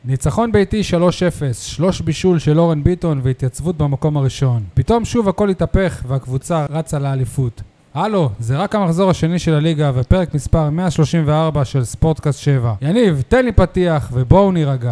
ניצחון ביתי 3-0, 3 בישול של אורן ביטון והתייצבות במקום הראשון. פתאום שוב הכל התהפך והקבוצה רצה לאליפות. הלו, זה רק המחזור השני של הליגה ופרק מספר 134 של ספורטקאסט 7. יניב, תן לי פתיח ובואו נירגע.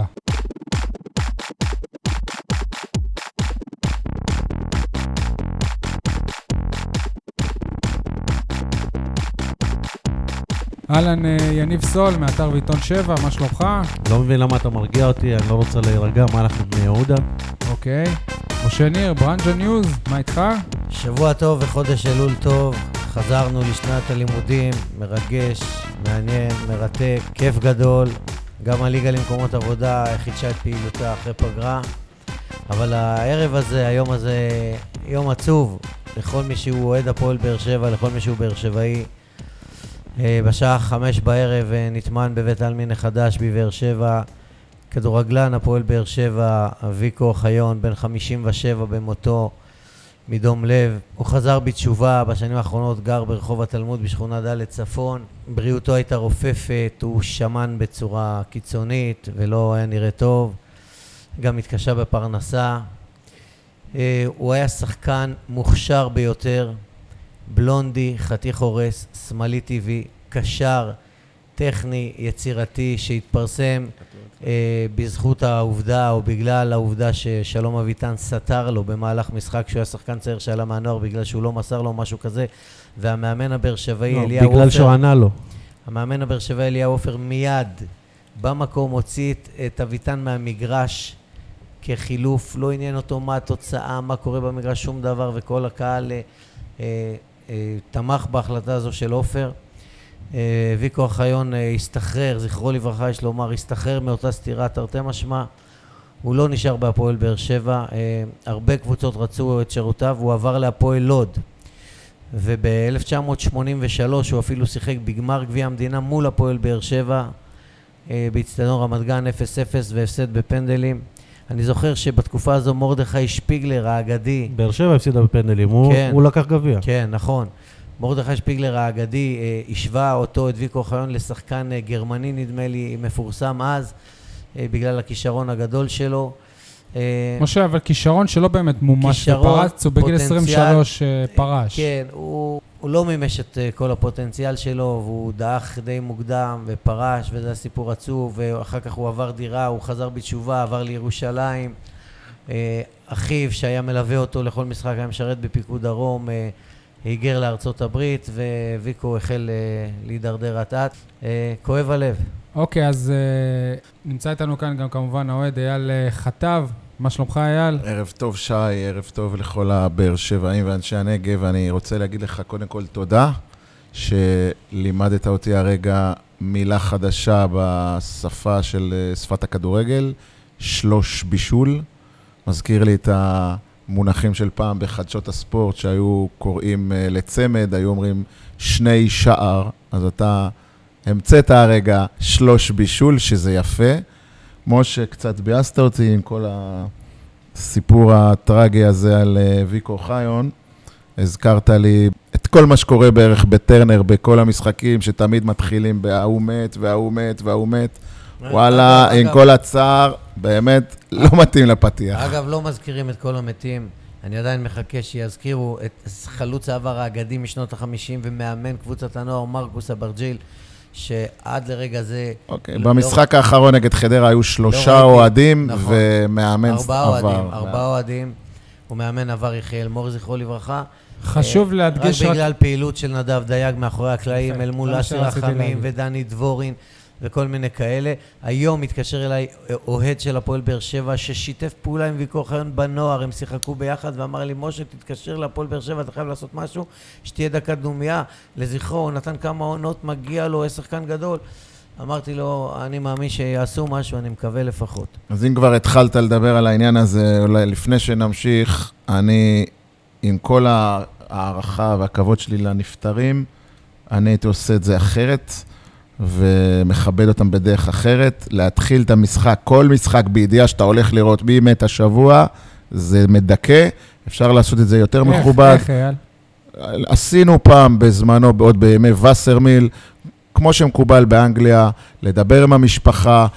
אהלן, יניב סול, מאתר ועיתון 7, מה שלומך? לא מבין למה אתה מרגיע אותי, אני לא רוצה להירגע, מה אנחנו בני יהודה? אוקיי. משה ניר, ברנג'ה ניוז, מה איתך? שבוע טוב וחודש אלול טוב, חזרנו לשנת הלימודים, מרגש, מעניין, מרתק, כיף גדול. גם הליגה למקומות עבודה חידשה את פעילותה אחרי פגרה. אבל הערב הזה, היום הזה, יום עצוב לכל מי שהוא אוהד הפועל באר שבע, לכל מי שהוא באר שבעי. בשעה 5 בערב נטמן בבית העלמין החדש בבאר שבע כדורגלן הפועל באר שבע ויקו חיון, בן 57 במותו מדום לב. הוא חזר בתשובה, בשנים האחרונות גר ברחוב התלמוד בשכונה ד' צפון. בריאותו הייתה רופפת, הוא שמן בצורה קיצונית ולא היה נראה טוב, גם התקשה בפרנסה. הוא היה שחקן מוכשר ביותר, בלונדי, חתיך הורס, שמאלי טבעי, קשר, טכני, יצירתי, שהתפרסם בזכות העובדה או בגלל העובדה ששלום אביטן סתר לו במהלך משחק שהוא היה שחקן צעיר שעלה מהנוער בגלל שהוא לא מסר לו משהו כזה, והמאמן הבאר שבעי אליהו עופר, בגלל שהוא ענה לו. המאמן הבאר שבעי אליהו עופר מיד במקום הוציא את אביטן מהמגרש כחילוף, לא עניין אותו מה התוצאה, מה קורה במגרש, שום דבר, וכל הקהל תמך בהחלטה הזו של עופר. ויקו חיון הסתחרר, זכרו לברכה יש לומר, הסתחרר מאותה סתירה תרתי משמע. הוא לא נשאר בהפועל באר שבע, הרבה קבוצות רצו את שירותיו, הוא עבר להפועל לוד, וב-1983 הוא אפילו שיחק בגמר גביע המדינה מול הפועל באר שבע באצטדיון רמת גן 0-0 והפסד בפנדלים. אני זוכר שבתקופה הזו מרדכי שפיגלר האגדי, באר שבע הפסידה בפנדלים, כן, הוא לקח גביע. כן, נכון. מרדכי שפיגלר האגדי השווה אותו, את ויקו חיון, לשחקן גרמני נדמה לי מפורסם אז, בגלל הכישרון הגדול שלו. משה, אבל כישרון שלא באמת מומש ופרץ, הוא בגיל 23 פרש. כן, הוא לא מימש את כל הפוטנציאל שלו, והוא דאח די מוקדם ופרש, וזה הסיפור עצוב, ואחר כך הוא עבר דירה, הוא חזר בתשובה, עבר לירושלים. אחיו שהיה מלווה אותו לכל משחק, היה משרת בפיקוד דרום, היגר לארצות הברית, וויקו החל להידרדר אט-אט. כואב הלב. אוקיי, אז נמצא איתנו כאן גם כמובן האוהד אייל חטב. מה שלומך אייל? ערב טוב שי, ערב טוב לכל הבאר שבעים ואנשי הנגב. אני רוצה להגיד לך קודם כל תודה שלימדת אותי הרגע מילה חדשה בשפה של שפת הכדורגל, 3 בישול. מזכיר לי את המונחים של פעם בחדשות הספורט שהיו קוראים לצמד, היו אומרים 2 שער, אז אתה המצאת הרגע 3 בישול, שזה יפה. משה, קצת ביאסת אותי עם כל הסיפור הטרגי הזה על ויקו חיון. הזכרת לי את כל מה שקורה בערך בטרנר, בכל המשחקים שתמיד מתחילים בהוא מת והוא מת והוא מת. וואלה, עם כל הצער, באמת לא מתאים לפתיח. אגב, לא מזכירים את כל המתים. אני עדיין מחכה שיזכירו את חלוץ העבר האגדי משנות ה-50 ומאמן קבוצת הנוער מרקוס אברג'יל, שעד לרגע זה... אוקיי, במשחק האחרון נגד חדרה היו 3 אוהדים ומאמן עבר. 4 אוהדים, ומאמן עבר יחיאל מור, זכרו לברכה. חשוב להדגיש רק בגלל פעילות של נדב דייג מאחורי הקלעים, אל מול אשר רחמים ודני דבורין וכל מיני כאלה. היום מתקשר אליי אוהד של הפועל באר שבע ששיתף פעולה עם ויקו חיון בנוער, הם שיחקו ביחד ואמר לי, משה, תתקשר לפועל באר שבע, אתה חייב לעשות משהו, שתהיה דקת דומייה לזכרו, הוא נתן כמה עונות, מגיע לו, שחקן גדול. אמרתי לו, אני מאמין שיעשו משהו, אני מקווה לפחות. אז אם כבר התחלת לדבר על העניין הזה, אולי לפני שנמשיך, אני עם כל הערכה והכבוד שלי לנפטרים, אני הייתי עושה את זה אחרת, ומכבד אותם בדרך אחרת, להתחיל את המשחק, כל משחק בידיעה שאתה הולך לראות מי מת השבוע, זה מדכא, אפשר לעשות את זה יותר מכובד. איך, אייל? עשינו פעם בזמנו, עוד בימי וסרמיל, כמו שמקובל באנגליה, לדבר עם המשפחה,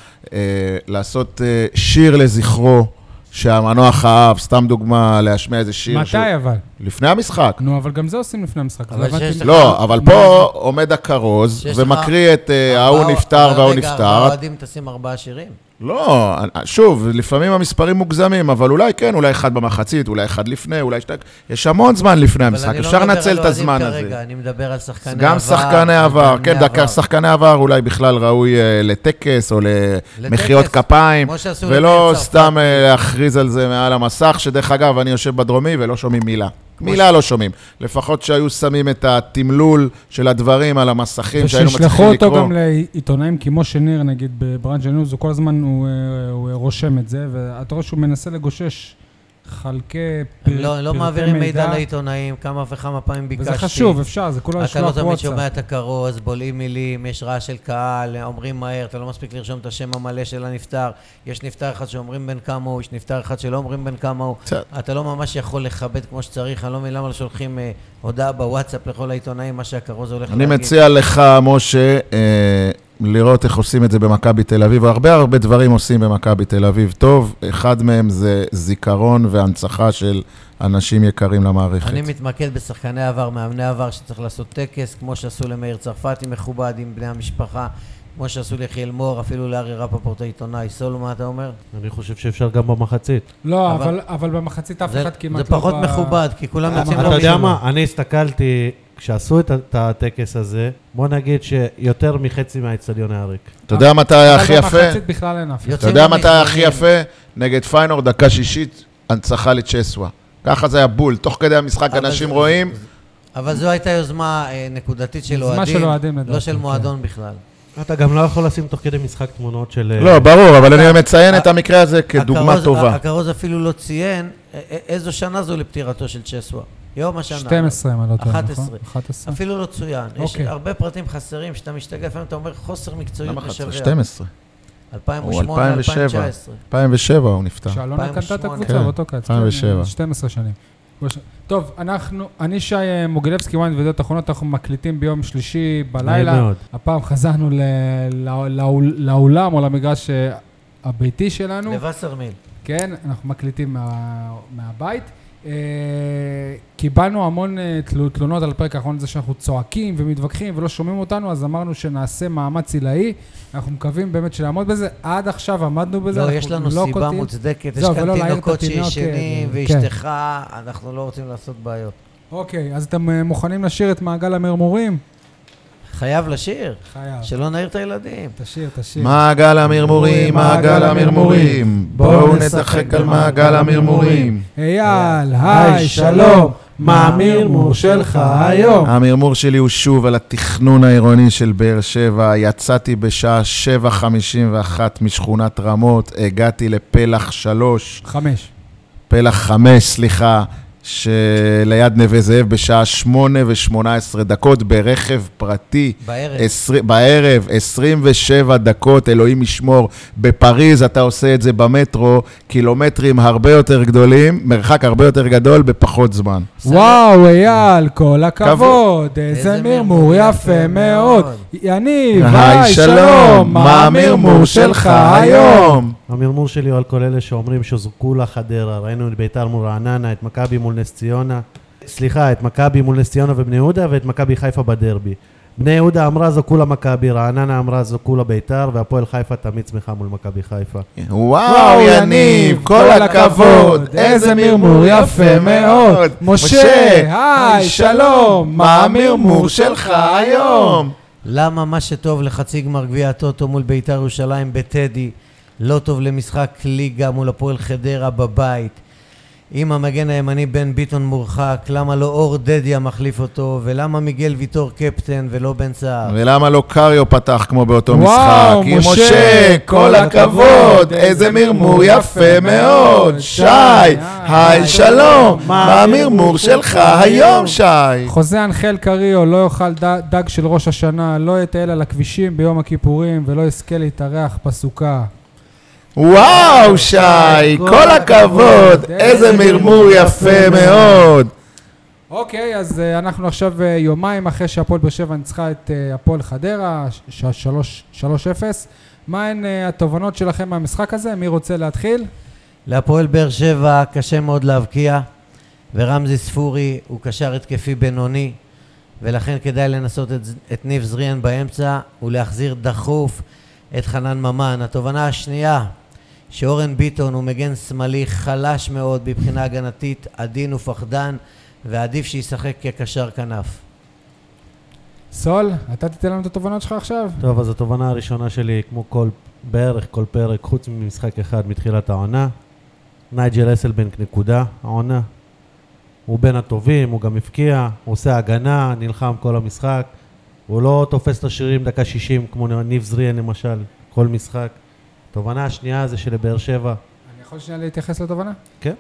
לעשות שיר לזכרו, שהמנוח אהב, סתם דוגמה, להשמיע איזה שיר. מתי אבל? לפני המשחק. נו, אבל גם זה עושים לפני המשחק. לא, אבל פה עומד הכרוז, ומקריא את ההוא נפטר וההוא נפטר. רגע, האוהדים תשים 4 שירים. לא, שוב, לפעמים המספרים מוגזמים, אבל אולי כן, אולי אחד במחצית, אולי אחד לפני, אולי שתי... יש המון זמן לפני המשחק, אפשר לנצל את הזמן הזה. אני מדבר על שחקני עבר. גם שחקני עבר, כן, דקה, שחקני עבר אולי בכלל ראוי לטקס או למחיאות כפיים, ולא סתם להכריז על זה מעל המסך, שדרך אגב, אני יושב בדרומי ולא שומעים מילה. מילה לא שומעים. לפחות שהיו שמים את התמלול של הדברים על המסכים, שהיינו מצליחים לקרוא. ושישלחו אותו גם לעיתונאים כמו שניר, נגיד, בברנצ' ניוז, הוא כל הזמן הוא רושם את זה, ואתה רואה שהוא מנסה לגושש חלקי פרטי מידע. לא מעבירים מידע לעיתונאים, כמה וכמה פעמים ביקשתי. וזה חשוב, אפשר, זה כולה לשלוח וואטסאפ. אתה לא תמיד שומע את הכרוז, בולעים מילים, יש רעש של קהל, אומרים מהר, אתה לא מספיק לרשום את השם המלא של הנפטר, יש נפטר אחד שאומרים בין כמה הוא, יש נפטר אחד שלא אומרים בין כמה הוא. אתה לא ממש יכול לכבד כמו שצריך, אני לא מבין למה לא שולחים הודעה בוואטסאפ לכל העיתונאים, מה שהכרוז הולך להגיד. אני מציע לך, משה, לראות איך עושים את זה במכבי תל אביב. הרבה דברים עושים במכבי תל אביב טוב. אחד מהם זה זיכרון והנצחה של אנשים יקרים למערכת. אני מתמקד בשחקני עבר, מאמני עבר, שצריך לעשות טקס, כמו שעשו למאיר צרפתי מכובד עם בני המשפחה, כמו שעשו ליחיאל מור, אפילו לארי רפפורט העיתונאי. סולו, מה אתה אומר? אני חושב שאפשר גם במחצית. לא, אבל במחצית אף אחד כמעט לא... זה פחות מכובד, כי כולם יוצאים אתה יודע מה? אני הסתכלתי... כשעשו את הטקס הזה, בוא נגיד שיותר מחצי מהאצטדיון היה ריק. אתה יודע מתי היה הכי יפה? במחצית בכלל אין אף. אתה יודע מתי היה הכי יפה? נגד פיינורד, דקה 60, הנצחה לצ'סווה. ככה זה היה בול. תוך כדי המשחק אנשים רואים. אבל זו הייתה יוזמה נקודתית של אוהדים, לא של מועדון בכלל. אתה גם לא יכול לשים תוך כדי משחק תמונות של... לא, ברור, אבל אני מציין את המקרה הזה כדוגמה טובה. הכרוז אפילו לא ציין איזו שנה זו לפטירתו של צ'סווה. יום השנה. 12, אני לא טועה, 11. נכון? 11. אפילו לא צוין. יש הרבה פרטים חסרים, שאתה משתגע, לפעמים אתה אומר חוסר מקצועיות למה 11? בשווה. 12. 2008, 2019. 2007 הוא נפטר. שאלונה קנתה את הקבוצה באותו קיץ. 2007. 12 שנים. טוב, אני שי מוגילבסקי, וויין וידיעות אחרונות, אנחנו מקליטים ביום שלישי בלילה. הפעם חזרנו לאולם או למגרש הביתי שלנו. לווסרמיל. כן, אנחנו מקליטים מהבית. קיבלנו המון תלונות על הפרק האחרון הזה שאנחנו צועקים ומתווכחים ולא שומעים אותנו, אז אמרנו שנעשה מאמץ עילאי, אנחנו מקווים באמת שנעמוד בזה, עד עכשיו עמדנו בזה. לא, יש לנו סיבה מוצדקת, יש כאן תינוקות שישנים ואשתך, אנחנו לא רוצים לעשות בעיות. אוקיי, אז אתם מוכנים לשיר את מעגל המרמורים? חייב לשיר, חייב. שלא נעיר את הילדים. תשיר. מעגל המרמורים, מעגל המרמורים, בואו נשחק על מעגל המרמורים. אייל, היי, שלום, מה המרמור שלך היום? המרמור שלי הוא שוב על התכנון העירוני של באר שבע. יצאתי בשעה 7:51 משכונת רמות, הגעתי לפלח 5, סליחה, שליד נווה זאב בשעה 8:18 ברכב פרטי. בערב 27 דקות, אלוהים ישמור. בפריז אתה עושה את זה במטרו, קילומטרים הרבה יותר גדולים, מרחק הרבה יותר גדול בפחות זמן. וואו, אייל, כל הכבוד, איזה מרמור יפה מאוד. יניב, היי, שלום, מה המרמור שלך היום? המרמור שלי הוא על כל אלה שאומרים שזרקו לחדרה. ראינו את ביתר מול רעננה, את מכבי מול נס ציונה. סליחה, את מכבי מול נס ציונה ובני יהודה, ואת מכבי חיפה בדרבי. בני יהודה אמרה זרקו למכבי, רעננה אמרה זרקו לביתר, והפועל חיפה תמיד שמחה מול מכבי חיפה. וואו, יניב, כל הכבוד, איזה מרמור יפה מאוד. משה, היי, שלום, מה המרמור שלך היום? למה מה שטוב לחצי גמר גביע הטוטו מול ביתר ירושלים בטדי, לא טוב למשחק ליגה מול הפועל חדרה בבית? אם המגן הימני בן ביטון מורחק, למה לא אור דדיה מחליף אותו, ולמה מיגל ויטור קפטן ולא בן סער? ולמה לא קריו פתח כמו באותו משחק? וואו, משה, כל הכבוד, איזה מרמור יפה מאוד. שי, היי, שלום, מה המרמור שלך היום, שי? חוזה אנחל קריו לא יאכל דג של ראש השנה, לא יטייל על הכבישים ביום הכיפורים, ולא יזכה להתארח בסוכה. וואו, שי, כל הכבוד, איזה מרמור יפה מאוד. אוקיי, אז אנחנו עכשיו יומיים אחרי שהפועל באר שבע ניצחה את הפועל חדרה, 3-0. מהן התובנות שלכם מהמשחק הזה? מי רוצה להתחיל? להפועל באר שבע קשה מאוד להבקיע, ורמזי ספורי הוא קשר התקפי בינוני, ולכן כדאי לנסות את ניב זריאן באמצע ולהחזיר דחוף את חנן ממן. התובנה השנייה, שאורן ביטון הוא מגן שמאלי חלש מאוד מבחינה הגנתית, עדין ופחדן, ועדיף שישחק כקשר כנף. סול, אתה תיתן לנו את התובנות שלך עכשיו? טוב, אז התובנה הראשונה שלי, כמו בערך כל פרק, חוץ ממשחק אחד מתחילת העונה, נייג'ל אסלבנק נקודה, העונה. הוא בין הטובים, הוא גם הפקיע, הוא עושה הגנה, נלחם כל המשחק. הוא לא תופס את השירים דקה 60 כמו ניב זריאן למשל, כל משחק. התובנה השנייה זה שלבאר שבע. אני יכול שנייה להתייחס לתובנה? כן.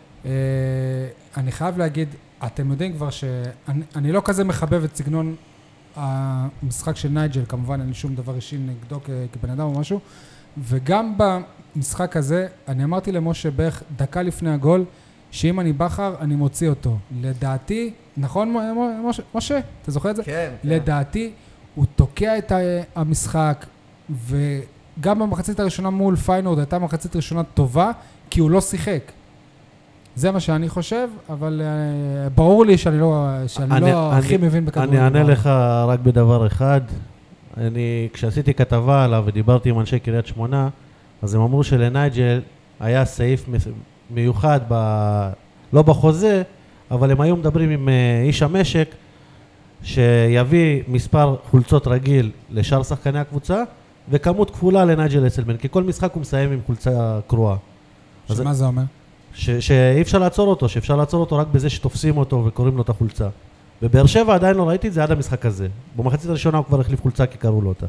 אני חייב להגיד, אתם יודעים כבר שאני לא כזה מחבב את סגנון המשחק של נייג'ל, כמובן אין לי שום דבר אישי נגדו כבן אדם או משהו, וגם במשחק הזה אני אמרתי למשה בערך דקה לפני הגול, שאם אני בחר אני מוציא אותו. לדעתי, נכון משה? אתה זוכר את זה? כן. לדעתי הוא תוקע את המשחק, וגם במחצית הראשונה מול פיינורד הייתה מחצית ראשונה טובה, כי הוא לא שיחק. זה מה שאני חושב, אבל ברור לי שאני לא הכי מבין בכדורגל. אני אענה לך רק בדבר אחד. כשעשיתי כתבה עליו ודיברתי עם אנשי קריית שמונה, אז הם אמרו שלנייג'ל היה סעיף מיוחד, לא בחוזה, אבל הם היו מדברים עם איש המשק, שיביא מספר חולצות רגיל לשאר שחקני הקבוצה, וכמות כפולה לנייג'ל אסלבנק, כי כל משחק הוא מסיים עם חולצה קרועה. שמה זה אומר? שאי אפשר לעצור אותו, שאפשר לעצור אותו רק בזה שתופסים אותו וקוראים לו את החולצה. בבאר שבע עדיין לא ראיתי את זה עד המשחק הזה. במחצית הראשונה הוא כבר החליף חולצה כי קראו לו אותה.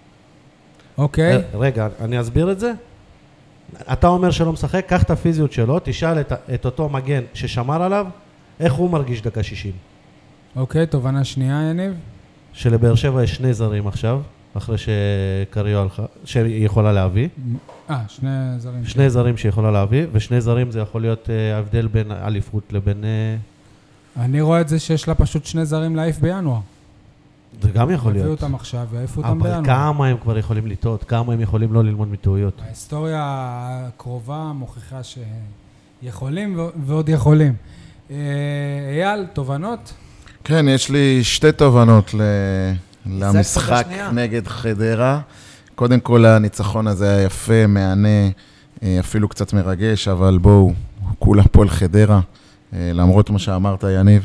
אוקיי. רגע, אני אסביר את זה. אתה אומר שלא משחק, קח את הפיזיות שלו, תשאל את אותו מגן ששמר עליו, איך הוא מרגיש דקה 60. אוקיי, תובנה שנייה, יניב. שלבאר שבע יש 2 זרים עכשיו, אחרי שקריו הלכה, שהיא יכולה להביא. 2 זרים. 2 זרים שיכולה להביא, ו2 זרים זה יכול להיות ההבדל בין אליפות לבין... אני רואה את זה שיש לה פשוט 2 זרים להעיף בינואר. זה גם יכול להיות. הביאו אותם עכשיו והעיפו אותם בינואר. אבל כמה הם כבר יכולים לטעות, כמה הם יכולים לא ללמוד מטעויות. ההיסטוריה הקרובה מוכיחה שיכולים ועוד יכולים. אייל, תובנות? כן, יש לי 2 תובנות למשחק נגד חדרה. קודם כל הניצחון הזה היה יפה, מענה, אפילו קצת מרגש, אבל בואו, כולה פועל חדרה, למרות מה שאמרת יניב.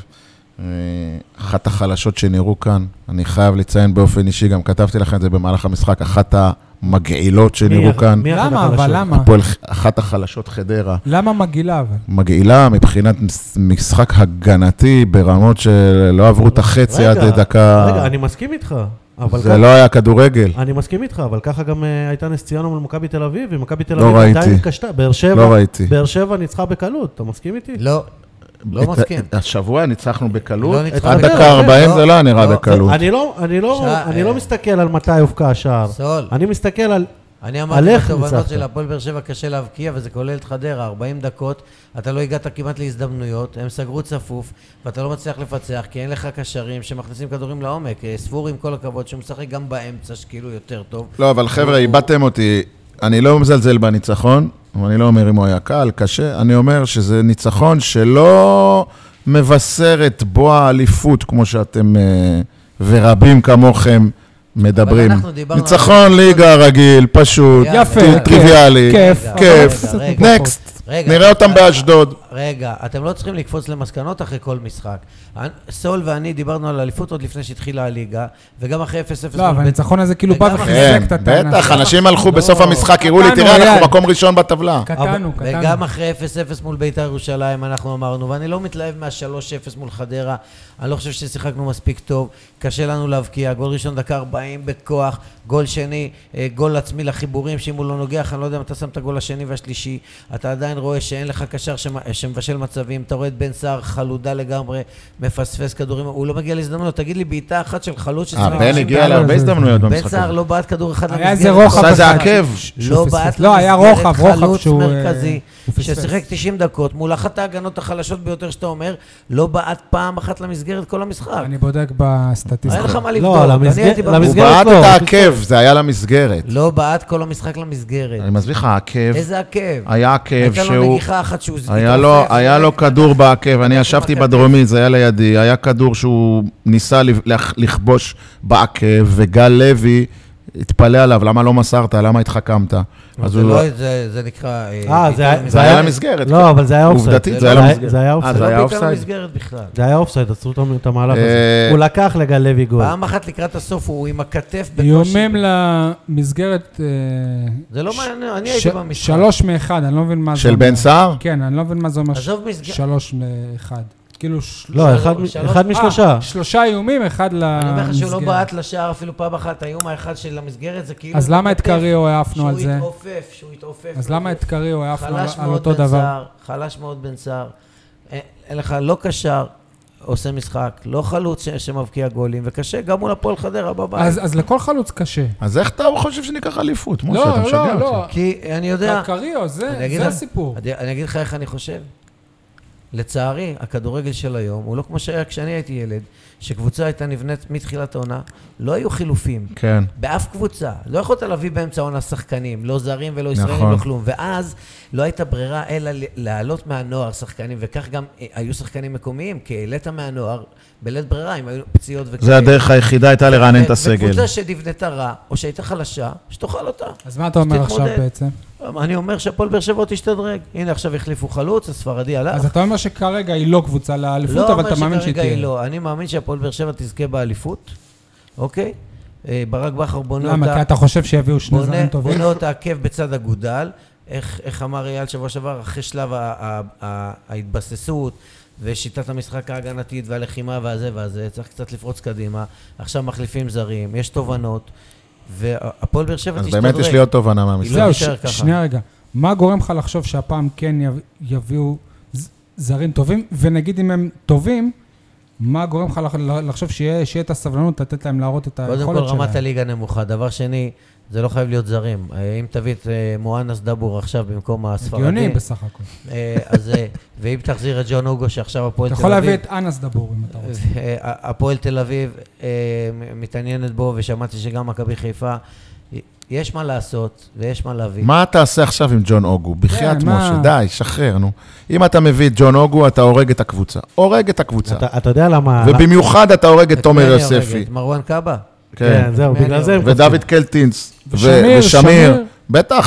אחת החלשות שנראו כאן, אני חייב לציין באופן אישי, גם כתבתי לכם את זה במהלך המשחק, אחת המגעילות שנראו כאן. למה? אבל למה? אחת החלשות חדרה. למה מגעילה אבל? מגעילה מבחינת משחק הגנתי, ברמות שלא עברו את החצי עד דקה... רגע, אני מסכים איתך. זה לא היה כדורגל. אני מסכים איתך, אבל ככה גם הייתה נס ציונה מול מכבי תל אביב, ומכבי תל לא אביב ראיתי. קשתה. לא ראיתי. באר שבע ניצחה בקלות, אתה מסכים איתי? לא מסכים. השבוע ניצחנו בקלות, לא ניצחנו עד בקלות. דקה 40 זה לא נראה בקלות. אני לא מסתכל על מתי הופקע השער. סול. אני מסתכל על... אני אמרתי בתובנות של הפועל באר שבע קשה להבקיע, וזה כולל את חדרה, 40 דקות, אתה לא הגעת כמעט להזדמנויות, הם סגרו צפוף, ואתה לא מצליח לפצח, כי אין לך קשרים שמכניסים כדורים לעומק. ספורי עם כל הכבוד, שהוא משחק גם באמצע, שכאילו יותר טוב. לא, אבל חבר'ה, איבדתם אותי, אני לא מזלזל בניצחון, אני לא אומר אם הוא היה קל, קשה, אני אומר שזה ניצחון שלא מבשר את בוא האליפות, כמו שאתם ורבים כמוכם מדברים. ניצחון ליגה רגיל, פשוט, טריוויאלי, כיף, נקסט, נראה אותם באשדוד. רגע, אתם לא צריכים לקפוץ למסקנות אחרי כל משחק. סול ואני דיברנו על אליפות עוד לפני שהתחילה הליגה, וגם אחרי 0-0... לא, אבל הניצחון הזה כאילו בא וחיזק את הטענה. בטח, אנשים הלכו בסוף המשחק, הראו לי, תראה, אנחנו מקום ראשון בטבלה. קטנו. וגם אחרי 0-0 מול בית"ר ירושלים, אנחנו אמרנו, ואני לא מתלהב מה-3-0 מול חדרה, אני לא חושב ששיחקנו מספיק טוב, קשה לנו להבקיע, גול ראשון דקה 40 בכוח, גול שני, גול עצמי לחיבורים, שאם הוא לא נוגח, אני לא יודע אם אתה שם את הגול השני והשלישי, אתה עדיין רואה שאין לך קשר שמבשל מצבים, אתה רואה את בן סער חלודה לגמרי, מפספס כדורים, הוא לא מגיע להזדמנות, תגיד לי בעיטה אחת של חלוץ בן הגיע להרבה הזדמנויות במשחק. בן סער לא בעט כדור אחד למסגרת. היה איזה רוחב. עשה זה עקב. לא בעט לא, היה רוחב חלוץ שהוא מרכזי, הוא פספס. ששיחק 90 דקות, מול אחת ההגנות החלשות ביותר שאתה אומר, לא בעט פעם אחת למסגרת כל המשחק. אני בודק בסטטיסטיקה. אין לך מה לא, לבדוק. אני הייתי למסגרת במ- הוא למסגרת בעט לא, את העקב, זה היה למסגרת. לא בעט כל המשחק למסגרת. אני מסביר לך, העקב, איזה עקב? היה עקב הייתה לו שהוא... נגיחה אחת שהוא... היה לו כדור בעקב, אני ישבתי בדרומי, זה היה לידי, היה כדור שהוא ניסה לכבוש בעקב, וגל לוי התפלא עליו, למה לא מסרת, למה התחכמת? זה נקרא... זה היה למסגרת. לא, אבל זה היה אופסייד. עובדתית, זה היה למסגרת. זה היה זה אופסייד. זה היה לא בעיקר אופסייד? למסגרת בכלל. זה היה אופסייד, עצרו את המהלך הזה. הוא לקח לגל לוי גול. פעם אחת לקראת הסוף הוא עם הכתף בקושי. איומים למסגרת... זה לא מעניין, אני הייתי במשחק. 3 מ-1, אני לא מבין מה זה של אומר. בן סער? כן, אני לא מבין מה זה אומר עזוב מסגרת. 3 מ-1. כאילו... לא, אחד משלושה. 3 איומים, 1 למסגרת. אני אומר לך שהוא לא בעט לשער אפילו פעם אחת, האיום האחד של המסגרת זה כאילו... אז למה את קריו העפנו על זה? שהוא התעופף. אז למה את קריו העפנו חלש על מאוד אותו בן דבר? סער, חלש מאוד בן סער. אין לך לא קשר, עושה משחק, לא חלוץ שמבקיע גולים, וקשה גם מול הפועל חדרה בבית. אז לכל חלוץ קשה. אז איך אתה חושב שניקח אליפות? משה, לא, אתה משגע לא, אותי. לא. כי אני יודע... קריו, זה הסיפור. אני אגיד לך איך אני חושב. לצערי, הכדורגל של היום הוא לא כמו שהיה כשאני הייתי ילד, שקבוצה הייתה נבנית מתחילת העונה, לא היו חילופים. כן. באף קבוצה. לא יכולת להביא באמצע העונה שחקנים, לא זרים ולא ישראלים, נכון. לא כלום. ואז לא הייתה ברירה אלא להעלות מהנוער שחקנים, וכך גם היו שחקנים מקומיים, כי העלית מהנוער בלית ברירה, אם היו פציעות וכאלה. זה הדרך היחידה הייתה לרענן את הסגל. וקבוצה שנבנתה רע, או שהייתה חלשה, שתאכל אותה. אז מה אתה אומר עכשיו תתמודד. בעצם? אני אומר שהפועל באר שבע תשתדרג. הנה, עכשיו החליפו חלוץ, הספרדי הלך. אז אתה אומר שכרגע היא לא קבוצה לאליפות, אבל אתה מאמין שהיא לא אומר שכרגע היא תהיה. לא. אני מאמין שהפועל באר שבע תזכה באליפות, אוקיי? ברק בכר בונה למה? כי אותה... אתה חושב שיביאו 2 זרים טובים? בונה אותה עקב בצד אגודל. איך אמר אייל שבוע שעבר, אחרי שלב ההתבססות ושיטת המשחק ההגנתית והלחימה והזה, צריך קצת לפרוץ קדימה. עכשיו מחליפים זרים, יש תובנות, והפועל באר שבע אז תשתדרג. באמת יש לי עוד תובנה מהמשחק. לא זהו, נשאר ככה. שנייה רגע. מה גורם לך לחשוב שהפעם כן יביאו זרים טובים, ונגיד אם הם טובים, מה גורם לך לחשוב שיהיה את הסבלנות, לתת להם להראות את היכולת שלהם? קודם כל רמת הליגה נמוכה. דבר שני, זה לא חייב להיות זרים. אם תביא את מואנס דבור עכשיו במקום הספרדי... הגיוני בסך הכל. ואם תחזיר את ג'ון אוגו שעכשיו הפועל תל אתה אביב... יכול להביא את אנס דבור אם אתה רוצה. הפועל תל אביב מתעניינת בו, ושמעתי שגם מכבי חיפה. יש מה לעשות ויש מה להביא. מה תעשה עכשיו עם ג'ון אוגו? בחייאת מה? משה, די, שחרר, נו. אם אתה מביא את ג'ון אוגו, אתה הורג את הקבוצה. הורג את הקבוצה. אתה יודע למה... ובמיוחד אתה הורג את את תומר מי אני יוספי. הורגת? מרואן קאבה? כן. זהו, מי אני בגלל זה הם ודוד קלטינס. ושמיר, שמיר. בטח,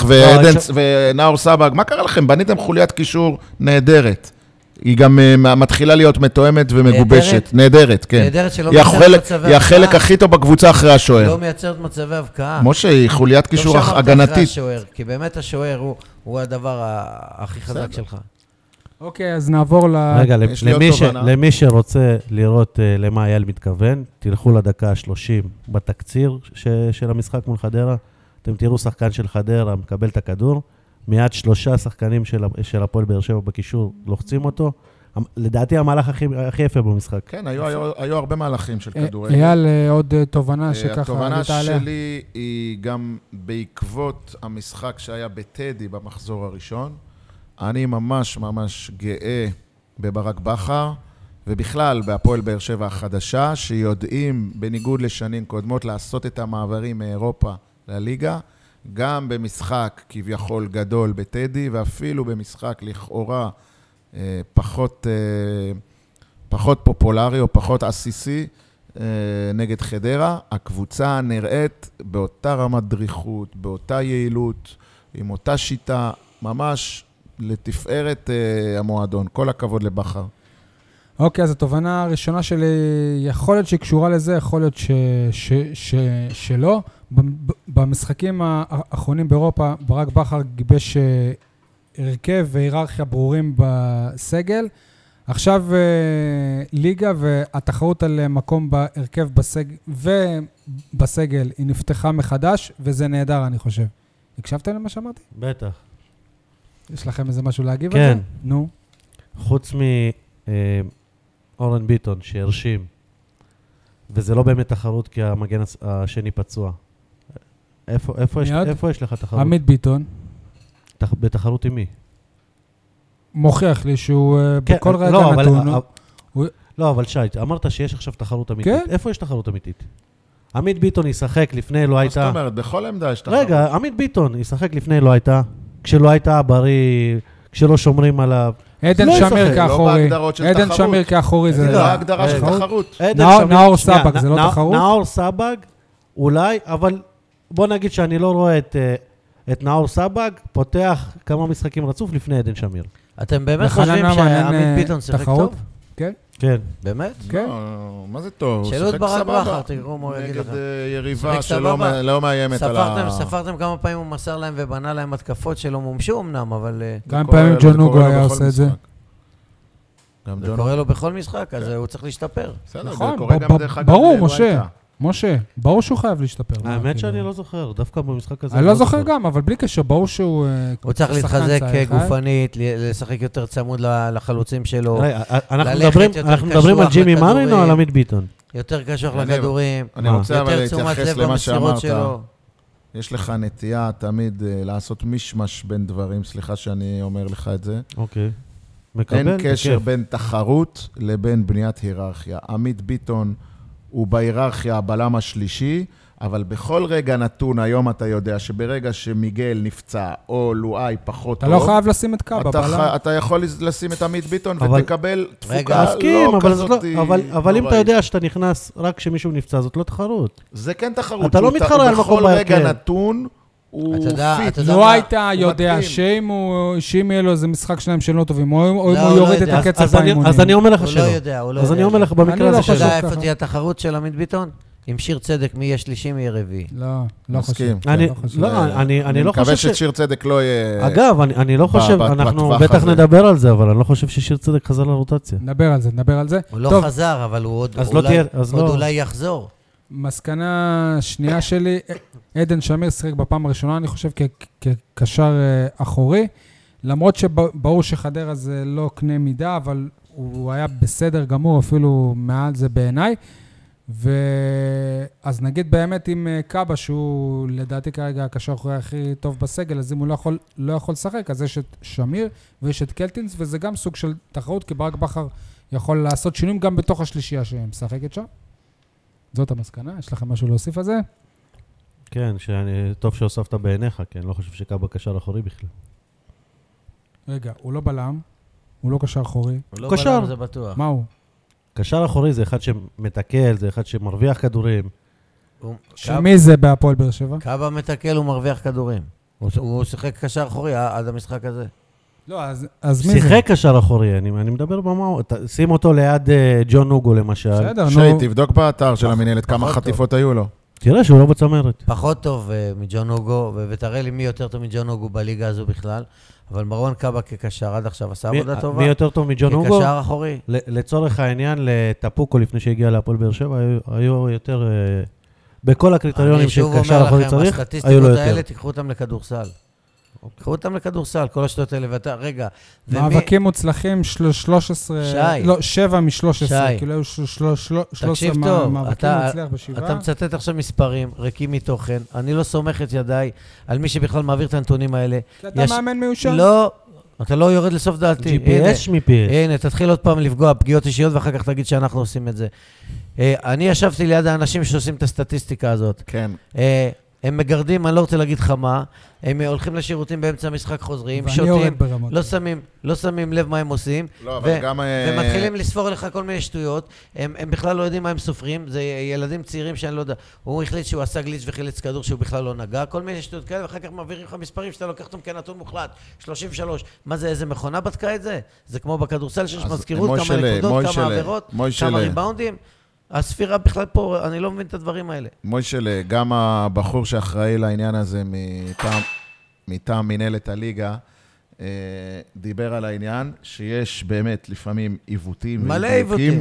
ונאור סבג. מה קרה לכם? בניתם חוליית קישור נהדרת. היא גם מתחילה להיות מתואמת ומגובשת. נהדרת, כן. נהדרת שלא היא מייצרת מצבי הבקעה. היא החלק הכי טוב בקבוצה אחרי השוער. לא מייצרת מצבי הבקעה. משה, היא חוליית קישור טוב שאמרת אחרי הגנתית. השוער, כי באמת השוער הוא הדבר הכי חזק שלך. אוקיי, אז נעבור רגע, יש לי עוד תובנה. למי שרוצה לראות למה אייל מתכוון, תלכו לדקה ה-30 בתקציר של המשחק מול חדרה, אתם תראו שחקן של חדרה, מקבל את הכדור, מיד 3 שחקנים של הפועל באר שבע בקישור לוחצים אותו, לדעתי המהלך הכי יפה במשחק. כן, היו הרבה מהלכים של כדורגל. אייל, עוד תובנה שככה התובנה עלית עליה. שלי היא גם בעקבות המשחק שהיה בטדי במחזור הראשון. אני ממש ממש גאה בברק בכר, ובכלל בהפועל באר שבע החדשה, שיודעים בניגוד לשנים קודמות לעשות את המעברים מאירופה לליגה, גם במשחק כביכול גדול בטדי, ואפילו במשחק לכאורה פחות פופולרי או פחות עסיסי נגד חדרה. הקבוצה נראית באותה רמת דריכות, באותה יעילות, עם אותה שיטה, ממש לתפארת המועדון. כל הכבוד לבכר. אוקיי, אז התובנה הראשונה שלי, יכול להיות שהיא קשורה לזה, יכול להיות שלא. במשחקים האחרונים באירופה, ברק בכר גיבש הרכב והיררכיה ברורים בסגל. עכשיו ליגה והתחרות על מקום בהרכב ובסגל היא נפתחה מחדש, וזה נהדר, אני חושב. הקשבתם למה שאמרתי? בטח. יש לכם איזה משהו להגיב על זה? כן. נו. חוץ מאורן ביטון שהרשים, וזה לא באמת תחרות כי המגן השני פצוע. איפה יש לך תחרות? עמית ביטון. בתחרות עם מי? מוכיח לי שהוא בכל רגע נתון. לא, אבל שי, אמרת שיש עכשיו תחרות אמיתית. כן? איפה יש תחרות אמיתית? עמית ביטון ישחק לפני, לא הייתה... מה זאת אומרת? בכל עמדה יש תחרות. רגע, עמית ביטון ישחק לפני, לא הייתה. כשלא הייתה בריא, כשלא שומרים עליו. עדן שמיר כאחורי. לא בהגדרות של עדן תחרות. שמיר כאחורי זה... זה לא ההגדרה של תחרות. נאור סבג, זה לא תחרות? נאור סבג, אולי, אבל בוא נגיד שאני לא רואה את נאור סבג, פותח כמה משחקים רצוף לפני עדן שמיר. אתם באמת חושבים שעמית ביטון שיחק טוב? כן. כן. באמת? כן. מה זה טוב? הוא שאלו את שיחק ברק סבבה. בכר, תראו מה הוא יגיד לכם. נגד יריבה שיחק שלא סבבה. מאיימת על ה... ספרתם כמה פעמים הוא מסר להם ובנה להם התקפות שלא מומשו אמנם, אבל... כמה פעמים ג'ון הוגו היה עושה את זה. זה קורה לו בכל משחק, אז הוא צריך להשתפר. בסדר, נכון, זה קורה גם דרך אגב. ברור, משה, ברור שהוא חייב להשתפר. האמת שאני לא זוכר, דווקא במשחק הזה. אני לא זוכר גם, אבל בלי קשר, ברור שהוא... הוא צריך להתחזק גופנית, לשחק יותר צמוד לחלוצים שלו. אנחנו מדברים על ג'ימי מרין או על עמית ביטון? יותר קשוח לכדורים, אני רוצה אבל יותר תשומת להתייחס לב למה במסירות שאמרת. שלו. יש לך נטייה תמיד לעשות משמש בין דברים, סליחה שאני אומר לך את זה. אוקיי. אין קשר בין תחרות לבין בניית היררכיה. עמית ביטון הוא בהיררכיה הבלם השלישי, אבל בכל רגע נתון, היום אתה יודע שברגע שמיגל נפצע או לואי פחות טוב, אתה לא חייב לשים את קאבה בלם. אתה יכול לשים את עמית ביטון ותקבל תפוקה מסכים, לא כזאת. אבל אם אתה יודע שאתה נכנס רק כשמישהו נפצע, זאת לא תחרות. זה כן תחרות. אתה לא מתחרה על מקום בכל רגע בהרכב. נתון הוא פיט. לא הייתה יודע שאם יהיה לו איזה משחק שלהם שלא טובים, או אם הוא יוריד את הקצב האימונים. אז אני אומר לך הוא שלא. לא יודע, הוא לא יודע. אז אני אומר לך במקרה הזה אתה יודע שלא. איפה תהיה התחרות של עמית ביטון? עם שיר צדק, מי יהיה שלישי, מי יהיה רביעי. לא חושב. אני לא מקווה חושב ששיר צדק לא יהיה... אגב, אני לא חושב, אנחנו בטח נדבר על זה, אבל אני לא חושב ששיר צדק חזר לרוטציה. נדבר על זה. הוא לא חזר, אבל הוא עוד אולי יחזור. מסקנה שנייה שלי, עדן שמיר שיחק בפעם הראשונה, אני חושב כקשר אחורי, למרות שברור שחדרה זה לא קנה מידה, אבל הוא היה בסדר גמור, אפילו מעל זה בעיניי, אז נגיד באמת עם קאבה, שהוא לדעתי כרגע הקשר אחורי הכי טוב בסגל, אז אם הוא לא יכול לשחק, אז יש את שמיר ויש את קלטינס, וזה גם סוג של תחרות, כי ברק בכר יכול לעשות שינויים גם בתוך השלישייה שהם משחקת שם. זאת המסקנה, יש לכם משהו להוסיף על זה? כן, טוב שהוספת בעיניך, כי אני לא חושב שקאבה קשר אחורי בכלל. רגע, הוא לא בלם, הוא לא קשר אחורי. הוא לא בלם, זה בטוח. מה הוא? קשר אחורי זה אחד שמתקל, זה אחד שמרוויח כדורים. שמי זה בהפועל באר שבע? קאבה מתקל, הוא מרוויח כדורים. הוא שיחק קשר אחורי עד המשחק הזה. לא, אז מי זה? שיחק קשר אחורי, אני מדבר במאו. שים אותו ליד ג'ון הוגו למשל. בסדר, נו. שי, תבדוק באתר של המנהלת כמה חטיפות היו לו. תראה שהוא לא בצמרת. פחות טוב מג'ון הוגו, ותראה לי מי יותר טוב מג'ון הוגו בליגה הזו בכלל. אבל מרון קאבה כקשר עד עכשיו עשה עבודה טובה. מי יותר טוב מג'ון הוגו? כקשר אחורי. לצורך העניין, לטפוקו לפני שהגיע להפועל באר שבע, היו יותר... בכל הקריטריונים שקשר אחורי צריך, היו לו יותר. הסטטיסטיקות האלה, תיקחו אותם לכדורסל. קחו אותם לכדורסל, כל השטויות האלה, ואתה, רגע. מאבקים מוצלחים 13, לא, 7 מ-13, כאילו היו 13 מאבקים מוצלח בשבעה. אתה מצטט עכשיו מספרים, ריקים מתוכן, אני לא סומך את ידיי על מי שבכלל מעביר את הנתונים האלה. אתה מאמן מיושן? לא, אתה לא יורד לסוף דעתי. GPS מ-PS. הנה, תתחיל עוד פעם לפגוע פגיעות אישיות, ואחר כך תגיד שאנחנו עושים את זה. אני ישבתי ליד האנשים שעושים את הסטטיסטיקה הזאת. כן. הם מגרדים, אני לא רוצה להגיד חמה, הם הולכים לשירותים באמצע המשחק חוזרים, שותים, לא שמים לב מה הם עושים, ומתחילים לספור לך כל מיני שטויות, הם בכלל לא יודעים מה הם סופרים, זה ילדים צעירים שאני לא יודע, הוא החליט שהוא עשה גליץ' וחילץ כדור שהוא בכלל לא נגע, כל מיני שטויות כאלה, ואחר כך מעבירים לך מספרים שאתה לוקח אותם כנתון מוחלט, 33, מה זה, איזה מכונה בדקה את זה? זה כמו בכדורסל שיש מזכירות, כמה נקודות, כמה עבירות, כמה ריבאונדים. הספירה בכלל פה, אני לא מבין את הדברים האלה. מוישל, גם הבחור שאחראי לעניין הזה מטעם מנהלת הליגה, דיבר על העניין שיש באמת לפעמים עיוותים. מלא עיוותים.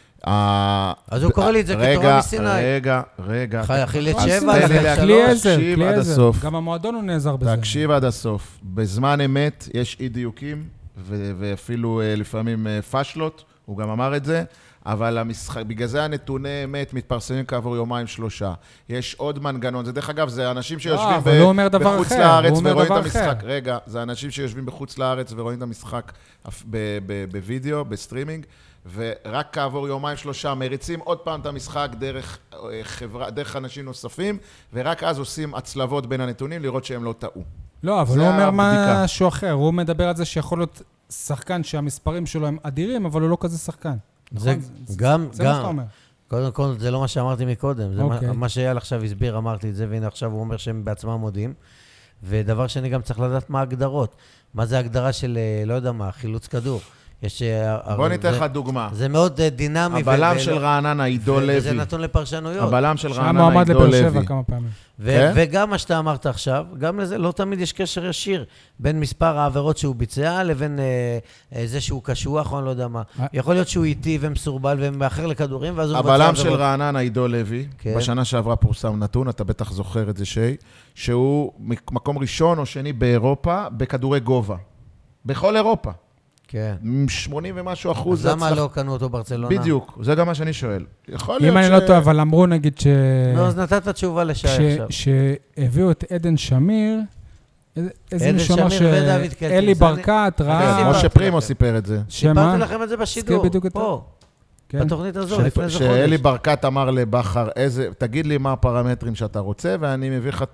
אז הוא קורא לי את זה כתורה מסיני. רגע. חילץ 7, כלי עזר. גם המועדון הוא נעזר בזה. תקשיב עד הסוף. בזמן אמת יש אי דיוקים, ואפילו לפעמים פשלות, הוא גם אמר את זה, אבל בגלל זה הנתוני אמת מתפרסמים כעבור יומיים 3. יש עוד מנגנון, זה דרך אגב, זה אנשים שיושבים בחוץ לארץ ורואים את המשחק. רגע, זה אנשים שיושבים בחוץ לארץ ורואים את המשחק בווידאו, בסטרימינג, ורק כעבור יומיים 3 מריצים עוד פעם את המשחק דרך אנשים נוספים, ורק אז עושים הצלבות בין הנתונים לראות שהם לא טעו. לא, אבל הוא אומר משהו אחר, הוא מדבר על זה שיכול להיות שחקן שהמספרים שלו הם אדירים, אבל הוא לא כזה שחקן. זה גם, זה מה שאתה אומר. קודם כל, זה לא מה שאמרתי מקודם, זה מה שאייל עכשיו הסביר, אמרתי את זה, והנה עכשיו הוא אומר שהם בעצמם מודים, ודבר שני גם צריך לדעת מה ההגדרות. מה זה ההגדרה של, לא יודע מה, חילוץ כדור. בוא ניתן לך דוגמה. זה מאוד דינמי. הבלם של רעננה, עידו לוי. וזה נתון לפרשנויות. הבלם של רעננה, שהמועמד עידו לבאר לוי. שבע כמה פעמים. וגם מה שאתה אמרת עכשיו, גם לזה לא תמיד יש קשר ישיר בין מספר העבירות שהוא ביצע לבין זה שהוא קשוח, או אני לא יודע מה. יכול להיות שהוא איטי ומסורבל ומאחר לכדורים, ואז הוא... הבלם של רעננה, עידו לוי, בשנה שעברה פורסם נתון, אתה בטח זוכר את זה שהוא מקום ראשון או שני באירופה, בכדורי גובה. בכל אירופה. כן. 80 ומשהו אחוז. אז למה לא קנו אותו ברצלונה? בדיוק, זה גם מה שאני שואל. יכול להיות אם אני לא טועה, אבל אמרו נגיד לא, אז נתת תשובה לשי עכשיו. שהביאו את עדן שמיר, איזה מישהו אמר ודוד קלטינס. אלי ברקת, ראה... משה פרימו סיפר את זה. סיפרתי לכם את זה בשידור, פה, בתוכנית הזו, לפני איזה חודש. שאלי ברקת אמר לבחר, תגיד לי מה הפרמטרים שאתה רוצה, ואני מביא לך את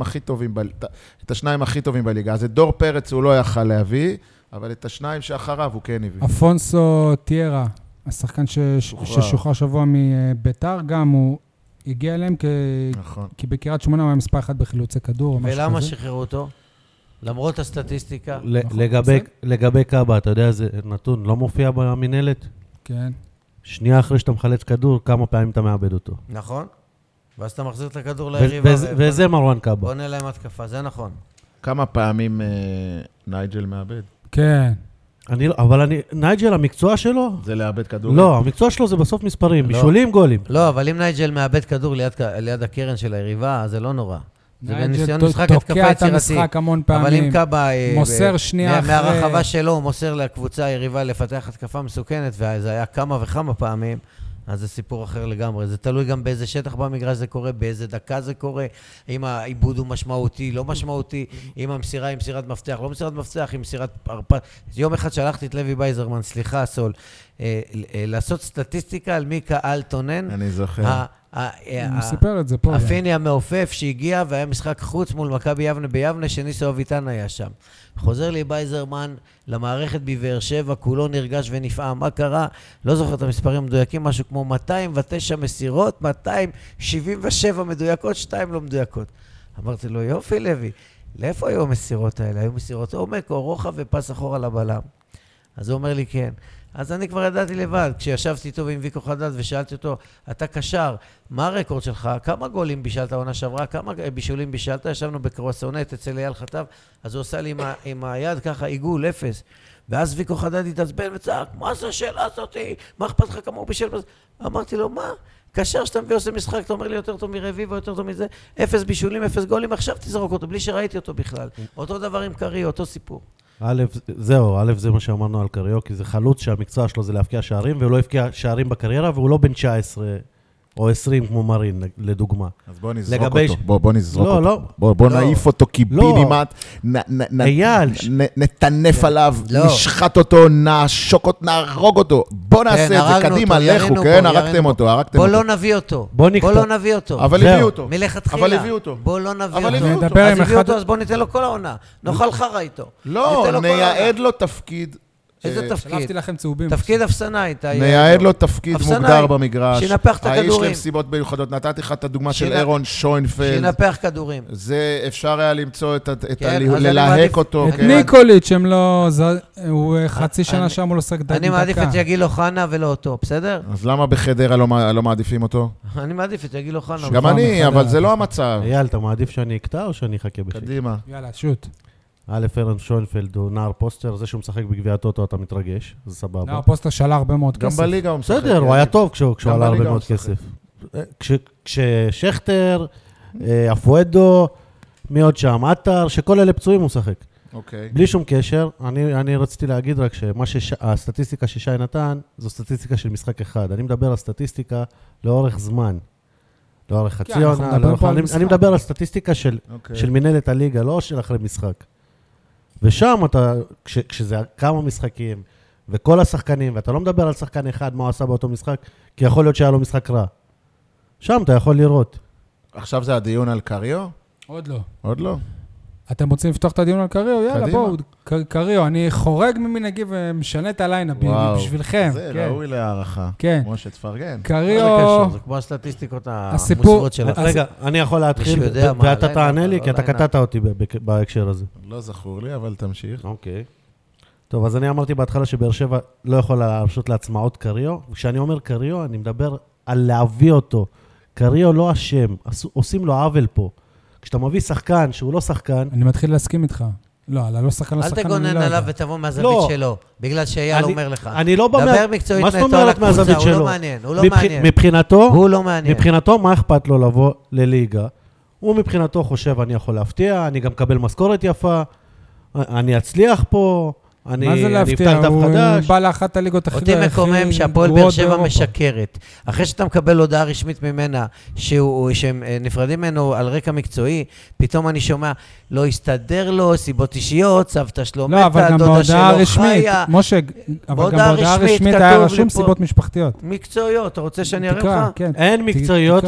השניים הכי טובים בליגה. אז את דור פרץ הוא לא יכל להביא, אבל את השניים שאחריו הוא כן הביא. אפונסו טיירה, השחקן ששוחרר שבוע מביתר, גם הוא הגיע אליהם כי בקריית שמונה הוא היה מספר 1 בחילוצי כדור. ולמה שחררו אותו? למרות הסטטיסטיקה. לגבי קאבה, אתה יודע, זה נתון לא מופיע במנהלת? כן. שנייה אחרי שאתה מחלץ כדור, כמה פעמים אתה מאבד אותו. נכון. ואז אתה מחזיר את הכדור ליריבה. וזה מרואן קאבה. בונה להם התקפה, זה נכון. כמה פעמים נייג'ל מאבד? כן. אבל נייג'ל, המקצוע שלו? זה לאבד כדור? לא, המקצוע שלו זה בסוף מספרים, בישולים, גולים. לא, אבל אם נייג'ל מאבד כדור ליד הקרן של היריבה, זה לא נורא. זה בניסיון משחק התקפה תוקע את יצירתי. המשחק המון פעמים. אבל אם קאבה... מוסר שנייה אחרי... מהרחבה שלו, הוא מוסר לקבוצה היריבה לפתח התקפה מסוכנת, וזה היה כמה וכמה פעמים, אז זה סיפור אחר לגמרי. זה תלוי גם באיזה שטח במגרש זה קורה, באיזה דקה זה קורה, אם העיבוד הוא משמעותי, לא משמעותי, אם המסירה היא מסירת מפתח, לא מסירת מפתח, היא מסירת פרפת. יום אחד שלחתי את לוי בייזרמן, סליחה, סול, לעשות סטטיסטיקה על מי קהל תונן. אני זוכר. הוא סיפר את זה פה. הפיני המעופף שהגיע והיה משחק חוץ מול מכבי יבנה ביבנה, שניסו אביטן היה שם. חוזר לי בייזרמן למערכת בבאר שבע, כולו נרגש ונפעם. מה קרה? לא זוכר את המספרים המדויקים, משהו כמו 209 מסירות, 277 מדויקות, 2 לא מדויקות. אמרתי לו, יופי לוי, לאיפה היו המסירות האלה? היו מסירות עומק או רוחב ופס אחורה לבלם. אז הוא אומר לי כן. אז אני כבר ידעתי לבד, כשישבתי איתו עם ויקו חדד ושאלתי אותו, אתה קשר, מה הרקורד שלך? כמה גולים בישלת עונה שעברה? כמה בישולים בישלת? ישבנו בקרואסונט אצל אייל חטב, אז הוא עושה לי עם היד ככה עיגול, 0. ואז ויקו חדד התעצבן וצעק, מה זה השאלה הזאתי? מה אכפת לך כמה הוא בישל? אמרתי לו, מה? קשר שאתה מביא עושה משחק, אתה אומר לי יותר טוב מרביבו, יותר טוב מזה, 0 בישולים, 0 גולים, עכשיו תזרוק אותו, בלי שראיתי אותו בכלל. אותו דבר עם קרי, אותו סיפור. א', זה מה שאמרנו על קריוקי, זה חלוץ שהמקצוע שלו זה להפקיע שערים, והוא לא הפקיע שערים בקריירה, והוא לא בן 19 או 20 כמו מרין, לדוגמה. אז בוא נזרוק אותו, בוא נזרוק אותו. לא. בוא נעיף אותו קיבינימט, נטנף עליו, נשחט אותו, נעשוק אותו, נהרוג אותו. בוא נעשה את זה, קדימה, לכו, כן, הרגתם אותו. בוא לא נביא אותו. בוא לא נביא אותו. אבל הביאו אותו. מלכתחילה. אבל הביאו אותו. בוא לא נביא אבל אותו. אז הביאו אותו, אז בוא ניתן לו כל העונה. נאכל חרה איתו. לא, נייעד לו תפקיד. איזה תפקיד? שלפתי לכם צהובים. תפקיד אפסנאי. נייעד לו תפקיד מוגדר במגרש. שינפח את הכדורים. האיש למסיבות מיוחדות. נתתי לך את הדוגמה של אירון שוינפלד. שינפח כדורים. זה אפשר היה למצוא ללהק אותו. את ניקוליץ' הם לא... הוא חצי שנה שם הוא לא שחק דקה. אני מעדיף את יגיל אוחנה ולא אותו, בסדר? אז למה בחדרה לא מעדיפים אותו? אני מעדיף את יגיל אוחנה. גם אני, אבל זה לא המצב. אייל, אתה מעדיף שאני אקטע או שאני אחכה בשקט? קדימה. יאללה, שוט. א', אירון שוינפלד הוא נער פוסטר, זה שהוא משחק בגביע הטוטו, אתה מתרגש, זה סבבה. נער פוסטר שעלה הרבה מאוד כסף. גם בליגה הוא משחק. בסדר, הוא היה טוב כשהוא עלה הרבה מאוד כסף. כששכטר, אפואדו, מי עוד שם, עטר, שכל אלה פצועים הוא משחק. אוקיי. בלי שום קשר, אני רציתי להגיד רק שהסטטיסטיקה ששי נתן, זו סטטיסטיקה של משחק אחד. אני מדבר על סטטיסטיקה לאורך זמן. לאורך חצי עונה, אני מדבר על סטטיסטיקה של מנהלת הליגה, לא של אחרי משחק. ושם אתה, כשזה כמה משחקים, וכל השחקנים, ואתה לא מדבר על שחקן אחד, מה הוא עשה באותו משחק, כי יכול להיות שהיה לו משחק רע. שם אתה יכול לראות. עכשיו זה הדיון על קריו? עוד לא. עוד לא? אתם רוצים לפתוח את הדיון על קריו? יאללה, בואו, קריו. אני חורג ממנהגי ומשנה את הליינאפ בשבילכם. זה ראוי להערכה. כן. כמו שתפרגן. קריו... זה כמו הסטטיסטיקות המוסרות שלך. רגע, אני יכול להתחיל, ואתה תענה לי, כי אתה קטעת אותי בהקשר הזה. לא זכור לי, אבל תמשיך. אוקיי. טוב, אז אני אמרתי בהתחלה שבאר שבע לא יכול להרשות לעצמה עוד קריו, וכשאני אומר קריו, אני מדבר על להביא אותו. קריו לא אשם, עושים לו עוול פה. כשאתה מביא שחקן שהוא לא שחקן... אני מתחיל להסכים איתך. לא, על לא שחקן לשחקן אל תגונן עליו ותבוא מהזווית שלו, בגלל שאייל אומר לך. אני לא דבר מקצועית נטו על הקבוצה, הוא לא מעניין, הוא לא מעניין. הוא לא מעניין. מבחינתו, מה אכפת לו לבוא לליגה? הוא מבחינתו חושב, אני יכול להפתיע, אני גם מקבל משכורת יפה, אני אצליח פה, מה זה להפתיע? הוא בא לאחת הליגות הכי אותי מקומם שהפועל באר שבע משקרת. אחרי שאתה מקבל הודעה רשמית ממנה, שהם נפרדים ממנו על רקע מקצועי, פתאום אני שומע, לא הסתדר לו, סיבות אישיות, סבתא שלו מתה, דודה שלו חיה. משה, אבל גם בהודעה רשמית היה רשום סיבות משפחתיות. מקצועיות, אתה רוצה שאני אראה לך? אין מקצועיות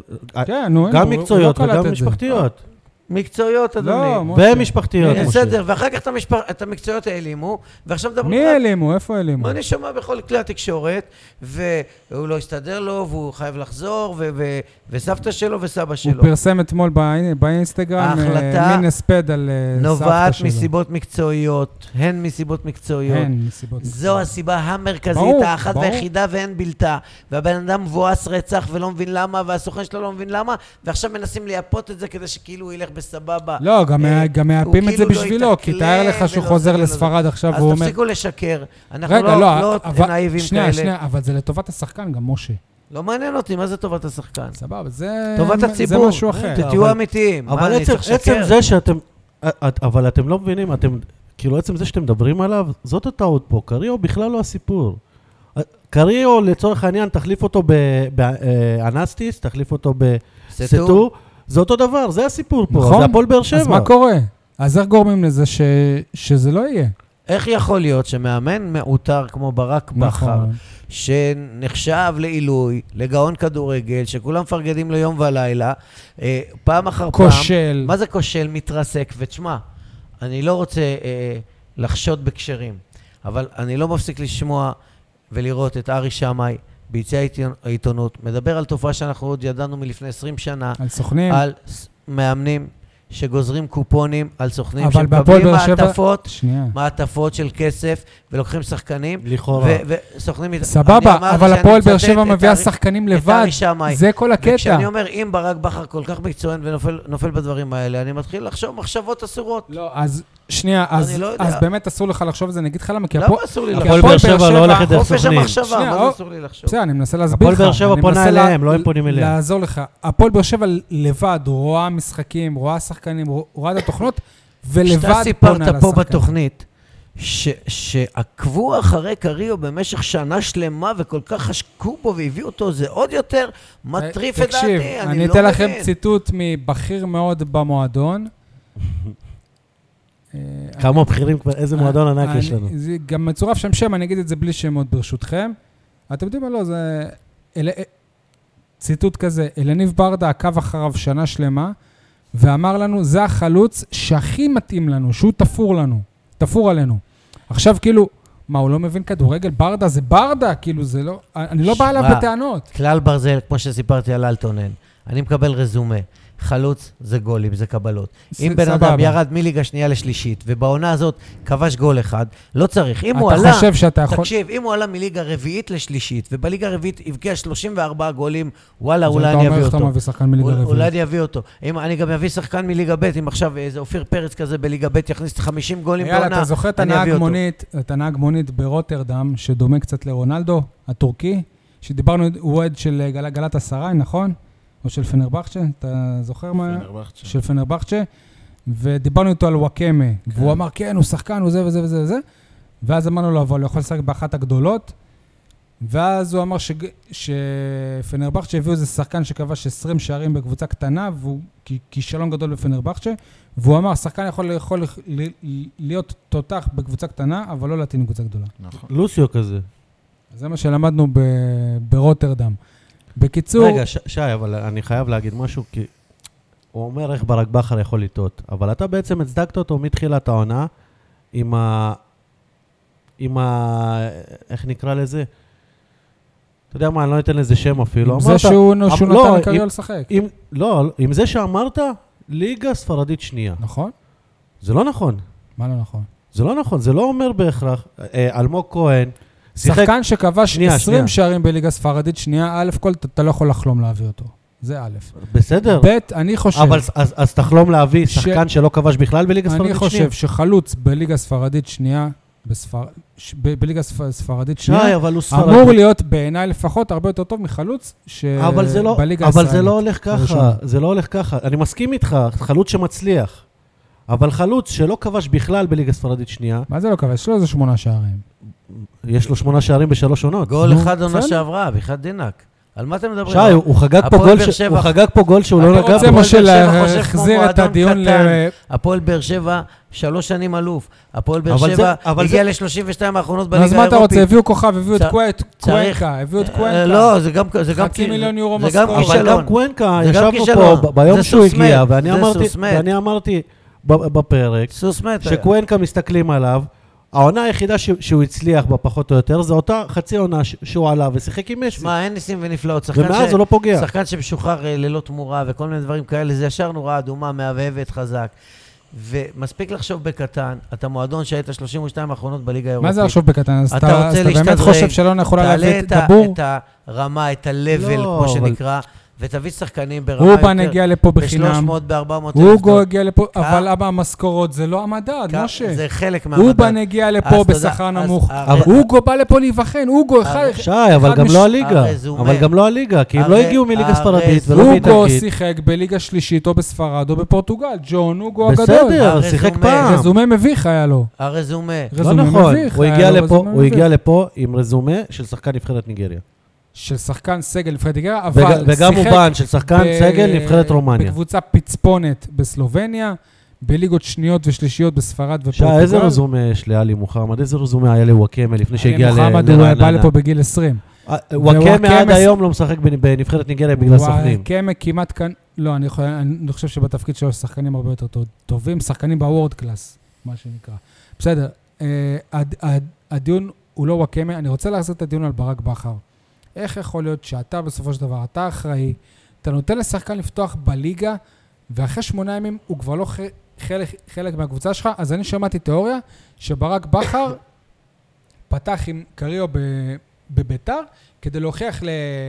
גם מקצועיות וגם משפחתיות. מקצועיות, אדוני. ומשפחתיות. בסדר, ואחר כך את המקצועיות העלימו, ועכשיו דברו... מי העלימו? איפה העלימו? אני שומע בכל כלי התקשורת, והוא לא הסתדר לו, והוא חייב לחזור, וסבתא שלו וסבא שלו. הוא פרסם אתמול באינסטגרם מין הספד על סבתא שלו. נובעת מסיבות מקצועיות, הן מסיבות מקצועיות. זו הסיבה המרכזית, האחת והיחידה ואין בלתה. והבן אדם מבואס רצח ולא מבין למה, והסוכן שלו לא מבין למה, ועכשיו מנסים לייפות את זה כדי שכאילו הוא ילך בסבבה. לא, גם מייפים את זה בשבילו, כי תאר לך שהוא חוזר לספרד עכשיו, והוא אומר... אז תפסיקו לשקר. אנחנו לא נאיבים כאלה. שנייה, אבל זה לטובת השחקן, גם משה. לא מעניין אותי, מה זה טובת השחקן? סבבה, זה... טובת הציבור. זה משהו אחר. תהיו אמיתיים. אבל עצם זה שאתם... אבל אתם לא מבינים, כאילו עצם זה שאתם מדברים עליו, זאת הטעות פה. קריו בכלל לא הסיפור. קריו, לצורך העניין, תחליף אותו באנסטיס, תחליף אותו בסטו. זה אותו דבר, זה הסיפור פה. נכון. זה הפועל באר שבע. אז מה קורה? אז איך גורמים לזה שזה לא יהיה? איך יכול להיות שמאמן מאותר כמו ברק בכר, שנחשב לעילוי, לגאון כדורגל, שכולם מפרגדים לו יום ולילה, פעם אחר פעם... כושל. מה זה כושל? מתרסק. ותשמע, אני לא רוצה לחשוד בקשרים, אבל אני לא מפסיק לשמוע ולראות את ארי שמאי, ביציע העיתונות, מדבר על תופעה שאנחנו עוד ידענו מלפני 20 שנה. על סוכנים. על מאמנים שגוזרים קופונים על סוכנים שמקבלים מעטפות של כסף ולוקחים שחקנים. לכאורה. וסוכנים... סבבה, אבל הפועל באר שבע מביאה שחקנים לבד. זה כל הקטע. וכשאני אומר, אם ברק בכר כל כך מקצוען ונופל בדברים האלה, אני מתחיל לחשוב מחשבות אסורות. לא, אז שנייה, אז באמת אסור לך לחשוב את זה, נגיד לך למה, כי למה אסור לי לחשוב? הפועל באר שבע לא הולכת דרך חופש סוכנים. המחשבה, מה זה אסור לי לחשוב? בסדר, אני מנסה להסביר לך. הפועל באר שבע פונה אליהם, לא הם פונים אליהם. לעזור לך. הפועל באר שבע לבד רואה משחקים, רואה שחקנים, רואה את התוכנות, ולבד פונה לשחקנים. שאתה סיפרת פה בתוכנית, שעקבו אחרי קריו במשך שנה שלמה, וכל כך חשקו בו והביאו אותו, זה עוד יותר מטריף את דעתי. תקשיב, אני אתן לכם ציטוט מבכיר מאוד במועדון. כמה בכירים, איזה מועדון ענק יש לנו. זה גם מצורף שם, אני אגיד את זה בלי שמות ברשותכם. אתם יודעים מה לא, זה ציטוט כזה, אלניב ברדה עקב אחריו שנה שלמה, ואמר לנו, זה החלוץ שהכי מתאים לנו, שהוא תפור עלינו. עכשיו כאילו, מה, הוא לא מבין כדורגל? ברדה זה ברדה, כאילו זה לא, אני לא בא אליו בטענות. כלל ברזל, כמו שסיפרתי על אלטונן, אני מקבל רזומה. חלוץ זה גולים, זה קבלות. אם בן אדם ירד מליגה שנייה לשלישית, ובעונה הזאת כבש גול אחד, לא צריך. אם הוא עלה, תקשיב, אם הוא עלה מליגה רביעית לשלישית, ובליגה רביעית הבקיע 34 גולים, וואלה, אולי אני אביא אותו. אולי אני אביא אותו. אני גם אביא שחקן מליגה ב', אם עכשיו איזה אופיר פרץ כזה בליגה ב' יכניס 50 גולים בעונה, אתה זוכר את הנהג מונית ברוטרדם, שדומה קצת לרונלדו, הטורקי, שדיברנו, הוא עד של גלת הסריי, נכון? או של פנרבחצ'ה, אתה זוכר מה? פנרבחצ'ה. של פנרבחצ'ה. ודיברנו איתו על וואקמה, והוא אמר, כן, הוא שחקן, הוא זה וזה וזה וזה, ואז אמרנו לו, אבל הוא יכול לשחק באחת הגדולות, ואז הוא אמר שפנרבחצ'ה הביאו איזה שחקן שכבש 20 שערים בקבוצה קטנה, והוא כישלון גדול בפנרבחצ'ה, והוא אמר, שחקן יכול להיות תותח בקבוצה קטנה, אבל לא להתאים בקבוצה גדולה. נכון. לוסיו כזה. זה מה שלמדנו ברוטרדם. בקיצור... רגע, שי, אבל אני חייב להגיד משהו, כי הוא אומר איך ברק בכר יכול לטעות, אבל אתה בעצם הצדקת אותו מתחילת העונה, עם איך נקרא לזה? אתה יודע מה, אני לא אתן לזה שם אפילו. עם זה שהוא נתן לקריו לשחק. לא, עם זה שאמרת, ליגה ספרדית שנייה. נכון? זה לא נכון. מה לא נכון? זה לא נכון, זה לא אומר בהכרח. אלמוג כהן, שחקן שכבש 20 שערים בליגה ספרדית שנייה, א' כל, אתה לא יכול לחלום להביא אותו. זה א'. בסדר. ב', אני חושב... אבל אז תחלום להביא שחקן שלא כבש בכלל בליגה ספרדית שנייה? אני חושב שחלוץ בליגה ספרדית שנייה, בליגה ספרדית שנייה, אמור להיות בעיניי לפחות הרבה יותר טוב מחלוץ שבליגה הישראלית. אבל זה לא הולך ככה, זה לא הולך ככה. אני מסכים איתך, חלוץ שמצליח. אבל חלוץ שלא כבש בכלל בליגה ספרדית שנייה... מה זה לא כבש? יש לו איזה 8 שערים. יש לו 8 שערים ב3 עונות. גול אחד עונה שעברה, בכלל דינק. על מה אתם מדברים? שי, הוא חגג פה גול שהוא לא נגע. אני רוצה משה להחזיר את הדיון הפועל באר שבע, 3 שנים אלוף. הפועל באר שבע הגיע ל-32 האחרונות בליגה האירופית. אז מה אתה רוצה? הביאו כוכב, הביאו את קוונקה, הביאו את קוונקה. לא, זה גם... $500,000 משכורת. אבל גם קוונקה, ישבנו פה ביום שהוא הגיע, ואני אמרתי בפרק, שקוונקה מסתכלים עליו, העונה היחידה שהוא הצליח בה פחות או יותר, זו אותה חצי עונה שהוא עלה ושיחק עם מסי. מה, אין ניסים ונפלאות. ומאז הוא לא פוגע. שחקן שמשוחרר ללא תמורה וכל מיני דברים כאלה, זה ישר נורא אדומה, מהבהבת חזק. ומספיק לחשוב בקטן, אתה מועדון שהיית 32 האחרונות בליגה האירופית. מה זה לחשוב בקטן? אז אתה רוצה להשתדרג, באמת חושב שלא יכולה להביא את דבור? תעלה את הרמה, את ה-level, כמו שנקרא, ותביא שחקנים ברמה יותר. אובן הגיע לפה בחינם. ב-300, ב-400. אוגו הגיע לפה, אבל המשכורות זה לא המדד, משה. זה חלק מהמדד. אובן הגיע לפה בשכר נמוך. אוגו בא לפה להיבחן, אוגו אחד... שי, אבל גם לא הליגה. אבל גם לא הליגה, כי הם לא הגיעו מליגה ספרדית ולא מאיטלקית. אוגו שיחק בליגה שלישית או בספרד או בפורטוגל. ג'ון אוגו הגדול. בסדר, שיחק פעם. רזומה מביך היה לו. הרזומה. לא נכון. הוא הגיע לפה עם רזומה של שחקן נבחרת ניגריה. של שחקן סגל נבחרת ניגריה, אבל וגם אובן של שחקן סגל נבחרת רומניה. בקבוצה פצפונת בסלובניה, בליגות שניות ושלישיות בספרד ופורטוגל. איזה רזומה יש לאלי מוחמד? איזה רזומה היה לווקמה לפני שהגיע לרעננה? אלי מוחמד הוא בא לפה בגיל 20. ווקמה עד היום לא משחק בנבחרת ניגריה בגלל סוכנים. ווקמה כמעט כאן, לא, אני חושב שבתפקיד שלו שחקנים הרבה יותר טובים, שחקנים בוורד קלאס, מה שנקרא. בסדר, הדיון הוא לא ווקמה, אני רוצה להחזיר את הדיון על ברק בכר. איך יכול להיות שאתה בסופו של דבר, אתה אחראי, אתה נותן לשחקן לפתוח בליגה, ואחרי 8 ימים הוא כבר לא חלק מהקבוצה שלך, אז אני שמעתי תיאוריה שברק בכר פתח עם קריו בביתר, כדי להוכיח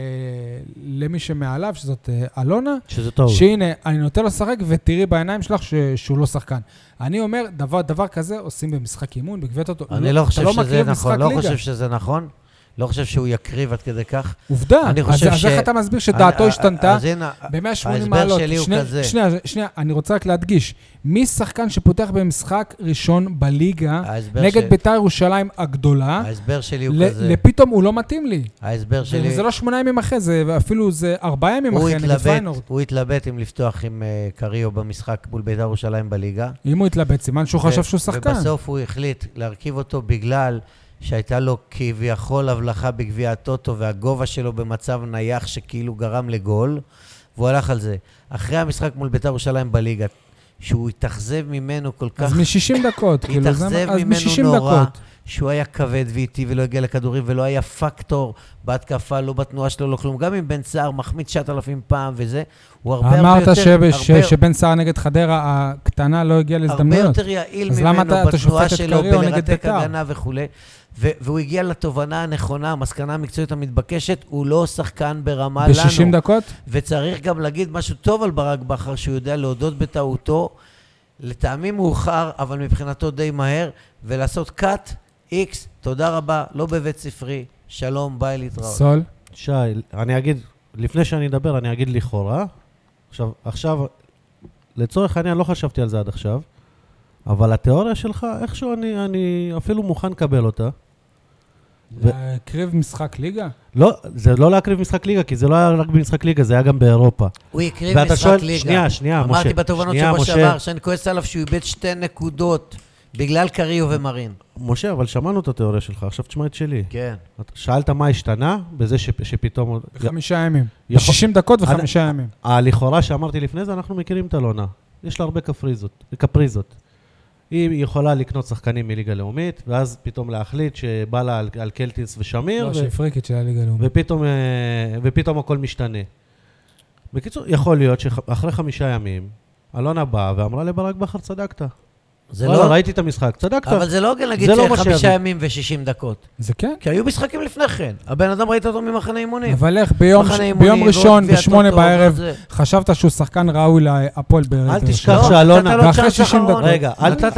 למי שמעליו, שזאת אלונה, שהנה, אני נותן לו לשחק, ותראי בעיניים שלך שהוא לא שחקן. אני אומר, דבר כזה עושים במשחק אימון, בגבית אותו. אני לא חושב שזה נכון, לא חושב שזה נכון. לא חושב שהוא יקריב עד כדי כך. עובדה, אז איך אתה מסביר שדעתו השתנתה ב-180 מעלות? שנייה, אני רוצה רק להדגיש. מי שחקן שפותח במשחק ראשון בליגה, נגד בית"ר ירושלים הגדולה, ההסבר שלי הוא כזה. לפתאום הוא לא מתאים לי. ההסבר שלי... וזה לא 8 ימים אחרי, אפילו זה 4 ימים אחרי, נגד פיינורד. הוא התלבט אם לפתוח עם קריו במשחק מול בית"ר ירושלים בליגה. אם הוא התלבט, סימן שהוא חשב שהוא שחקן. ובסוף הוא החליט להרכיב אותו בגלל שהייתה לו כביכול הבלחה בגביע הטוטו, והגובה שלו במצב נייח שכאילו גרם לגול, והוא הלך על זה. אחרי המשחק מול בית"ר ירושלים בליגה, שהוא התאכזב ממנו כל כך... אז מ-60 דקות, כאילו, התאכזב ממנו נורא, שהוא היה כבד ואיטי ולא הגיע לכדורים, ולא היה פקטור בהתקפה, לא בתנועה שלו, לא כלום. גם אם בן סער מחמיץ 9,000 פעם וזה, הוא הרבה יותר... אמרת שבן סער נגד חדרה הקטנה לא הגיע להזדמנויות. הרבה יותר יעיל ממנו בתנועה שלו, בלרתק הגנה וכו'. והוא הגיע לתובנה הנכונה, המסקנה המקצועית המתבקשת, הוא לא שחקן ברמה לנו. ב-60 דקות? וצריך גם להגיד משהו טוב על ברק בכר, שהוא יודע להודות בטעותו, לטעמים מאוחר, אבל מבחינתו די מהר, ולעשות קאט, איקס, תודה רבה, לא בבית ספרי, שלום, ביי להתראות. סול? שי, אני אגיד, לפני שאני אדבר, אני אגיד לכאורה, עכשיו, לצורך העניין לא חשבתי על זה עד עכשיו, אבל התיאוריה שלך, איכשהו אני אפילו מוכן לקבל אותה. להקריב משחק ליגה? לא, זה לא להקריב משחק ליגה, כי זה לא היה רק במשחק ליגה, זה היה גם באירופה. הוא הקריב משחק ליגה. שנייה, משה. אמרתי בתובנות שבו שעבר, שאני כועס עליו שהוא איבד 2 נקודות בגלל קריו ומרין. משה, אבל שמענו את התיאוריה שלך, עכשיו תשמע את שלי. כן. שאלת מה השתנה בזה שפתאום... ב5 ימים. ב60 דקות ו5 ימים. לכאורה שאמרתי לפני זה, אנחנו מכירים את אלונה. יש לה הרבה קפריזות. היא יכולה לקנות שחקנים מליגה לאומית, ואז פתאום להחליט שבא לה על קלטינס ושמיר. לא, שהיא פריקית של הליגה לאומית. ופתאום הכל משתנה. בקיצור, יכול להיות שאחרי 5 ימים, אלונה באה ואמרה לברק בכר, צדקת. ראיתי את המשחק, צדקת. אבל זה לא הוגן להגיד ש5 ימים ו60 דקות. זה כן. כי היו משחקים לפני כן. הבן אדם ראית אותו ממחנה אימונים. אבל איך ביום ראשון ב8 בערב חשבת שהוא שחקן ראוי להפועל באר. אל תשכח שאלונה... ואחרי 60 דקות. רגע,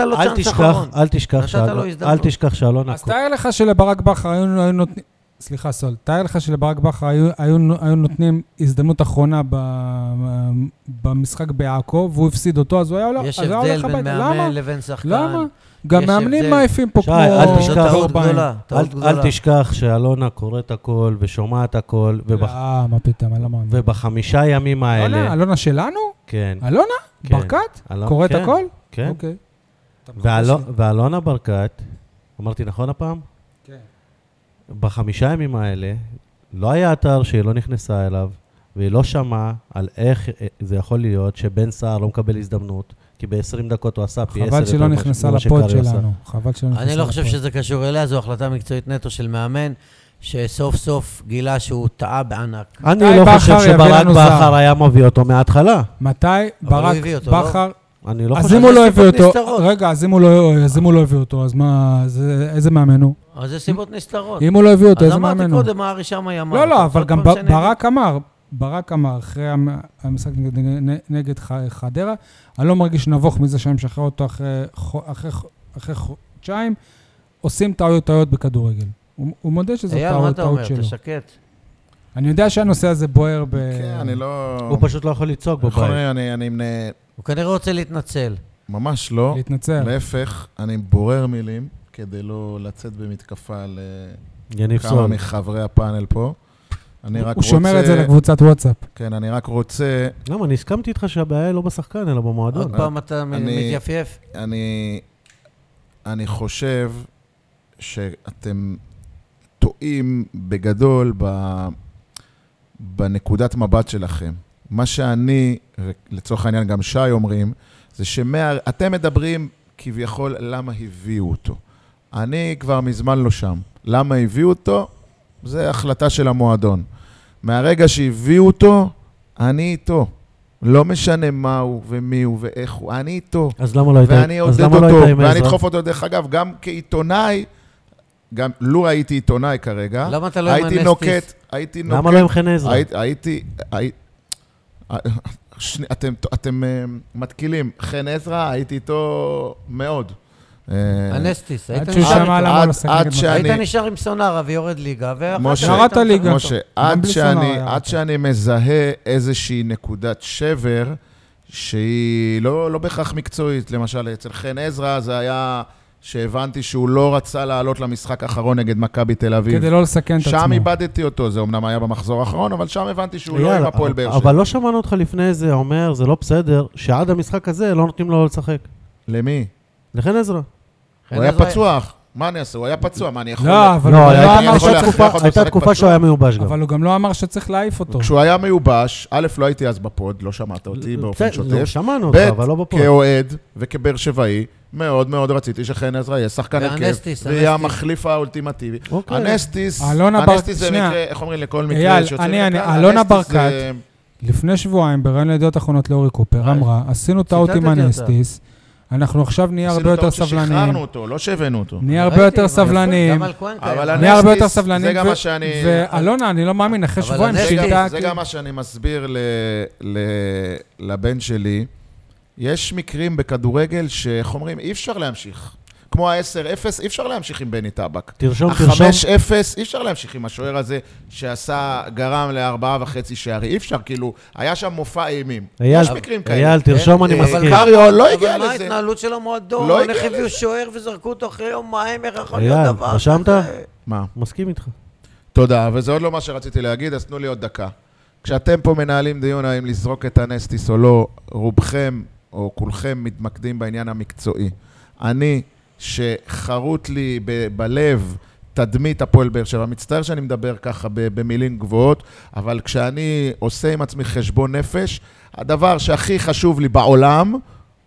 אל תשכח שאלונה... אז תאר לך שלברק בכר היו נותנים... סליחה סול, תאר לך שלברק בכר היו נותנים הזדמנות אחרונה במשחק בעכו, והוא הפסיד אותו, אז הוא היה הולך הביתה. יש הבדל בין מאמן לבין שחקן. למה? גם מאמנים מעיפים פה כמו... אל תשכח שאלונה קוראת הכל ושומעת הכל. מה פתאום, אני לא מאמין. וב5 ימים האלה... אלונה שלנו? כן. אלונה? ברקת? קוראת הכל? כן. אוקיי. ואלונה ברקת, אמרתי נכון הפעם? כן. ב5 ימים האלה, לא היה אתר שהיא לא נכנסה אליו, והיא לא שמעה על איך זה יכול להיות שבן סער לא מקבל הזדמנות, כי ב20 דקות הוא עשה פי 10. חבל שלא נכנסה לפוד שלנו. אני לא חושב שזה קשור אליה, זו החלטה מקצועית נטו של מאמן, שסוף סוף גילה שהוא טעה בענק. אני לא חושב שברק בכר היה מביא אותו מההתחלה. מתי ברק בכר... אני לא אז חושב. אם הוא לא הביא אותו, רגע, אז אם הוא לא הביא אותו, אז מה, איזה מאמן הוא? אז זה סיבות נסתרות. אם הוא לא הביא אותו, איזה מאמן הוא? אז אמרתי קודם, מה הראשם היה אמר. לא, אבל גם ברק אמר, אחרי המשחק נגד חדרה, אני לא מרגיש נבוך מזה שאני משחרר אותו אחרי חודשיים, עושים טעויות בכדורגל. הוא מודה שזו טעות שלו. מה אתה אומר? תשקט. אני יודע שהנושא הזה בוער כן, אני לא... הוא פשוט לא יכול לצעוק בבית. הוא כנראה רוצה להתנצל. ממש לא. להתנצל. להפך, אני בורר מילים כדי לא לצאת במתקפה על כמה מחברי הפאנל פה. הוא שומר את זה לקבוצת וואטסאפ. כן, אני רק רוצה... למה, אני הסכמתי איתך שהבעיה לא בשחקן, אלא במועדון. עוד פעם אתה מתייפייף. אני חושב שאתם טועים בגדול בנקודת מבט שלכם. מה שאני, ולצורך העניין גם שי אומרים, זה שאתם מדברים כביכול למה הביאו אותו. אני כבר מזמן לא שם. למה הביאו אותו? זה החלטה של המועדון. מהרגע שהביאו אותו, אני איתו. לא משנה מה הוא ומי הוא ואיך הוא, אני איתו. אז למה לא היית? ואני עודד אותו, ואני אדחוף אותו דרך אגב, גם כעיתונאי, גם לו הייתי עיתונאי כרגע, למה אתה לא עם הנסטיס? למה לא עם חן עזרא? אתם מתקילים, חן עזרא, הייתי איתו מאוד. הנסטיס, היית נשאר עם סונרה ויורד ליגה, ירדת ליגה. משה, עד שאני מזהה איזושהי נקודת שבר, שהיא לא בהכרח מקצועית, למשל אצל חן עזרא זה היה שהבנתי שהוא לא רצה לעלות למשחק האחרון נגד מכבי תל אביב. כדי לא לסכן את עצמו. שם איבדתי אותו, זה אמנם היה במחזור האחרון, אבל שם הבנתי שהוא לא עם הפועל באר שבע. אבל לא שמענו אותך לפני זה, אומר, זה לא בסדר, שעד המשחק הזה לא נותנים לו לשחק. למי? לחן עזרא. הוא היה פצוח. מה אני אעשה? הוא היה פצוע, מה אני יכול... לא, אבל הייתה תקופה שהוא היה מיובש גם. אבל הוא גם לא אמר שצריך להעיף אותו. כשהוא היה מיובש, א', לא הייתי אז בפוד, לא שמעת אותי באופן שוטף. שמענו אותך, אבל לא בפוד. כאוהד וכבאר שבעי, מאוד מאוד רציתי שחן עזרא יהיה שחקן הרכב, ויהיה המחליף האולטימטיבי. הנסטיס זה מקרה, איך אומרים לכל מקרה שיוצא מקרה? אלונה ברקת, לפני שבועיים, בראיון לידיעות אחרונות לאורי קופר, אמרה, עשינו טעות עם הנסטיס, אנחנו עכשיו נהיה הרבה יותר סבלניים. שחררנו אותו, לא שהבאנו אותו. נהיה הרבה יותר סבלניים. אבל הנסטיס, זה גם מה שאני... ואלונה, אני לא מאמין, אחרי שבועיים שינתה... זה גם מה שאני מסביר לבן שלי. יש מקרים בכדורגל שאיך אומרים, אי אפשר להמשיך. כמו ה-10-0, אי אפשר להמשיך עם בני טבק. תרשום. ה-5-0, אי אפשר להמשיך עם השוער הזה, גרם ל4.5 שערים. אי אפשר, כאילו, היה שם מופע אימים. יש מקרים כאלה. אייל, תרשום, אני מסכים. קריו לא הגיע אבל מה לזה. ההתנהלות של המועדון? לא הגיע איך הביאו לזה. שוער וזרקו אותו אחרי יומיים, איך יכול להיות אייל, דבר? רשמת? מה? מסכים איתך. תודה, וזה עוד לא מה שרציתי להגיד, אז תנו לי עוד דקה. כשאתם פה מנהלים דיון האם לזרוק את הנסטיס או לא, רובכם או כולכם מתמקדים בעניין המקצועי. אני, שחרוט לי בלב תדמית הפועל באר שבע, מצטער שאני מדבר ככה במילים גבוהות, אבל כשאני עושה עם עצמי חשבון נפש, הדבר שהכי חשוב לי בעולם,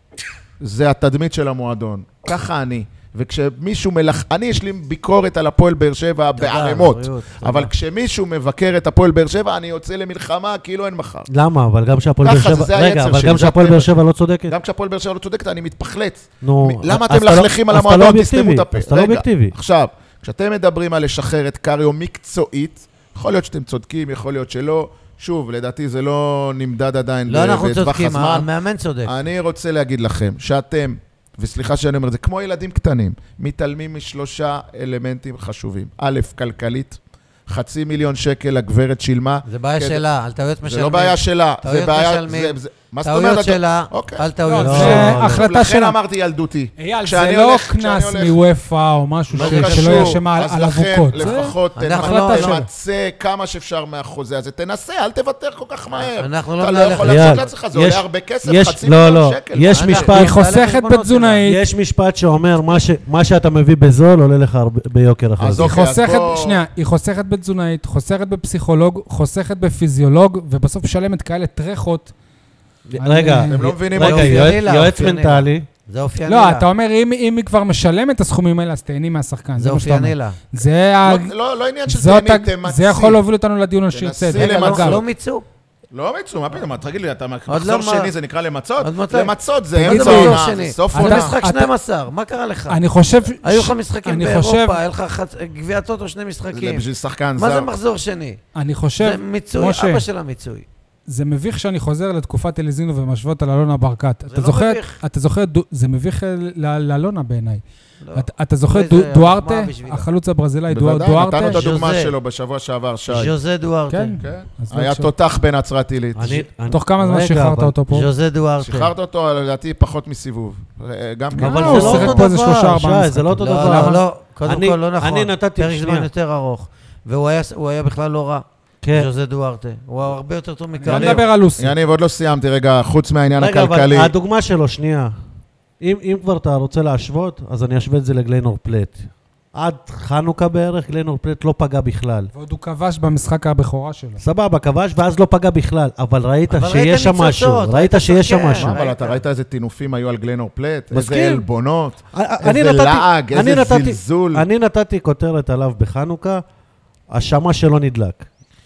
זה התדמית של המועדון. ככה אני. וכשמישהו אני יש לי ביקורת על הפועל באר שבע בערימות, אבל כשמישהו מבקר את הפועל באר שבע, אני יוצא למלחמה כאילו אין מחר. למה? אבל גם שהפועל באר ככה, שבע... זה רגע, היצר אבל שלי, גם זה שהפועל הטבע באר שבע לא צודקת? גם כשהפועל באר שבע לא צודקת, אני מתפחלץ. נו, למה אז אתם אתה לא- מלכלכים על אז אתה לא המועדון? תסתמו אובייקטיבי, את הפה. אז אתה לא רגע, אובייקטיבי. עכשיו, כשאתם מדברים על לשחרר את קריו מקצועית, יכול להיות שאתם צודקים, יכול להיות שלא. שוב, לדעתי זה לא נמדד עדיין לא, אנחנו בטווח צודקים, הזמן. המאמן צודק. אני רוצה להגיד לכם שאתם, וסליחה שאני אומר את זה, כמו ילדים קטנים, מתעלמים משלושה אלמנטים חשובים. א', כלכלית, 500,000 שקל הגברת שילמה. זה בעיה שלה, על טעויות משלמים. זה לא בעיה שלה, זה טעויות בעיה... משלמים. מה זאת אומרת? טעויות שלה, אוקיי. על טעויות לא, שלה. זה החלטה לכן שלה. אמרתי ילדותי. אייל, כשאני זה לא הולך- קנס כשאני הולך- מוופא או משהו לא שלא קשור. יהיה שם על אז אבוקות. לכן, זה- לפחות אנחנו לא- תמצא כמה שאפשר מהחוזה הזה. תנסה, אל תוותר כל כך מהר. אנחנו לא אתה לא נלך- יכול אייל, לעשות לעצמך, זה יש- עולה הרבה כסף, יש- 500,000 לא, שקל. יש אנחנו- משפט... היא חוסכת בתזונאית. יש משפט שאומר, מה שאתה מביא בזול עולה לך ביוקר אחר. אז היא אוקיי, אז חוסכת, בוא- שנייה, היא חוסכת בתזונאית, חוסכת בפסיכולוג, חוסכת בפיזיולוג, ובסוף משלמת כאלה טרחות. רגע, אתם לא מבינים רגע, מה זה. אופייני לה, יועץ אופייני מנטלי, זה אופייני לא, לה. אתה אומר, אם היא כבר משלמת את הסכומים האלה, אז תהני מהשחקן. זה מה שאתה אומר. אופייני לה. לא עניין של זאת תהנית, ה- תמצי. זה יכול להוביל אותנו לדיון על שיר תנסי צדק. רגע, למצוא. אגב, לא מיצו. לא מצוא, מה פתאום? תגיד לי, אתה עוד מחזור לא מה- שני זה נקרא למצות? עוד מתי? למצות זה תגיד אמצע לי, העונה, מחזור זה שני. סוף אתה עונה. משחק אתה- 12, מה קרה לך? אני חושב... היו לך משחקים אני באירופה, חושב- היה לך גביע טוטו 2 זה משחקים. בשביל שחקן מה זה זר. מחזור שני? אני חושב, זה מיצוי, משה, אבא של המיצוי. זה מביך שאני חוזר לתקופת אליזינו ומשוואות על אלונה ברקת. זה אתה לא זוכר, מביך. אתה זוכר, זה מביך לאלונה בעיניי. לא. אתה זוכר אולי זה דוארטה, מחמאה בשבילה. החלוץ הברזילאי בוודאי, דוארטה? נתנו את הדוגמה ז'וזה. שלו בשבוע שעבר, שי. ז'וזה דוארטה. כן. כן. אז היה בבקשה. תותח בנצרת עילית. תוך כמה זמן רגע, שחררת אבל- אותו פה? ז'וזה דוארטה. שחררת אותו, לדעתי, פחות מסיבוב. גם כן. אבל הוא זה לא שיחק אותו פה איזה דבר, 3-4 שי, זה לא אותו לא, דבר. לא, לא, קודם אני- כל לא נכון. אני נתתי- פרק זמן שנייה. יותר ארוך. והוא היה בכלל לא רע. כן. ז'וזה דוארטה. הוא הרבה יותר טוב אני מקריו. לא מדבר על לוסי. יניב, עוד לא סיימתי, רגע, חוץ מהעניין רגע, הכלכלי. אבל הדוגמה שלו, שנייה. אם כבר אתה רוצה להשוות, אז אני אשווה את זה לגליינור פלט. עד חנוכה בערך, גליינור פלט לא פגע בכלל. ועוד הוא כבש במשחק הבכורה שלו. סבבה, כבש ואז לא פגע בכלל, אבל ראית אבל שיש שם ניצוצות, משהו, ראית ראית שיש שם שחקן. משהו. אבל אתה ראית איזה טינופים היו על גלנור פלט? איזה מסכים. עלבונות? אני איזה נתתי- לעג, אני איזה נתתי- זלזול. אני נתתי כותרת עליו בחנוכה, השמה שלא נדלק.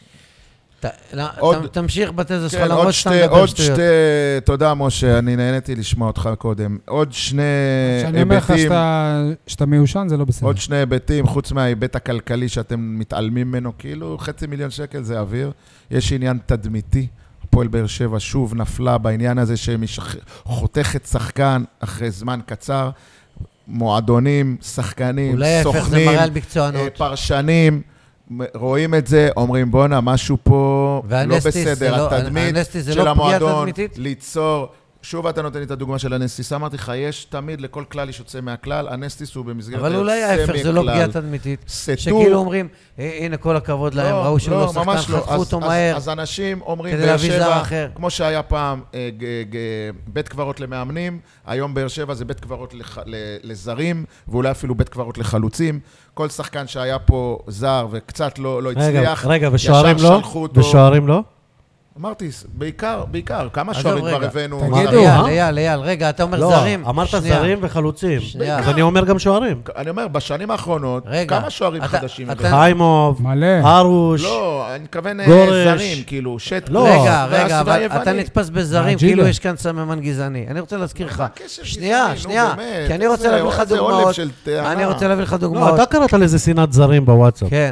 עוד- תמשיך בתזה שלך, כן, למרות שאתה מדבר שטויות. תודה משה, אני נהניתי לשמוע אותך קודם. עוד שני כשאני אומר לך היבטים, שאתה מיושן, זה לא בסדר. עוד שני היבטים, חוץ מההיבט הכלכלי שאתם מתעלמים ממנו, כאילו 500,000 שקל זה אוויר. יש עניין תדמיתי. הפועל באר שבע שוב נפלה בעניין הזה שחותכת שחקן אחרי זמן קצר. מועדונים, שחקנים, אולי ההפך זה סוכנים, מראה על מקצוענות. פרשנים, רואים את זה, אומרים בונה, משהו פה לא והנסטיס זה בסדר, לא- התדמית הנסטיס זה של לא פגיעה המועדון, תדמיתית? ליצור, שוב אתה נותן לי את הדוגמה של הנסטיס, אמרתי לך, יש תמיד לכל כלל יש יוצא מהכלל, הנסטיס הוא במסגרת אבל אולי ההפך זה לא פגיעה תדמיתית. סטור, שכאילו אומרים, הנה כל הכבוד להם, ראו שהוא לא שחקן, ממש לא. חטפו אותו אז- מהר. אז אנשים אומרים, כדי באר להביא זר שבע, אחר. כמו שהיה פעם בית קברות למאמנים, היום באר שבע זה בית קברות לזרים, ואולי אפילו בית קברות לחלוצים. כל שחקן שהיה פה זר וקצת לא הצליח, רגע, ושוערים ישר לא? שלחו אותו. ושוערים לא? אמרתי, בעיקר, כמה עזוב שוערים כבר רגע. הבאנו? תגידו, אייל, רגע, אתה אומר לא, זרים. אמרת שנייה. זרים וחלוצים. שנייה. אז אני אומר גם שוערים. אני אומר, בשנים האחרונות, רגע, כמה שוערים אתה- חדשים אתה- הבאנו? חיימוב, מלא. ארוש, לא, אני מתכוון גורש. זרים, כאילו, שטקו. לא. רגע, אבל והיווני. אתה נתפס בזרים, מהג'ילה. כאילו יש כאן סממן גזעני. אני רוצה להזכיר לך. מה הקשר שנייה, גזעני? נו, שנייה. באמת, כי אני רוצה איזה- להביא לך איזה עולב דוגמאות. של טענה. אני רוצה להביא לך לא, דוגמאות. אתה קראת לזה שנאת זרים בוואטסאפ. כן.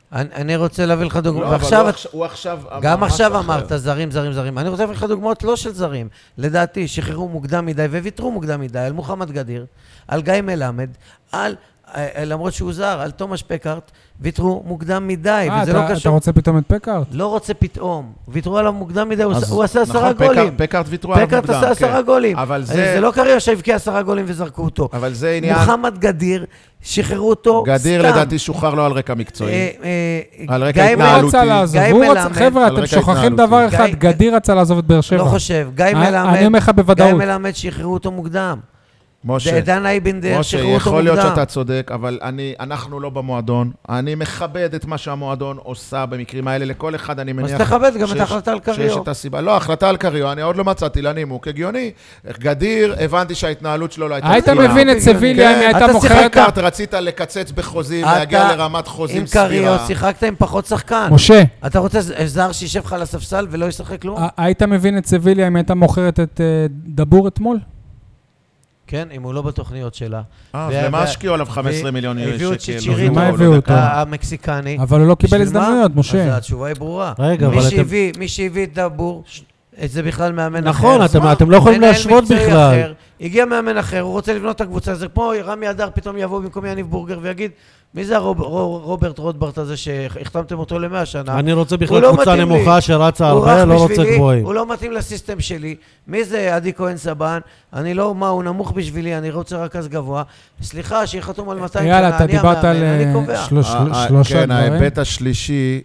אני רוצה להביא לך דוגמא, לא, ועכשיו, אבל הוא עכשיו... גם ממש עכשיו אחר. אמרת זרים. אני רוצה להביא לך דוגמאות לא של זרים. לדעתי, שחררו מוקדם מדי וויתרו מוקדם מדי על מוחמד גדיר, על גיא מלמד, למרות שהוא זר, על תומש פקארט, ויתרו מוקדם מדי, וזה לא קשור. אתה רוצה פתאום את פקארט? לא רוצה פתאום. ויתרו עליו מוקדם מדי, הוא עשה 10 נכון, גולים. פקארט ויתרו עליו מוקדם. פקארט עשה 10 גולים. אבל זה לא קריירה שהבקיע 10 גולים וזרקו אותו. אבל זה עניין... מוחמד גדיר, שחררו אותו סתם. גדיר לדעתי שוחרר לו על רקע מקצועי. על רקע גיא התנהלותי. רצה לעזוב. גיא הוא מלמד. רצה, חבר'ה, על אתם רקע שוכחים התנהלותי. דבר אחד, גיא- גדיר רצה לעזוב את באר שבע. לא חושב. גיא אני אומר לך גיא בוודאות. מלמד שחררו אותו מוקדם. משה, דן אייבנדר משה, שחררו אותו יכול להיות מוקדם. שאתה צודק, אבל אנחנו לא במועדון. אני מכבד את מה שהמועדון עושה במקרים האלה. לכל אחד אני מניח... אז תכבד גם את שיש- ההחלטה על שיש קריו. את הסיבה. לא, החלטה על קריו, אני עוד לא מצאתי לה נימוק הגיוני. גדיר, הבנתי שההתנהלות שלו לא הייתה... היית תקינה. מבין את סביליה אם היא הייתה אתה מוכרת... פקארט, רצית לקצץ בחוזים, להגיע לרמת חוזים עם קריו סבירה. שיחקת עם פחות שחקן. משה, אתה רוצה זר שישב לך על הספסל ולא ישחק כלום? היית מבין את סביליה אם היא הייתה מוכרת את דבור אתמול? כן, אם הוא לא בתוכניות שלה. אז למה השקיעו עליו 15 מיליון הביאו את שקל? צ'יצ'יריטו, למה הביאו אותו? המקסיקני. אבל הוא לא קיבל בשביל הזדמנויות, מה? משה. אז התשובה היא ברורה. רגע, אבל מי שהביא את דבור, זה בכלל מאמן אחר. נכון, אתם לא יכולים מנהל להשוות מקצועי בכלל. אחר, הגיע מאמן אחר, הוא רוצה לבנות את הקבוצה, זה כמו רמי אדר פתאום יבוא במקום יניב בורגר ויגיד, מי זה רוברט רוטברט הזה שהחתמתם אותו ל100 שנה? אני רוצה הוא בכלל לא קבוצה מתאים לי. נמוכה שרצה הוא הרבה, רך לא רוצה בשבילי, גבוהים. הוא לא מתאים לסיסטם שלי. מי זה עדי כהן סבן? אני לא, מה, הוא נמוך בשבילי, אני רוצה רכז גבוה. סליחה, שיהיה חתום על 200 שנה, יאללה, אתה אני דיברת המאמן, על אני קובע. שלושה כן, דברים. ההיבט השלישי,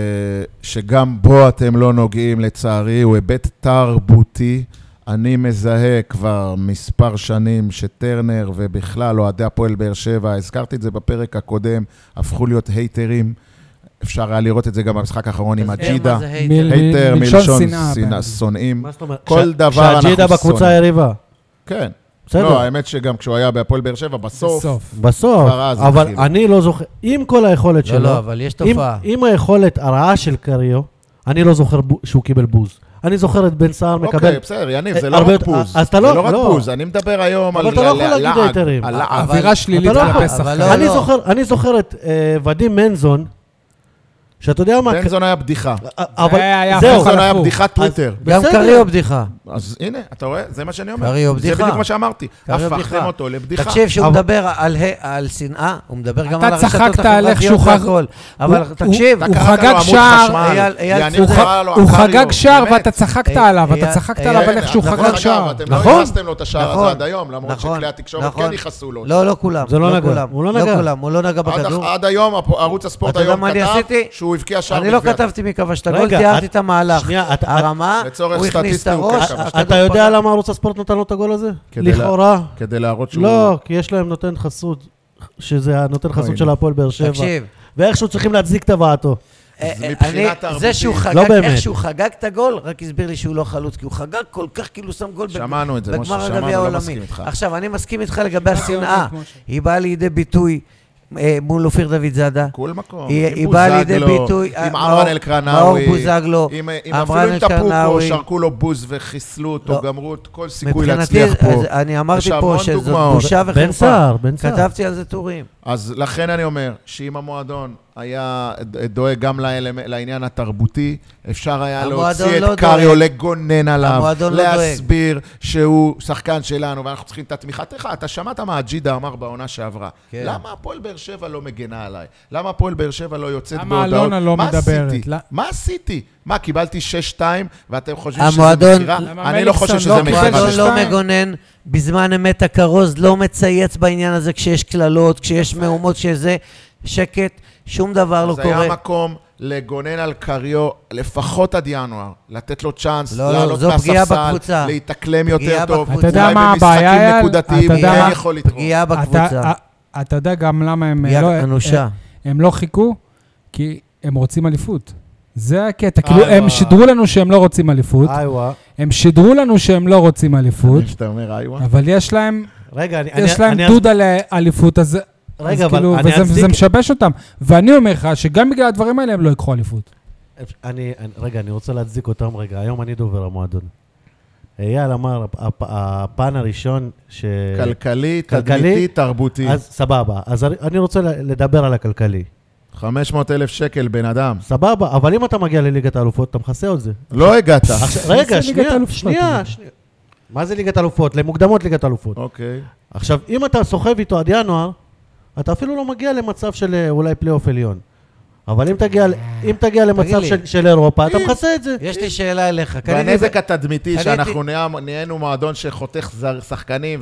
שגם בו אתם לא נוגעים לצערי, הוא היבט תרבותי. אני מזהה כבר מספר שנים שטרנר ובכלל אוהדי הפועל באר שבע, הזכרתי את זה בפרק הקודם, הפכו להיות הייטרים. אפשר היה לראות את זה גם במשחק האחרון עם הג'ידה. הייטר מלשון שנאה, שונאים. מה זאת אומרת? כל דבר אנחנו שהג'ידה בקבוצה שונאים. היריבה. כן. בסדר. לא, האמת שגם כשהוא היה בהפועל באר שבע, בסוף. בסוף, כבר אז אבל התחיל. אני לא זוכר, עם כל היכולת שלו, לא, אבל יש תופעה. עם היכולת הרעה של קריו, אני לא זוכר שהוא קיבל בוז. אני זוכר את בן סער מקבל... אוקיי, בסדר, יניב, זה לא הרבה- רק בוז. אז אתה זה לא- לא רק לא. בוז, אני מדבר היום אבל על אתה לא יכול להגיד היתרים. הלעג. אווירה שלילית אתה לא יכול- כלפי אבל שחקן. לא. אני זוכר את ודים מנזון, שאתה יודע מה... בנזון היה בדיחה. אבל היה זהו, הפוך על בנזון היה הפוך. בדיחת טוויטר. גם בסדר. קריו בדיחה. אז הנה, אתה רואה? זה מה שאני אומר. קריו זה בדיחה. בדיוק מה שאמרתי. קריו הפכתם בדיחה. אותו לבדיחה. תקשיב, שהוא אבל- מדבר על שנאה, הוא מדבר גם אתה על הרשתות צחקת על איך החברתיות שהוא והכל. אבל הוא- תקשיב, אתה הוא קראת חגג לו עמוד שער, חשמל, אייל יניב צודק. קרא לו הוא הקריו, חגג שער באמת. ואתה צחקת עליו, אתה צחקת עליו על איך שהוא נכון, חגג אגב, שער. אתם נכון. לא הרסתם לו את השער נכון. הזה עד היום, למרות נכון, שכלי התקשורת נכון. כן יכעסו לו. לא, לא כולם. זה לא נגע. כולם. הוא לא נגע. כולם, הוא לא נגע בכדור. עד היום ערוץ הספורט אתה יודע היום מה אני כתב עשיתי? שהוא הבקיע שער אני לא בגביע. כתבתי מי כבש את הגול, רגע, תיארתי את המהלך. שנייה, הרמה, לצורך הוא הכניס את סטטיסטי הוא הראש, כן כבש. הכדור אתה יודע פגע. למה ערוץ הספורט נתן לו את הגול הזה? כדי לכאורה. כדי להראות שהוא... לא, כי יש להם נותן חסות, שזה הנותן חסות של הפועל באר שבע. תקשיב, ואיכשהו צריכים להצדיק את הבאתו. מבחינה תרבותית. זה שהוא לא חגג, באמת. איך שהוא חגג את הגול, רק הסביר לי שהוא לא חלוץ, כי הוא חגג כל כך כאילו שם גול שמענו את זה, משה, בגמר שמענו, הגביע לא העולמי. מסכים איתך. עכשיו, אני מסכים איתך לגבי השנאה. היא באה לידי ביטוי מול אופיר דוד זאדה. כל מקום. היא עם באה לידי בוזגלו, ביטוי, עם מאור- עמרן אלקרנאווי. מאור בוזגלו, עם עמרן אפילו עם טפוקו, אלקרנאווי. שרקו לו בוז וחיסלו אותו, לא. גמרו את כל סיכוי מבחינתי, להצליח פה. אני אמרתי יש פה המון שזאת דוגמאות. בושה בן וחרפה. סער, בן סער. כתבתי על זה טורים. אז לכן אני אומר, שאם המועדון היה דואג גם לעניין התרבותי, אפשר היה המועדון להוציא לא את קריו, דואג. לגונן עליו, המועדון לא דואג. להסביר שהוא שחקן שלנו, ואנחנו צריכים את התמיכתך. אתה שמעת מה הג'ידה אמר בעונה שעברה. כן. למה הפועל באר שבע לא מגנה עליי? למה הפועל באר שבע לא יוצאת למה בהודעות? אלונה לא מה מדברת? עשיתי? לא. מה עשיתי? מה, קיבלתי 6-2, ואתם חושבים שזה המועדון- מכירה? למה אני לא מליקסון חושב לא שזה קיבל מכירה. המועדון שש- לא שתיים. מגונן, בזמן אמת הכרוז לא מצייץ בעניין הזה כשיש קללות, כשיש מהומות, שזה שקט, שום דבר לא אז קורה. היה מקום לגונן על קריו לפחות עד ינואר, לתת לו צ'אנס, לא, לעלות זו פגיעה מהספסל, בקבוצה. להתאקלם יותר פגיעה טוב, בקבוצה. אתה יודע אולי מה הבעיה, במשחקים אייל? נקודתיים, אתה יודע כן מה? יכול לתרום. פגיעה בקבוצה. אתה יודע גם למה הם פגיעה אנושה. הם לא חיכו? כי הם רוצים אליפות. זה הקטע, כאילו וואו. הם שידרו לנו שהם לא רוצים אליפות, איווה. הם שידרו לנו שהם לא רוצים אליפות, שאתה אומר, איווה. אבל יש להם רגע, יש להם דודה לאליפות, אז רגע, אז אבל כאילו, אני וזה אצדיק- משבש אותם. ואני אומר לך שגם בגלל הדברים האלה הם לא יקחו אליפות. רגע, אני רוצה להצדיק אותם רגע. היום אני דובר המועדון. אייל אמר, הפן הראשון ש... כלכלי, כלכלי? תדמיתי, תרבותי. אז סבבה. אז אני רוצה לדבר על הכלכלי. 500,000 שקל, בן אדם. סבבה, אבל אם אתה מגיע לליגת האלופות, אתה מכסה על זה. לא הגעת. רגע, זה ליגת האלופות? שנייה. מה זה ליגת האלופות? למוקדמות ליגת האלופות. אוקיי. עכשיו, אם אתה סוחב איתו עד ינואר, אתה אפילו לא מגיע למצב של אולי פלייאוף עליון. אבל אם תגיע למצב של אירופה, אתה מכסה את זה. יש לי שאלה אליך. והנזק התדמיתי שאנחנו נהיינו מועדון שחותך שחקנים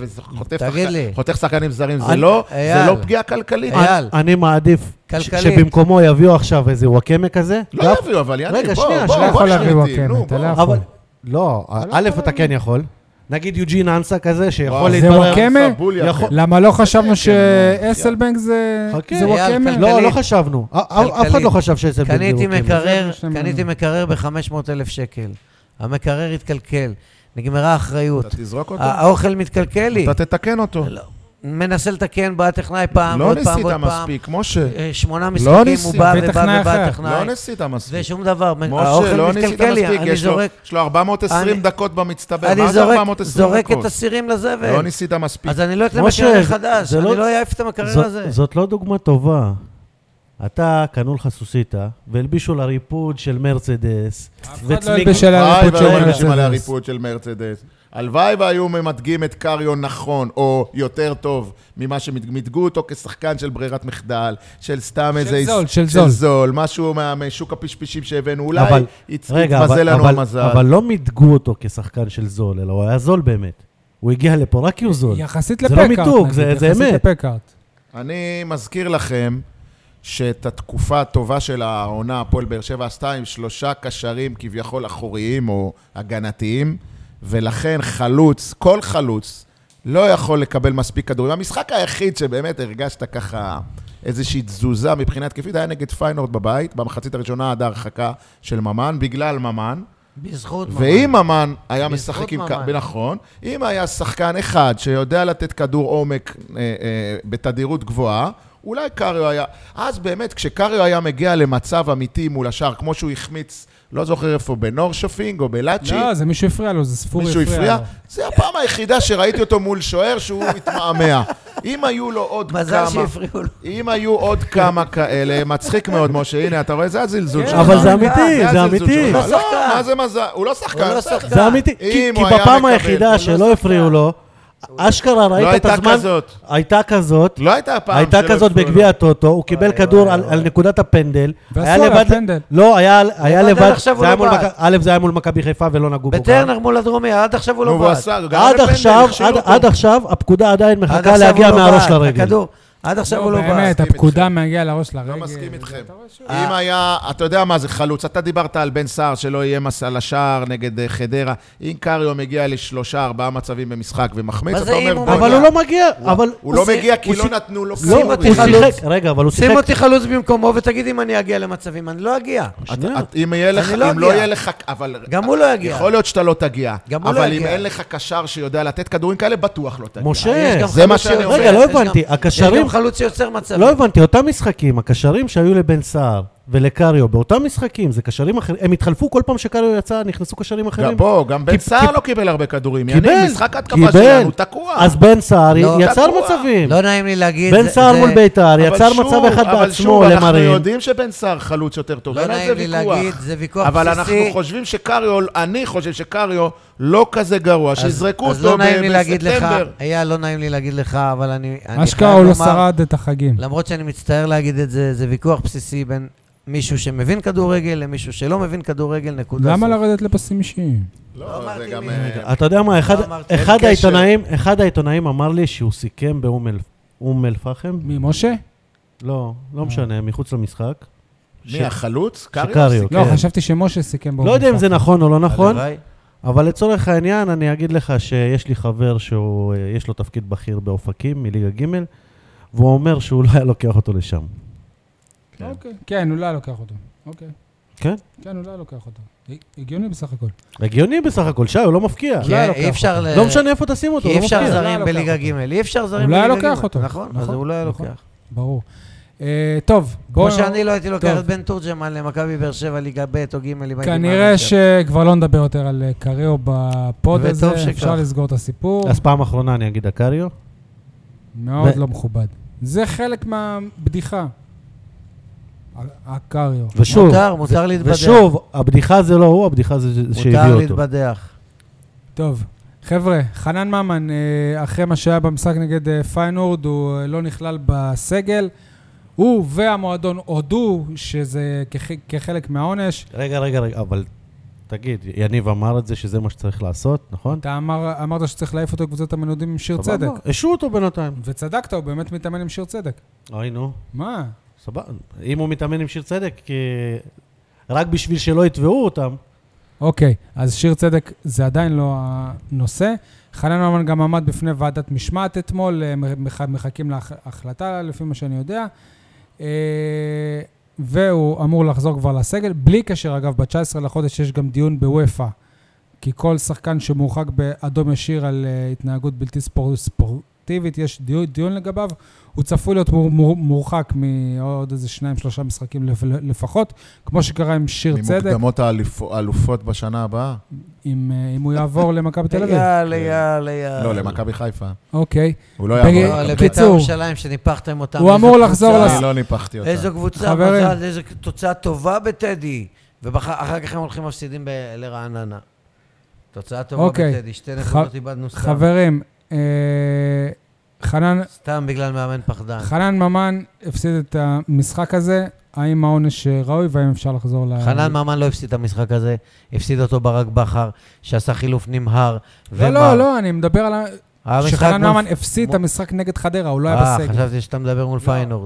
וחותך שחקנים זרים, זה לא פגיעה כלכלית. אני מעדיף שבמקומו יביאו עכשיו איזה וואקמה כזה. לא יביאו, אבל יניב, רגע, בוא, שנייה, אתה לא יכול להביא וואקמה, אתה לא יכול. לא, א' אתה כן יכול. נגיד יוג'ין אנסה כזה שיכול זה להתברר. וואקמה? יכול. למה לא חשבנו שאסלבנק זה וואקמה? לא חשבנו. אף אחד לא חשב שאסלבנק זה וואקמה. קניתי מקרר ב-500,000 שקל. המקרר התקלקל. נגמרה האחריות. אתה תזרוק אותו? האוכל מתקלקל לי. אתה תתקן אותו. מנסה לתקן, בא טכנאי פעם, לא עוד פעם, ניסית עוד פעם. מספיק, משה. 8 משחקים, הוא בא ובא טכנאי. לא ניסית מספיק. זה שום דבר. משה, לא ניסית מספיק. יש לו 420 דקות במצטבר. מה זה 420 דקות? אני זורק את הסירים לזבל. לא ניסית מספיק. אז אני לא אקנה מקרר חדש, אני לא אעיף את המקרר הזה. זאת לא דוגמה טובה. אתה קנו לך סוסיטה, והלבישו לריפוד של מרצדס. אף אחד לא הלביש על הריפוד של מרצדס. הלוואי והיו ממדגים את קריו נכון, או יותר טוב, ממה שמדגו אותו כשחקן של ברירת מחדל, של סתם איזה... של זול. משהו משוק הפשפישים שהבאנו, אולי יתמזל לנו המזל. אבל לא מדגו אותו כשחקן של זול, אלא הוא היה זול באמת. הוא הגיע לפה רק כי הוא זול. יחסית לפקארט. זה לא מיתוג, זה אמת. אני מזכיר לכם שאת התקופה הטובה של העונה, הפועל באר שבע עשתה עם 3 קשרים כביכול אחוריים או הגנתיים, ולכן חלוץ, כל חלוץ, לא יכול לקבל מספיק כדורים. המשחק היחיד שבאמת הרגשת ככה איזושהי תזוזה מבחינת התקפית היה נגד פיינורד בבית, במחצית הראשונה עד ההרחקה של ממן, בגלל ממן. בזכות ממן. ואם ממן היה משחק עם... נכון. אם היה שחקן אחד שיודע לתת כדור עומק בתדירות גבוהה, אולי קריו היה... אז באמת, כשקריו היה מגיע למצב אמיתי מול השאר, כמו שהוא החמיץ, לא זוכר איפה, בנורשופינג או בלאצ'י. לא, זה מישהו הפריע לו, זה ספורי הפריע לו. מישהו הפריע? לו. זה הפעם היחידה שראיתי אותו מול שוער שהוא התמעמע. אם היו לו עוד מזל שהפריעו לו. אם היו עוד כמה כאלה, מצחיק מאוד, משה, הנה, אתה רואה, זה הזלזול שלך. אבל זה אמיתי, זה אמיתי. לא, מה זה מזל? הוא לא שחקן. זה אמיתי, כי בפעם היחידה שלא הפריעו לו, אשכרה ראית את הזמן, הייתה כזאת, לא הייתה פעם הייתה כזאת בגביע הטוטו, הוא קיבל כדור על נקודת הפנדל, ועשו על הפנדל. לא, היה לבד, א' זה היה מול מכבי חיפה ולא נגעו בו. בטרנר מול הדרומי, עד עכשיו הוא לא בעד. עד עכשיו הפקודה עדיין מחכה להגיע מהראש לרגל. עד עכשיו הוא לא בא. באמת, הפקודה מגיעה לראש לרגל. לא מסכים איתכם. אם היה, אתה יודע מה זה חלוץ, אתה דיברת על בן סער שלא יהיה על השער נגד חדרה, אם קריו מגיע ל3-4 מצבים במשחק ומחמיץ, אתה אומר... אבל הוא לא מגיע, הוא לא מגיע כי לא נתנו לו שים אותי חלוץ. רגע, אבל הוא שיחק. שים אותי חלוץ במקומו ותגיד אם אני אגיע למצבים, אני לא אגיע. אם לא יהיה לך, אבל... גם הוא לא יגיע. יכול להיות שאתה לא תגיע, אבל אם אין לך קשר שיודע לתת כדורים כאלה, בטוח לא תגיע. משה, זה מה שאני אומר. רגע, לא הבנתי, הקשרים חלוץ שיוצר מצב. לא הבנתי, אותם משחקים, הקשרים שהיו לבן סער ולקריו, באותם משחקים, זה קשרים אחרים, הם התחלפו כל פעם שקריו יצא, נכנסו קשרים אחרים. גם בן סער לא קיבל הרבה כדורים, משחק התקפה שלנו, תקוע. אז בן סער יצר מצבים. לא נעים לי להגיד. בן סער מול בית"ר, יצר מצב אחד בעצמו למרים. אנחנו יודעים שבן סער חלוץ יותר טוב, לא נעים לי להגיד, זה ויכוח בסיסי. אבל אנחנו חושבים שקריו, אני חושב שקריו לא כזה גרוע, שיזרקו אותו בספטמבר. אז לא נעים לי להגיד לך, היה לא נעים לי להגיד לך, אבל אני אשכרה הוא לא שרד את החגים. למרות שאני מצטער להגיד את זה, זה ויכוח בסיסי בין מישהו שמבין כדורגל למישהו שלא מבין כדורגל, נקודה. למה לרדת לפסים אישיים? לא, זה גם... אתה יודע מה, אחד העיתונאים אמר לי שהוא סיכם באום אל-פחם. מי, משה? לא משנה, מחוץ למשחק. מי, החלוץ? קריו. לא, חשבתי שמשה סיכם באום לא אל-פחם. יודע אם זה נכון או לא נכון, אבל לצורך העניין אני אגיד לך שיש לי חבר שיש לו תפקיד בכיר באופקים, מליגה ג' והוא אומר שהוא לא היה לוקח אותו לשם. אוקיי, כן, הוא לא היה לוקח אותו. אוקיי. כן? כן, הוא לא היה לוקח אותו. הגיוני בסך הכל. הגיוני בסך הכל, שי, הוא לא מפקיע. לא משנה איפה תשים אותו, אי אפשר זרים בליגה ג', אי אפשר זרים בליגה ג'. הוא לא היה לוקח אותו. נכון, אז הוא לא היה לוקח. ברור. טוב, כמו שאני לא הייתי לוקח את בן תורג'מן למכבי באר שבע, ליגה ב' או ג'. כנראה שכבר לא נדבר יותר על קריו בפוד הזה, אפשר לסגור את הסיפור. אז פעם אחרונה אני אגיד הקריו. מאוד לא מכובד. זה חלק מהבדיחה. הקריו. ושוב, מותר להתבדח. ושוב, הבדיחה זה לא הוא, הבדיחה זה שהביא מותר אותו. להתבדח. טוב, חבר'ה, חנן ממן, אחרי מה שהיה במשחק נגד פיינורד, הוא לא נכלל בסגל. הוא והמועדון הודו שזה כחלק מהעונש. רגע, אבל תגיד, יניב אמר את זה שזה מה שצריך לעשות, נכון? אתה אמרת שצריך להעיף אותו קבוצת המנודים עם שיר צדק. השעו אותו בינתיים. וצדקת, הוא באמת מתאמן עם שיר צדק. אוי, נו. מה? סבבה. אם הוא מתאמן עם שיר צדק, רק בשביל שלא יתבעו אותם. אוקיי, אז שיר צדק זה עדיין לא הנושא. חנן ממן גם עמד בפני ועדת משמעת אתמול, מחכים להחלטה לפי מה שאני יודע. והוא אמור לחזור כבר לסגל, בלי קשר אגב, ב-19 לחודש יש גם דיון בוופא, כי כל שחקן שמורחק באדום ישיר על התנהגות בלתי ספורטיבית, יש דיון לגביו, הוא צפוי להיות מורחק מעוד איזה 2-3 משחקים לפחות, כמו שקרה עם שיר צדק. ממוקדמות האלופות בשנה הבאה? אם הוא יעבור למכבי תל אביב. לא, למכבי חיפה. אוקיי. הוא לא יעבור. לבית"ר ירושלים שניפחתם אותם. הוא אמור לחזור אני לא ניפחתי אותם. איזו קבוצה, מזל, איזו תוצאה טובה בטדי. ואחר כך הם הולכים מפסידים לרעננה. תוצאה טובה בטדי, 2 נקודות איבדנו סתם. חברים, חנן... סתם בגלל מאמן פחדן. חנן ממן הפסיד את המשחק הזה, האם העונש ראוי והאם אפשר לחזור חנן ממן לא הפסיד את המשחק הזה, הפסיד אותו ברק בכר, שעשה חילוף נמהר לא, אני מדבר על... שחנן ממן הפסיד את המשחק נגד חדרה, הוא לא היה בסגל. חשבתי שאתה מדבר מול פיינורד.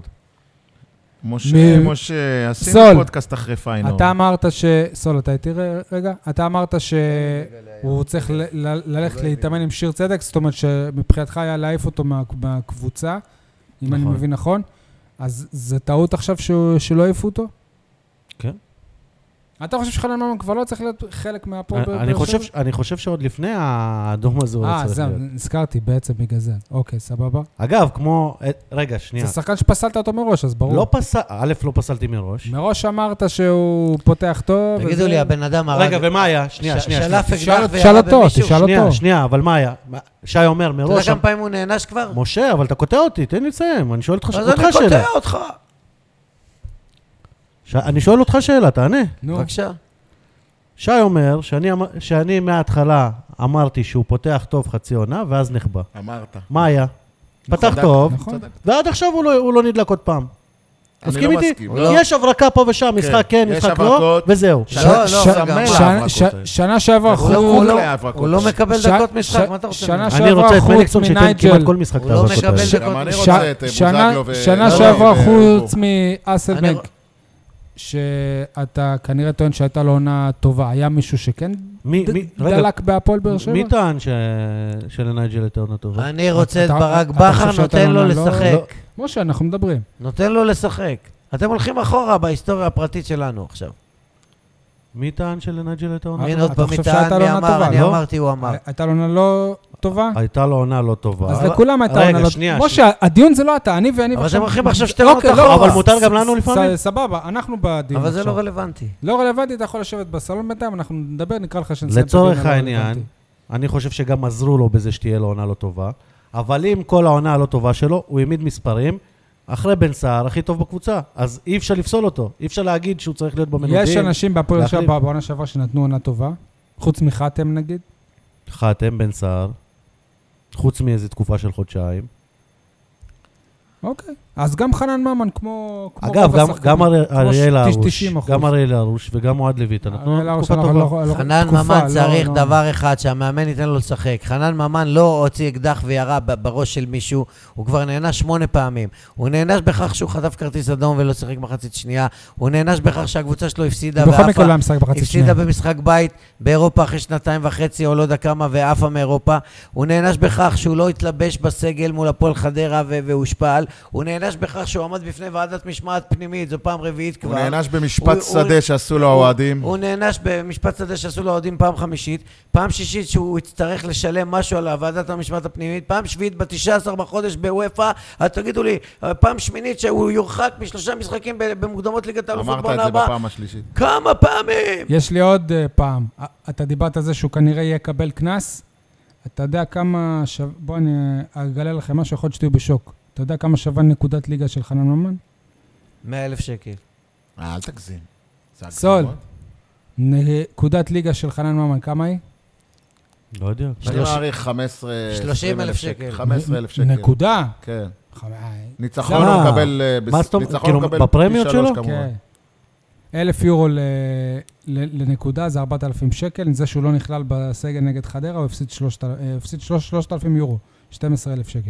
משה, עשינו פודקאסט אחרי פיינורד. אתה אמרת סול, אתה איתי רגע? אתה אמרת שהוא צריך ללכת להתאמן עם שיר צדק, זאת אומרת שמבחינתך היה להעיף אותו מהקבוצה, אם אני מבין נכון. אז זה טעות עכשיו שלא העיפו אותו? כן. אתה חושב שחנן ממן כבר לא צריך להיות חלק מהפועל באר שבע? אני חושב שעוד לפני האדום הזה הוא צריך להיות. נזכרתי בעצם בגלל זה. אוקיי, סבבה. אגב, כמו... רגע, שנייה. זה שחקן שפסלת אותו מראש, אז ברור. לא פסלתי מראש. מראש אמרת שהוא פותח טוב. תגידו לי, הבן אדם הרג... רגע, ומה היה? שנייה. תשאל אותו. שנייה, אבל מה היה? שי אומר מראש... אתה יודע כמה פעמים הוא נענש כבר? משה, אבל אתה קוטע אותי, תן לי לסיים. אני שואל אותך שאלה. אז אני קוטע אותך. אני שואל אותך שאלה, תענה. בבקשה. שי אומר שאני מההתחלה אמרתי שהוא פותח טוב חצי עונה, ואז נחבא. אמרת. מה היה? פתח טוב, ועד עכשיו הוא לא נדלק עוד פעם. מסכים איתי? יש הברקה פה ושם, משחק כן, משחק לא, וזהו. שנה שעברה הוא לא מקבל דקות משחק, מה אתה רוצה? אני רוצה את מליקסון שייתן כמעט כל משחק. הוא לא מקבל דקות משחק. שנה שעברה חוץ מאסלבנק. שאתה כנראה טוען שהייתה לו עונה טובה. היה מישהו שכן דלק בהפועל באר שבע? מי טען שלנייג'ל הייתה עונה טובה? אני רוצה את ברק בכר, נותן לו לשחק. משה, אנחנו מדברים. נותן לו לשחק. אתם הולכים אחורה בהיסטוריה הפרטית שלנו עכשיו. מי טען שלנייג'ל הייתה עונה טובה? מי עוד פעם טען, מי אמר, אני אמרתי, הוא אמר. הייתה לו עונה לא טובה? הייתה לו עונה לא טובה. אז לכולם הייתה עונה לא טובה. משה, הדיון זה לא אתה, אני ואני... אבל אתם הולכים עכשיו שתי עונות אחורה. אבל מותר גם לנו לפעמים? סבבה, אנחנו בדיון. אבל זה לא רלוונטי. לא רלוונטי, אתה יכול לשבת בסלון בינתיים, אנחנו נדבר, נקרא לך שנסיים את הדיון. לצורך העניין, אני חושב שגם עזרו לו בזה שתהיה לו עונה לא טובה, אבל עם כל העונה הלא טובה שלו, הוא העמיד מספרים, אחרי בן סער, הכי טוב בקבוצה. אז אי אפשר לפסול אותו. אי אפשר להגיד שהוא צריך להיות במנודים. יש אנשים בהפועל באר שבע בעונה שעברה שנתנו עונה טובה, חוץ מחתם נגיד. חתם, בן סער, חוץ מאיזו תקופה של חודשיים. אוקיי. אז גם חנן ממן כמו... אגב, גם אריאל הרוש וגם אוהד לויטה נתנו תקופה טובה. חנן ממן צריך דבר אחד, שהמאמן ייתן לו לשחק. חנן ממן לא הוציא אקדח וירה בראש של מישהו, הוא כבר נענש 8 פעמים. הוא נענש בכך שהוא חטף כרטיס אדום ולא שיחק מחצית שנייה. הוא נענש בכך שהקבוצה שלו הפסידה במשחק בית באירופה אחרי 2.5 או לא יודע כמה ועפה מאירופה. הוא נענש בכך שהוא לא התלבש בסגל מול הפועל חדרה והושפל. הוא נענש בכך שהוא עמד בפני ועדת משמעת פנימית, זו פעם רביעית כבר. הוא נענש במשפט שדה שעשו לו האוהדים. הוא נענש במשפט שדה שעשו לו האוהדים פעם חמישית, פעם שישית שהוא יצטרך לשלם משהו על ועדת המשמעת הפנימית, פעם שביעית ב-19 בחודש בוופא, תגידו לי, פעם שמינית שהוא יורחק מ3 משחקים במוקדמות ליגת האלופות בעונה הבאה. אמרת את זה בפעם השלישית. כמה פעמים? יש לי עוד פעם. אתה דיברת על זה שהוא כנראה יקבל כנס. אתה יודע כמה... בוא אני אגלה לכם משהו, יכול להיות שתהיו בשוק. אתה יודע כמה שווה נקודת ליגה של חנן ממן? 100,000 שקל. אל תגזים. סול. נקודת ליגה של חנן ממן, כמה היא? לא יודע. אני מעריך 15... 30,000 שקל. 15,000 שקל. נקודה? כן. חמ- ניצחון הוא מקבל... מה זאת אומרת? ניצחון כאילו, הוא מקבל בפרמיות פי שלו? 3 כמובן. כן. 1,000 יורו לנקודה, זה 4,000 שקל. זה שהוא לא נכלל בסגל נגד חדרה, הוא הפסיד 3,000 יורו. 12,000 שקל.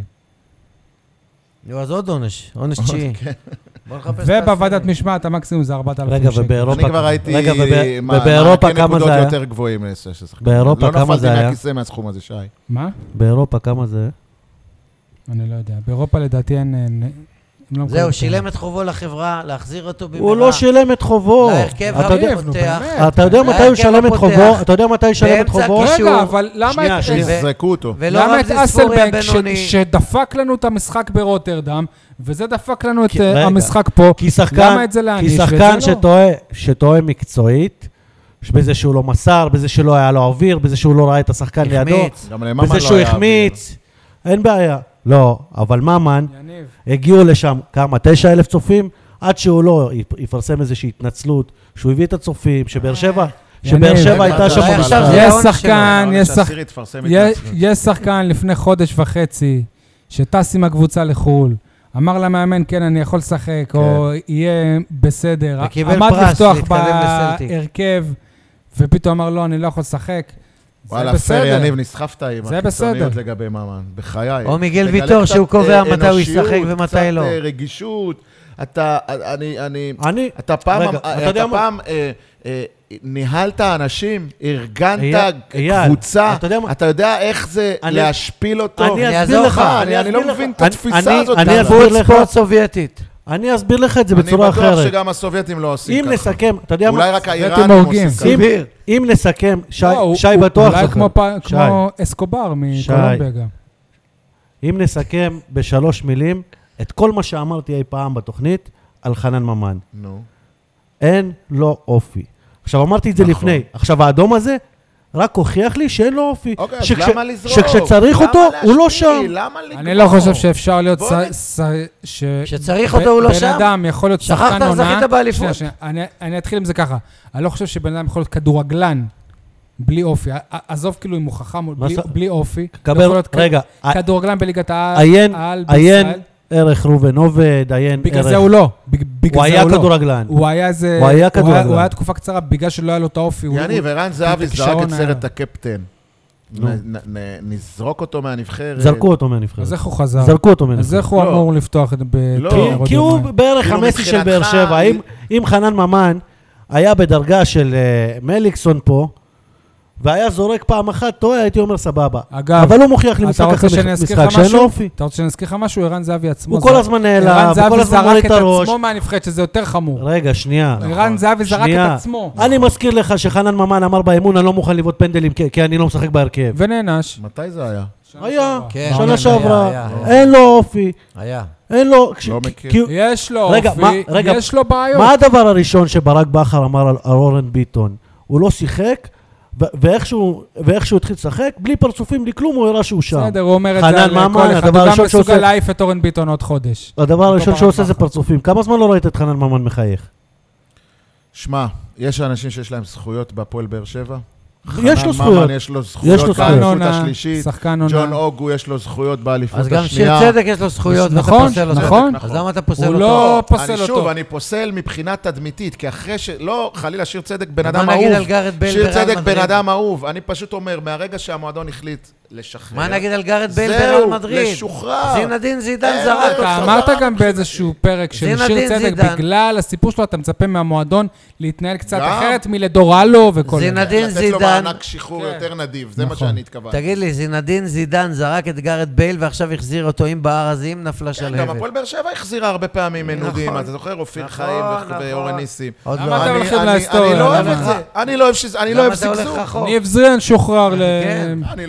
נו, אז עוד עונש תשיעי. בוא נחפש ובוועדת משמעת המקסימום זה 4,000 רגע, שקל. ובאירופה... אני כבר הייתי... רגע, מה- ובאירופה מענקי כמה זה נקודות היה? יותר גבוהים לשחקנים. באירופה כמה זה לא היה? נפלתי מהכיסא מהסכום הזה, שי. מה? באירופה כמה זה? אני לא יודע. באירופה לדעתי אין... הם לא מקבלים זהו, את שילם את חובו לחברה, להחזיר אותו במהרה. הוא לא שילם את חובו. להרכב אתה יודע- נו, הפותח. באמת. אתה יודע מתי הוא ההרכב ישלם את הפותח. חובו? אתה יודע מתי הוא ישלם את באמצע חובו? קישור. רגע, אבל למה שנייה, את... שנייה. יזרקו אותו. ולא למה את רמזי ספורי אסלבנק הבינוני. שדפק לנו את המשחק ברוטרדם, וזה דפק לנו את רגע, המשחק פה, כי שחקן, למה את זה להעניש? כי ואת שחקן זה לא? שטועה מקצועית, בזה שהוא לא מסר, בזה שלא היה לו אוויר, בזה שהוא לא ראה את השחקן לידו, החמיץ. גם לממן בזה לא שהוא היה החמיץ, אין בעיה. לא, אבל ממן, יניב. הגיעו לשם כמה? 9,000 צופים, עד שהוא לא יפרסם איזושהי התנצלות, שהוא הביא את הצופים, שבאר שבע יניב. הייתה שם אולי במשחק. עכשיו זה יש העונש שחקן, שלו. יש שחקן. שהסירי תפרסם התנצלות. יש שחקן לפני חודש וחצי, שטס עם הקבוצה לחו"ל, אמר למאמן, כן, אני יכול לשחק, או יהיה בסדר. וקיבל עמד פרס לפתוח להתקדם בסלטיק. בהרכב, ופתאום אמר, לא, אני לא יכול לשחק. זה וואלה, פייר בסדר. יניב, נסחפת עם זה הקיצוניות בסדר. לגבי ממן, בחיי. או מיגל תגלה ויטור קצת, שהוא קובע מתי הוא אנושיות, ישחק ומתי לא. קצת רגישות. אתה רגע, אתה יודע מה? פעם ניהלת אנשים, ארגנת אייל, קבוצה, אתה יודע מה? אתה יודע איך זה להשפיל אותו? אני אסביר לך. אני לא מבין את התפיסה הזאת. אני אסביר תרבות לך. ספורט סובייטית. אני אסביר לך את זה בצורה אני בטוח אחרת. שגם הסובייטים לא עושים אם ככה. נסכם, אתה יודע מה? אולי רק סובייטים האיראנים הורגים. עושים ככה. אם נסכם, לא, שי בטוח אולי זוכר. כמו אסקובר מקולומביה גם. אם נסכם בשלוש מילים את כל מה שאמרתי אי פעם בתוכנית על חנן ממן. נו. אין לו אופי. עכשיו אמרתי את זה נכון. לפני. עכשיו האדום הזה רק הוכיח לי שאין לו אופי. אוקיי, אז שכש- למה לזרוק? שכשצריך למה אותו, הוא לא להשפיל? שם. למה לגמור? אני לא חושב שאפשר להיות... בוא כשצריך אותו הוא לא שם. בן אדם יכול להיות שכחת, שחקן עונה... זכית באליפות. שנייה, אני אתחיל עם זה ככה. אני לא חושב שבן אדם יכול להיות כדורגלן בלי אופי. עזוב כאילו אם הוא חכם, בלי אופי. קבל- יכול להיות רגע, כדורגלן בליגת עיין העל עיין בישראל. ערך ראובן עובד, עיין בגלל ערך... זה הוא לא. הוא היה כדורגלן. הוא היה איזה... הוא היה כדורגלן. הוא היה תקופה קצרה בגלל שלא היה לו את האופי. יניב, ערן זהבי זרק הכישרון את היה- סרט הקפטן. נו. נזרוק אותו מהנבחרת. זרקו אותו מהנבחרת. אז איך הוא חזר? זרקו אותו אז מהנבחרת. איך הוא לא. אמור לפתוח את זה לא. בטרנר? כי הוא בערך כאילו המסי של באר מבחינתך, שבע. אם חנן ממן היה בדרגה של מליקסון פה, והיה זורק פעם אחת, טועה, הייתי אומר סבבה. אגב, אבל הוא מוכיח לי אתה משחק רוצה אחרי שאני אזכיר משחק לך שאין לו משהו? אופי. אתה רוצה שאני אזכיר לך משהו? ערן זהבי עצמו... הוא כל הזמן נעלב, ערן הוא כל זהבי הזמן זרק מוריד את את הראש. עצמו מהנבחרת, שזה יותר חמור. רגע, שנייה. ערן זהבי זרק שנייה. את עצמו. אני מזכיר לך שחנן ממן אמר באימון, אני לא מוכן לבעוט פנדלים כי אני לא משחק בהרכב. ונענש. מתי זה היה? היה, כן, שנה היה, שעברה. היה. אין לו אופי. היה. אין לו... לא מכיר. כי- יש לו רגע, אופי, רגע, יש לו בעיות. מה הדבר הראשון שברק בכר אמר על אורן ביטון? הוא לא שיחק, ואיכשהו התחיל לשחק, בלי פרצופים, בלי כלום, הוא הראה שהוא שם. בסדר, הוא אומר את זה חנן על ממן, כל אחד. הדבר הוא גם הראשון מסוגל שעושה- להעיף את אורן ביטון עוד חודש. הדבר הראשון ברק שעושה זה בכר. פרצופים. כמה זמן לא ראית את חנן ממן מחייך? שמע, יש אנשים שיש להם זכויות בהפועל באר שבע. יש לו חנן זכויות. ממן יש לו זכויות לו שחקן זכויות. באליפות עונה, השלישית. שחקן עונה. ג'ון אוגו יש לו זכויות באליפות אז גם השנייה. שיר צדק יש לו זכויות, ואתה נכון, פוסל אותו. נכון. אז למה אתה פוסל הוא אותו? לא פוסל אני שוב, אותו. אני פוסל מבחינה תדמיתית, כי אחרי לא, חלילה שיר צדק בן מה אדם נגיד אהוב. על גארד בייל שיר בריאל צדק מדריד? בן אדם אהוב. אני פשוט אומר, מהרגע שהמועדון החליט לשחרר. מה נגיד על גארד בייל זהו, בריאל מדריד? לשוחרר. זינדין זידן אין זרק אותו. אתה אותו. אמרת גם באיזשהו פרק של זינדין שיר צדק, זידן. בגלל הסיפור שלו אתה מצפה מהמועדון להתנהל קצת גם. אחרת מלדורלו וכל זה. זינדין לתת לו זידן. מענק שחרור כן. יותר נדיב, זה מה נכון. שאני התכוונתי. תגיד לי, זינדין זידן זרק את גארד בייל ועכשיו החזיר אותו עם בארזים, נפלה כן, גם שלהבת. הפועל באר שבע החזירה הרבה פעמים מנודים, נכון. אתה זוכר? אופיר נכון, חיים נכון. ואורן ניסים. עוד למה לא. אתה אני- הולכים אני- להיסטוריה? אני לא אוהב למה? את זה. אני לא אוהב למה זגזוג. אתה הולך רחוק? ניב זריאן שוחרר ל... כן. אני לא אוהב זה זגזוג.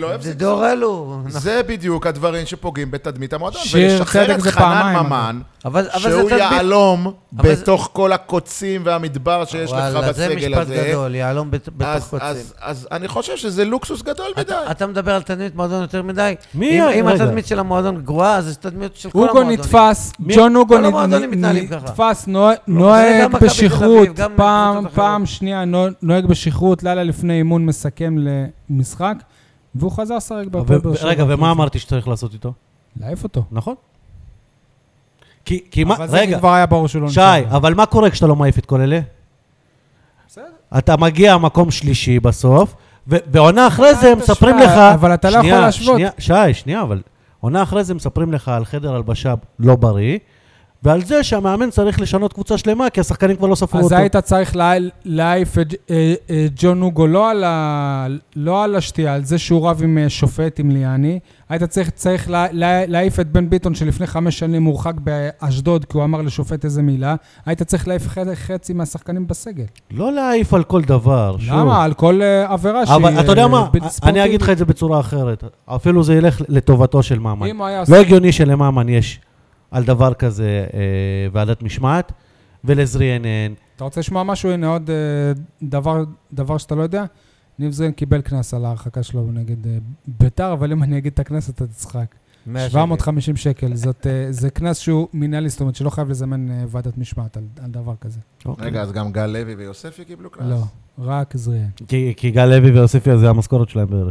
דור אלו. זה בדיוק הדברים שפוגעים בתדמית המועדון, שיר ולשחרר צדק את זה חנן פעמיים, ממן, אבל זה שהוא תדמית. יעלום אבל בתוך כל הקוצים והמדבר שיש לך וואלה, זה בסגל משפט הזה. גדול, יעלום בתוך קוצים. אז אני חושב שזה לוקסוס גדול מדי. אתה מדבר על תדמית מועדון יותר מדי? מי? אם רגע. התדמית של המועדון גרועה, אז זה תדמית של כל אוגו המועדונים. נתפס, ג'ון אוגו כל המועדונים מתנהלים ככה. נתפס, זה נוהג גם מכבי תל בשכרות, אביב, גם קבוצות פעם שנייה נוהג בשכרות, לילה לפני אימון מסכם למשחק, והוא חזר לשחק בהפועל באר שבע. רגע, ומה אמרתי שצריך לעשות איתו? להעיף אותו. נכון. כי מה, אבל זה רגע, כבר היה ברור שהוא לא שי, נשאר. אבל מה קורה כשאתה לא מעיף את כל אלה? בסדר. אתה מגיע מקום שלישי בסוף, ועונה אחרי זה הם מספרים לך... אבל אתה לא יכול להשוות. שנייה, אבל עונה אחרי זה מספרים לך על חדר הלבשה לא בריא, ועל זה שהמאמן צריך לשנות קבוצה שלמה, כי השחקנים כבר לא ספרו אותו. אז היית צריך להעיף את ג'ון אוגו לא על השתייה, על זה שהוא רב עם שופט, עם ליאני. היית צריך להעיף את בן ביטון שלפני 5 שנים מורחק באשדוד, כי הוא אמר לשופט איזה מילה. היית צריך להעיף חצי מהשחקנים בסגל. לא להעיף על כל דבר. למה? על כל עבירה שהיא... אבל אתה יודע מה? ספורטיבית. אני אגיד לך את זה בצורה אחרת. אפילו זה ילך לטובתו של מאמן. אם הוא היה לא הגיוני שלמאמן יש על דבר כזה ועדת משמעת, ולזריאן אין. אתה רוצה לשמוע משהו? הנה עוד דבר שאתה לא יודע. ניב זריאן קיבל קנס על ההרחקה שלו נגד ביתר, אבל אם אני אגיד את הקנס אתה תצחק. 750 שקל. זה קנס שהוא מינהלי, זאת אומרת שלא חייב לזמן ועדת משמעת על דבר כזה. רגע, אז גם גל לוי ויוספי קיבלו קנס? לא, רק זריאן. כי גל לוי ויוספיה זה המשכורת שלהם בערך.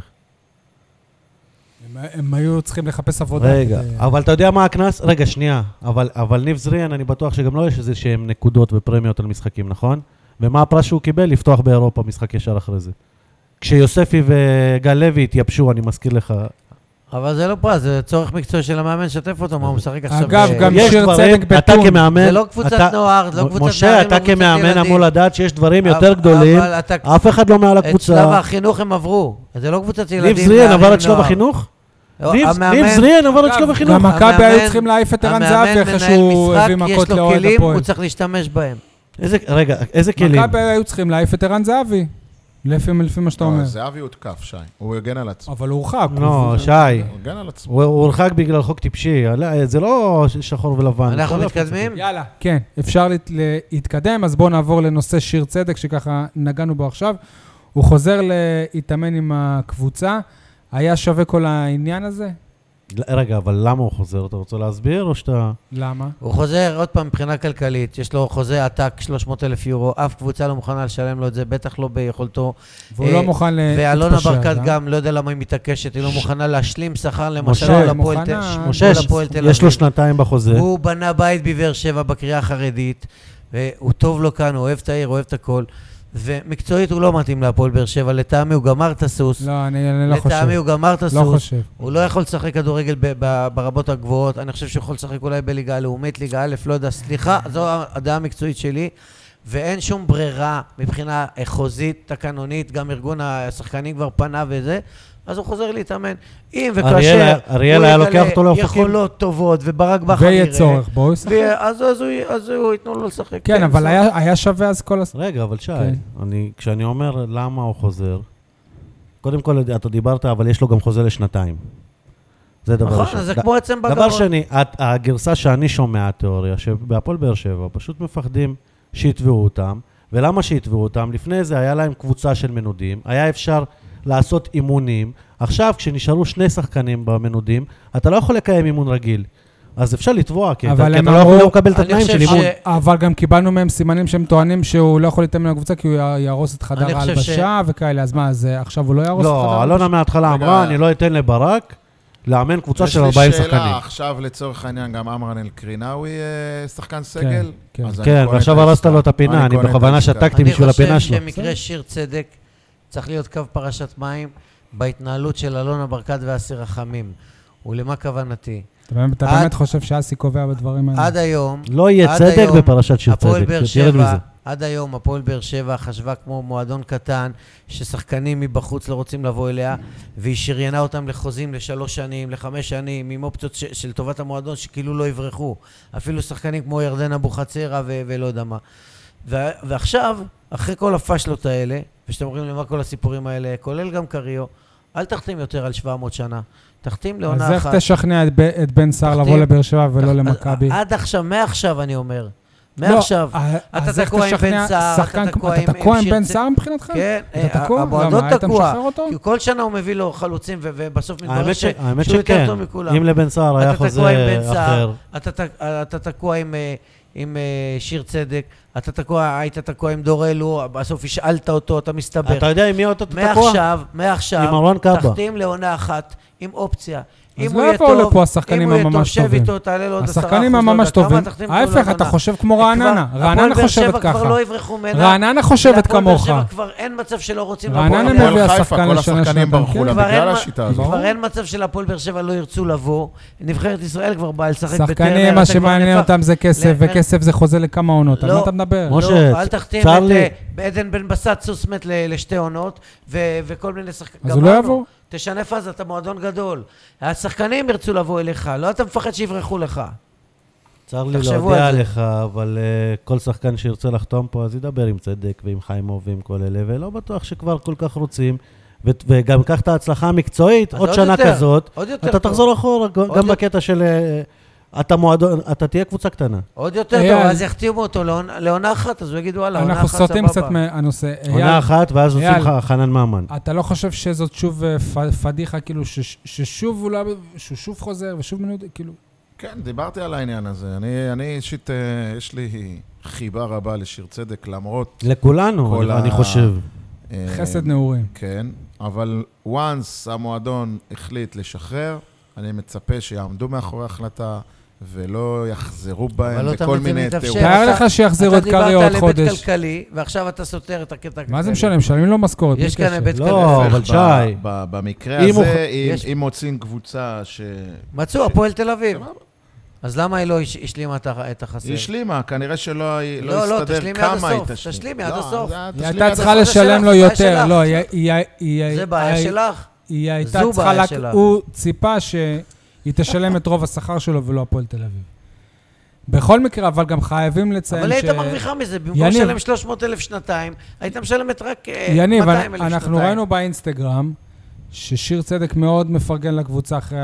הם היו צריכים לחפש עבודה. רגע, אבל אתה יודע מה הקנס? רגע, שנייה. אבל ניב זריאן, אני בטוח שגם לא יש איזה שהם נקודות ופרמיות על משחקים, נכון? ומה הפרס שהוא קיבל? לפתוח באירופה משחק ישר אחרי זה. כשיוספי וגל לוי התייבשו, אני מזכיר לך. אבל זה לא פרס, זה צורך מקצועי של המאמן, שתף אותו, מה הוא משחק עכשיו. אגב, גם יש שיר דברים, צדק אתה בטון. כמאמן, זה לא קבוצת נוער, זה לא קבוצת משה, נערים, אתה לא קבוצת כמאמן ילדים. אמור לדעת שיש דברים יותר גדולים, אבל אתה... אף אחד לא מעל את שלב הקבוצה. החינוך הם עברו, זה לא קבוצת ילדים. ניב זריאן נערים, עבר את שלב נוער. החינוך? לא, ניב המאמן- זריאן עבר את שלב החינוך. גם מכבי המאמן- היו צריכים להעיף את ערן זהבי אחרי שהוא הביא המאמן מנהל מכות משחק, יש לו לאוהד כלים, הפועל. הוא צריך להשתמש בהם. רגע, איזה כלים? מכבי היו צריכים להעיף את ערן זהבי. לפי מה שאתה אומר. זהבי הותקף, שי. הוא הגן על עצמו. אבל הוא הורחק. לא, שי. הוא הגן על עצמו. הוא הורחק בגלל חוק טיפשי. זה לא שחור ולבן. אנחנו כל מתקדמים? יאללה, כן, אפשר להתקדם, אז בואו נעבור לנושא שיר צדק, שככה נגענו בו עכשיו. הוא חוזר להתאמן עם הקבוצה. היה שווה כל העניין הזה? רגע, אבל למה הוא חוזר? אתה רוצה להסביר או שאתה... למה? הוא חוזר, עוד פעם, מבחינה כלכלית, יש לו חוזה עתק 300,000 יורו, אף קבוצה לא מוכנה לשלם לו את זה, בטח לא ביכולתו. והוא לא מוכן להתפשר. ואלונה ברקת גם, לא יודע למה היא מתעקשת, היא לא מוכנה להשלים שכר למשל משה, מול הפועל תל משה, אביב. יש לו 2 בחוזה. הוא בנה בית בבאר שבע בקריאה החרדית, והוא טוב לו כאן, הוא אוהב את העיר, אוהב את הכל, ומקצועית הוא לא מתאים להפועל באר שבע, לטעמי הוא גמר את הסוס. לא, אני לא חושב. לטעמי הוא גמר את לא הסוס. חושב. הוא לא יכול לשחק כדורגל ברמות הגבוהות, אני חושב שהוא יכול לשחק אולי בליגה הלאומית, ליגה א', לא יודע, סליחה, זו הדעה המקצועית שלי, ואין שום ברירה מבחינה חוזית, תקנונית, גם ארגון השחקנים כבר פנה וזה, אז הוא חוזר להתאמן. אם וכאשר אריאל היה לוקח אותו לאופקים. יכולות טובות, וברק בכר ויהיה צורך, בואו ישחק. אז הוא ייתנו לו לשחק. כן, אבל היה שווה אז כל... רגע, אבל שי, כן. כשאני אומר למה הוא חוזר, קודם כל אתה דיברת, אבל יש לו גם חוזה לשנתיים. זה דבר נכון, ראשון. זה כמו עצם בגרון. דבר שני, הגרסה שאני שומע התיאוריה, שבהפועל באר שבע פשוט מפחדים שיתבעו אותם, ולמה שיתבעו אותם? לפני זה היה להם קבוצה של מנודים, היה אפשר לעשות אימונים, עכשיו כשנשארו 2 שחקנים במנודים, אתה לא יכול לקיים אימון רגיל. אז אפשר לתבוע, כי אתה לא יכול לקבל את התנאים של אימון. אבל גם קיבלנו מהם סימנים שהם טוענים שהוא לא יכול להתאמן לקבוצה, כי הוא יהרוס את חדר ההלבשה וכאלה, אז מה, עכשיו הוא לא יהרוס את חדר ההלבשה? לא, אלונה מההתחלה אמרה, אני לא אתן לברק לאמן קבוצה של 40 שחקנים. יש לי שאלה, עכשיו לצורך העניין גם אמרן אלקרינאוי שחקן סגל? כן, ועכשיו הרסת לו את הפינה, אני בכוונה שתקתי בשביל הפינה שלו. אני חושב שמקרה שיר צדק צריך להיות קו פרשת מים בהתנהלות של אלונה ברקת ואסיר רחמים. ולמה כוונתי? אתה באמת חושב שאסי קובע בדברים האלה? עד היום... לא יהיה צדק בפרשת שיר צדק, תרד מזה. עד היום הפועל באר שבע חשבה כמו מועדון קטן, ששחקנים מבחוץ לא רוצים לבוא אליה, והיא שריינה אותם לחוזים ל3 שנים, ל5 שנים, עם אופציות של טובת המועדון שכאילו לא יברחו. אפילו שחקנים כמו ירדן אבוחצירא ולא יודע מה. ועכשיו, אחרי כל הפשלות האלה, ושאתם אומרים למה כל הסיפורים האלה, כולל גם קריו, אל תחתים יותר על 700 שנה. תחתים לעונה אז אחת. איך תשכנע את בן סער לבוא לבאר שבע ולא למכבי? עד עכשיו, מעכשיו אני אומר. מעכשיו. אתה תקוע עם בן סער, אתה תקוע עם אתה תקוע עם בן סער מבחינתך? כן, אתה תקוע? המועדון למה, היית תקוע. משחרר אותו? כי כל שנה הוא מביא לו חלוצים, ובסוף מתברר האמת שהוא שכן, יותר טוב מכולם. אם לבן סער היה חוזה אחר. אתה תקוע עם שיר צדק, היית תקוע עם דור אלו, בסוף השאלת אותו, אתה מסתבר. אתה יודע עם מי אותו תקוע? מעכשיו, עם ארון קאבה. תחתים לעונה אחת עם אופציה. אז לא יבואו לפה השחקנים הממש טובים. שב איתו, תעלה לו עוד 10%. השחקנים הממש טובים. ההפך, אתה חושב כמו רעננה. רעננה חושבת ככה. כבר לא יברחו ממנה. רעננה חושבת כמוך. כבר אין מצב שלא רוצים רעננה לבוא. מביא השחקן כל לשנה השחקנים שנתיים. ברחו לה בגלל השיטה הזאת. כבר אין מצב של הפועל באר שבע לא ירצו לבוא. נבחרת ישראל כבר באה לשחק בטרנר. שחקנים, מה שמעניין אותם זה כסף, וכסף זה חוזה לכמה עונות. על מה אתה מדבר? לא, אל תחתים את עדן בן בסט סוס מת לשתי עונות, וכל מיני שחקנים. אז הוא לא יבוא? תשנה פאזה, אתה מועדון גדול. השחקנים ירצו לבוא אליך, לא אתה מפחד שיברחו לך. צר לי להודיע לך, אבל כל שחקן שירצה לחתום פה, אז ידבר עם צדק ועם חיימוב ועם כל אלה, ולא בטוח שכבר כל כך רוצים, וגם קח את ההצלחה המקצועית, עוד שנה כזאת, אתה תחזור אחורה, גם בקטע של... אתה תהיה קבוצה קטנה. עוד יותר טוב, אז יחתימו אותו לעונה אחת, אז הוא יגיד וואלה, עונה אחת אנחנו סוטים קצת מהנושא. עונה אחת, ואז עושים לך חנן מאמן. אתה לא חושב שזאת שוב פדיחה, כאילו ששוב חוזר ושוב מנוד, כאילו... כן, דיברתי על העניין הזה. אני אישית, יש לי חיבה רבה לשיר צדק, למרות... לכולנו, אני חושב. חסד נעורים. כן, אבל once המועדון החליט לשחרר, אני מצפה שיעמדו מאחורי ההחלטה, ולא יחזרו בהם בכל מיני תיאורים. תאר לך שיחזירו את קרי עוד חודש. אתה דיברת על היבט כלכלי, ועכשיו אתה סותר את הקטע הכלכלי. מה זה משלם? משלמים לו משכורת. יש כאן היבט כלכלי. לא, אבל שי. במקרה הזה, אם מוצאים קבוצה ש... מצאו, הפועל תל אביב. אז למה היא לא השלימה את החסר? היא השלימה, כנראה שלא הסתדר כמה היא תשלים. תשלימי עד הסוף. היא הייתה צריכה לשלם לו יותר. לא, זה בעיה שלך. היא הייתה צריכה, הוא ציפה שהיא תשלם את רוב השכר שלו ולא הפועל תל אביב. בכל מקרה, אבל גם חייבים לציין אבל היית מרוויחה מזה, במקום לשלם 300,000 שנתיים, היית משלמת רק 200,000 שנתיים. יניב, אנחנו ראינו באינסטגרם, ששיר צדק מאוד מפרגן לקבוצה אחרי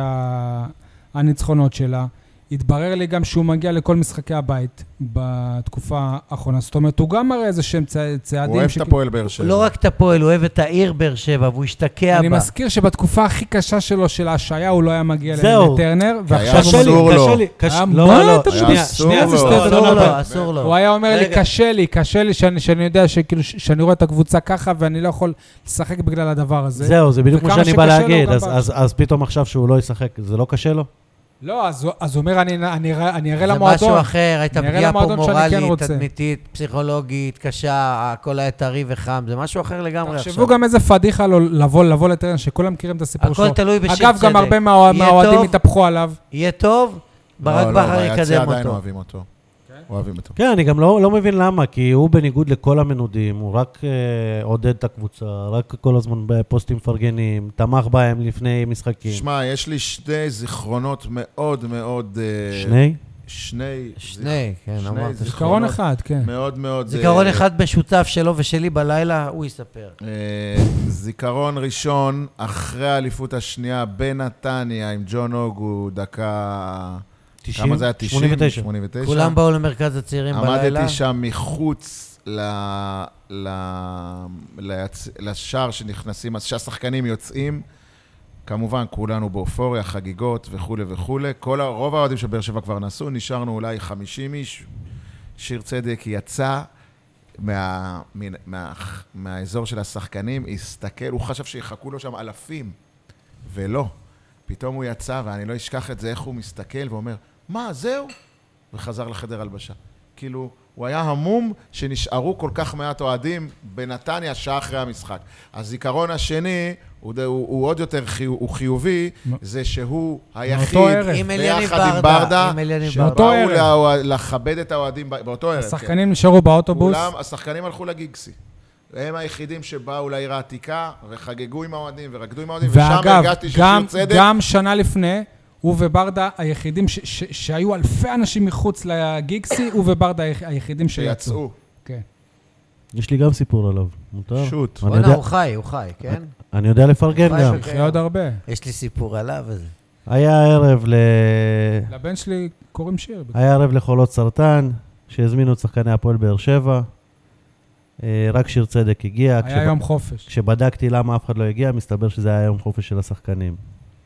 הניצחונות שלה. התברר לי גם שהוא מגיע לכל משחקי הבית בתקופה האחרונה. זאת אומרת, הוא גם מראה איזה שהם צעדים... הוא אוהב את הפועל באר שבע. לא רק את הפועל, הוא אוהב את העיר באר שבע, והוא השתקע בה. אני מזכיר שבתקופה הכי קשה שלו, של ההשעיה, הוא לא היה מגיע לטרנר, ועכשיו הוא קשה לי. לא, שנייה, אסור לו. הוא היה אומר לי, קשה לי, שאני יודע שאני רואה את הקבוצה ככה, ואני לא יכול לשחק בגלל הדבר הזה. זהו, זה בדיוק מה שאני בא להגיד. אז פתאום עכשיו שהוא לא ישחק, זה לא קשה לו? לא, אז הוא אומר, אני אראה למועדון. זה משהו אחר, הייתה פגיעה פה מורלית, תדמיתית, פסיכולוגית, קשה, הכל היה טרי וחם, זה משהו אחר לגמרי עכשיו. תחשבו גם איזה פדיחה לו לבוא לטרן, שכולם מכירים את הסיפור שלו. הכל תלוי בשיר צדק. אגב, גם הרבה מהאוהדים התהפכו עליו. יהיה טוב, ברק בכר יקדם ביציע עדיין אותו. אוהבים אותו. אוהבים אותו. כן, אני גם לא מבין למה, כי הוא בניגוד לכל המנודים, הוא רק עודד את הקבוצה, רק כל הזמן בפוסטים פרגנים, תמך בהם לפני משחקים. שמע, יש לי שני זיכרונות מאוד מאוד... שני, כן, אמרת. זיכרון אחד, כן. מאוד מאוד... זיכרון אחד משותף שלו ושלי בלילה, הוא יספר. זיכרון ראשון, אחרי האליפות השנייה, בנתניה, עם ג'ון אוגו, דקה... כמה זה היה? 89. כולם באו למרכז הצעירים בלילה. עמדתי שם מחוץ לשער שנכנסים, אז שהשחקנים יוצאים, כמובן כולנו באופוריה, חגיגות וכו' וכו'. רוב האוהדים של באר שבע כבר נסעו, נשארנו אולי 50 איש. שיר צדק יצא מהאזור של השחקנים, הסתכל, הוא חשב שיחכו לו שם אלפים, ולא. פתאום הוא יצא, ואני לא אשכח את זה, איך הוא מסתכל ואומר, מה, זהו? וחזר לחדר הלבשה. כאילו, הוא היה המום שנשארו כל כך מעט אוהדים בנתניה שעה אחרי המשחק. הזיכרון השני, הוא עוד יותר חיובי, זה שהוא היחיד ביחד עם ברדה, שבאו לכבד את האוהדים באותו ערב. השחקנים נשארו באוטובוס. השחקנים הלכו לגיגסי. הם היחידים שבאו לעיר העתיקה וחגגו עם האוהדים ורקדו עם האוהדים, ושם הרגשתי ששיר צדק. גם שנה לפני, הוא וברדה היחידים שהיו אלפי אנשים מחוץ לגיגסי, הוא וברדה היחידים שיצאו. כן. יש לי גם סיפור עליו, מותר? שוט. הוא חי, כן? אני יודע לפרגן גם. יחיה עוד הרבה. יש לי סיפור עליו. היה ערב לבן שלי קוראים שיר. היה ערב לחולות סרטן, שהזמינו את שחקני הפועל באר שבע. רק שיר צדק הגיע. היה יום חופש. כשבדקתי למה אף אחד לא הגיע, מסתבר שזה היה יום חופש של השחקנים.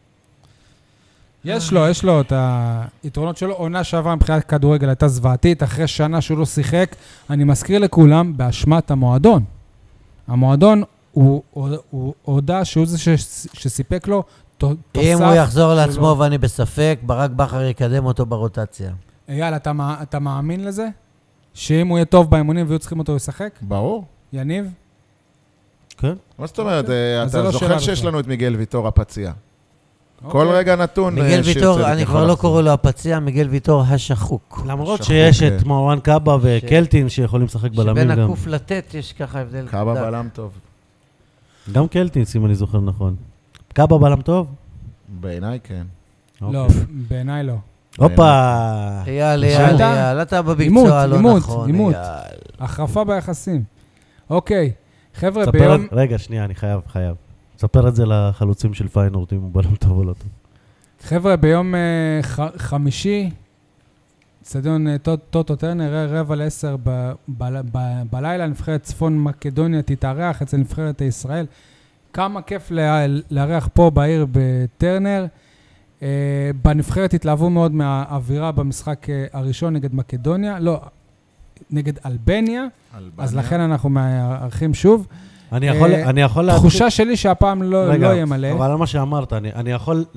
יש לו את היתרונות שלו. עונה שעברה מבחינת כדורגל הייתה זוועתית, אחרי שנה שהוא לא שיחק. אני מזכיר לכולם, באשמת המועדון. המועדון הוא הודע שהוא זה שסיפק לו תוסף. אם הוא יחזור לעצמו ואני בספק, ברק בכר יקדם אותו ברוטציה. אייל, אתה מאמין לזה? שאם הוא יהיה טוב באימונים והיו צריכים אותו לשחק? ברור. יניב? כן. מה זאת אומרת? אז זה אתה לא זוכר שאלה שיש בכלל. לנו את מיגל ויטור הפציע. כל אוקיי. רגע נתון. מיגל שיר ויטור, צדק אני יכול כבר לא לחזור. קורא לו הפציע, מיגל ויטור השחוק. למרות שחוק, שיש כן. את מרואן קאבה וקלטין שיכולים לשחק בלמים שבין גם. הקוף לתת יש ככה הבדל. קאבה בלם טוב. גם קלטינס, אם אני זוכר נכון. קאבה בלם טוב? בעיניי כן. לא, אוקיי. בעיניי לא. הופה. אייל, אתה במקצוע לא נכון. עימות. אייל. החרפה ביחסים. אוקיי, חבר'ה, ספר ביום... רגע, שנייה, אני חייב. ספר את זה לחלוצים של פיינורד, אם הוא בלם טוב או לא טוב. חבר'ה, ביום חמישי, אצטדיון טוטו טרנר, 9:45 בלילה, נבחרת צפון מקדוניה תתארח אצל נבחרת ישראל. כמה כיף לארח פה בעיר בטרנר. בנבחרת התלהבו מאוד מהאווירה במשחק הראשון נגד מקדוניה, לא, נגד אלבניה, אז לכן אנחנו מארחים שוב. אני יכול להגיד... תחושה שלי שהפעם לא יהיה מלא. אבל על מה שאמרת, אני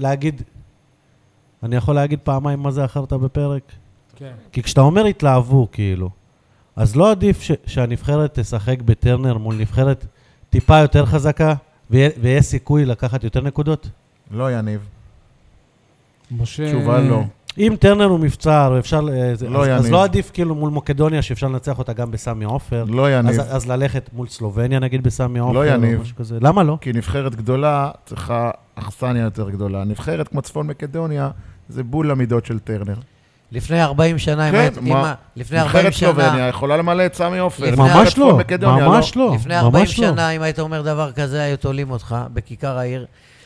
יכול להגיד פעמיים מה זה אחרת בפרק? כן. כי כשאתה אומר התלהבו, כאילו, אז לא עדיף שהנבחרת תשחק בטרנר מול נבחרת טיפה יותר חזקה, ויהיה סיכוי לקחת יותר נקודות? לא יניב. משה... תשובה לא. אם טרנר הוא מבצר, אפשר... לא אז יניב. לא עדיף כאילו מול מקדוניה, שאפשר לנצח אותה גם בסמי עופר. לא יניב. אז ללכת מול סלובניה, נגיד בסמי עופר. לא יניב. למה לא? כי נבחרת גדולה צריכה אכסניה יותר גדולה. נבחרת כמו צפון מקדוניה זה בול למידות של טרנר. לפני 40 שנה, כן, לפני 40 נבחרת שנה, סלובניה יכולה למלא את סמי עופר. ממש לא, ממש לא. לא. לפני 40 ממש לא. שנה, אם היית אומר דבר כזה, היו תולים אותך בכיכר העיר.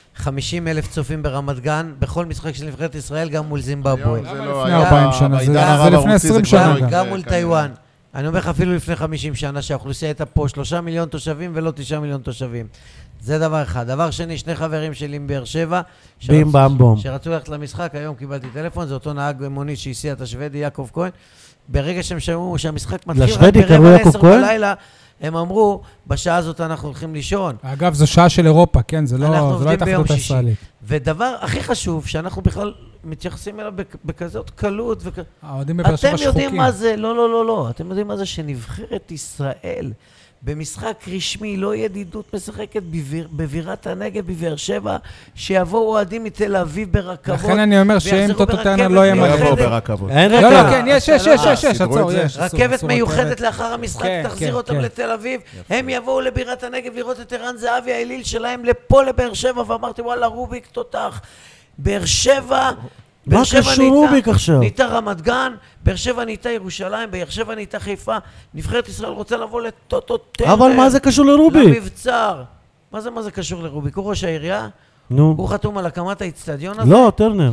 50,000 צופים ברמת גן, בכל משחק של נבחרת ישראל, גם מול זימבבואה. זה למה לא לפני היה- 40 שנה? בעידן זה הרב לפני ערוצי 20 כבר שנה לא יקרה, גם מול כנראה. טיואן. אני אומר לך אפילו לפני 50 שנה שהאוכלוסייה הייתה פה 3 מיליון תושבים ולא 9 מיליון תושבים. זה דבר אחד. דבר שני, שני חברים שלי מבאר שבע, בים במבום. שרצו ללכת למשחק, היום קיבלתי טלפון, זה אותו נהג מונית שהסיע את השוודי, יעקב כהן. ברגע שהם שמעו שהמשחק מתחיל רק לשוודי קראו יעקב ב10 כהן? בלילה, הם אמרו, בשעה הזאת אנחנו הולכים לישון. אגב, זו שעה של אירופה, כן? זה אנחנו לא עובדים הייתה ביום החלטה שישי. ישראלית. ודבר הכי חשוב, שאנחנו בכלל מתייחסים אליו בכזאת קלות. האוהדים בבאר שבע אתם שחוקים. יודעים מה זה, לא. אתם יודעים מה זה שנבחרת ישראל במשחק רשמי, לא ידידות, משחקת בבירת הנגב, בבאר שבע, שיבואו אוהדים מתל אביב ברכבות. לכן אני אומר שאם טוטו טרנר לא יהיה לא מיוחדת. יבוא מלא. ברכבות. אין לא, רגע. לא, כן, יש, סידרו עצור, את זה? יש. רכבת אסור מיוחדת רכבת. לאחר המשחק, כן, תחזיר כן, אותם כן. לתל אביב, הם יבואו לבירת הנגב לראות את ערן זהבי, האליל שלהם, לפה לבאר שבע, ואמרתי, וואלה, רוביק תותח, באר שבע, מה קשור רוביק עכשיו? נהייתה רמת גן, באר שבע נהייתה ירושלים, באר שבע נהייתה חיפה, נבחרת ישראל רוצה לבוא לטוטו טרנר. אבל מה זה קשור לרוביק? למבצר. מה זה קשור לרוביק? הוא ראש העירייה? נו. הוא חתום על הקמת האצטדיון הזה? לא, טרנר.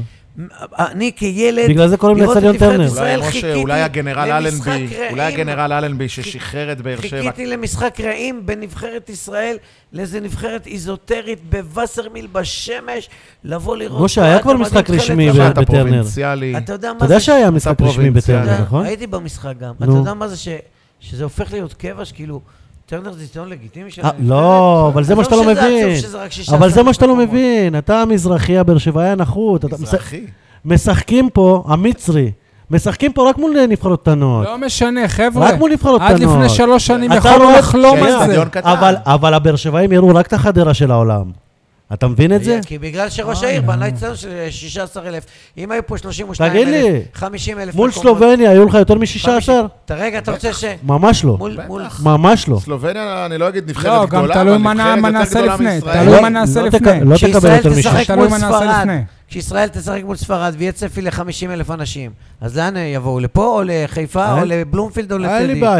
אני כילד, בגלל זה קוראים לראות את לאצטדיון נבחרת טרנר. ישראל, אולי חיכיתי אולי הגנרל למשחק אלנבי, רעים. אולי הגנרל אלנבי ששחרר את באר שבע. חיכיתי למשחק רעים בנבחרת ישראל, לאיזה נבחרת איזוטרית בווסרמיל בשמש, לבוא לראות... משה, היה כבר משחק רשמי אתה בטרנר. פרוביnciali. אתה יודע אתה מה יודע זה... שהיה משחק אתה רשמי פרובינציאלי. בטרנר, נכון? הייתי במשחק גם. נו. אתה יודע מה זה שזה הופך להיות קבע, שכאילו... טרנר זה ציון לגיטימי של הנבחרת? לא, אבל זה מה שאתה לא עזוב שזה מבין. עצוב שזה רק 16 אבל זה מה שאתה לא מקומות. מבין. אתה המזרחי, הבאר שבעי הנחות. מזרחי. משחקים פה, המצרי, משחקים פה רק מול נבחרות קטנות. לא משנה, חבר'ה. רק מול נבחרות עד קטנות. לפני 3 שנים אתה יכולנו רואה- לחלום שנייה, על זה. אצטדיון קטן. אבל הבאר שבעים יראו רק את החדרה של העולם. אתה מבין את זה? כי בגלל שראש העיר בנה אצלנו של 16,000, אם היו פה 32,000, תגיד לי, 50,000 מול מקומות. סלובניה היו לך יותר מ-16? רגע, אתה רוצה ש... ממש לא. מול... ממש לא. סלובניה, אני לא אגיד לא, נבחרת גם גדולה, תלוי אבל מה נבחרת יותר נעשה גדולה לפני. מישראל. תלוי לא- מה נעשה לא לפני. לא תקבל כשישראל יותר תשחק מ-16. תלוי מול מה נעשה ספרד, לפני. כשישראל תשחק מול ספרד ויהיה צפי ל-50,000 אנשים, אז לאן יבואו? לפה או לחיפה או אין- לבלומפילד או אין לי לטדי? בעיה.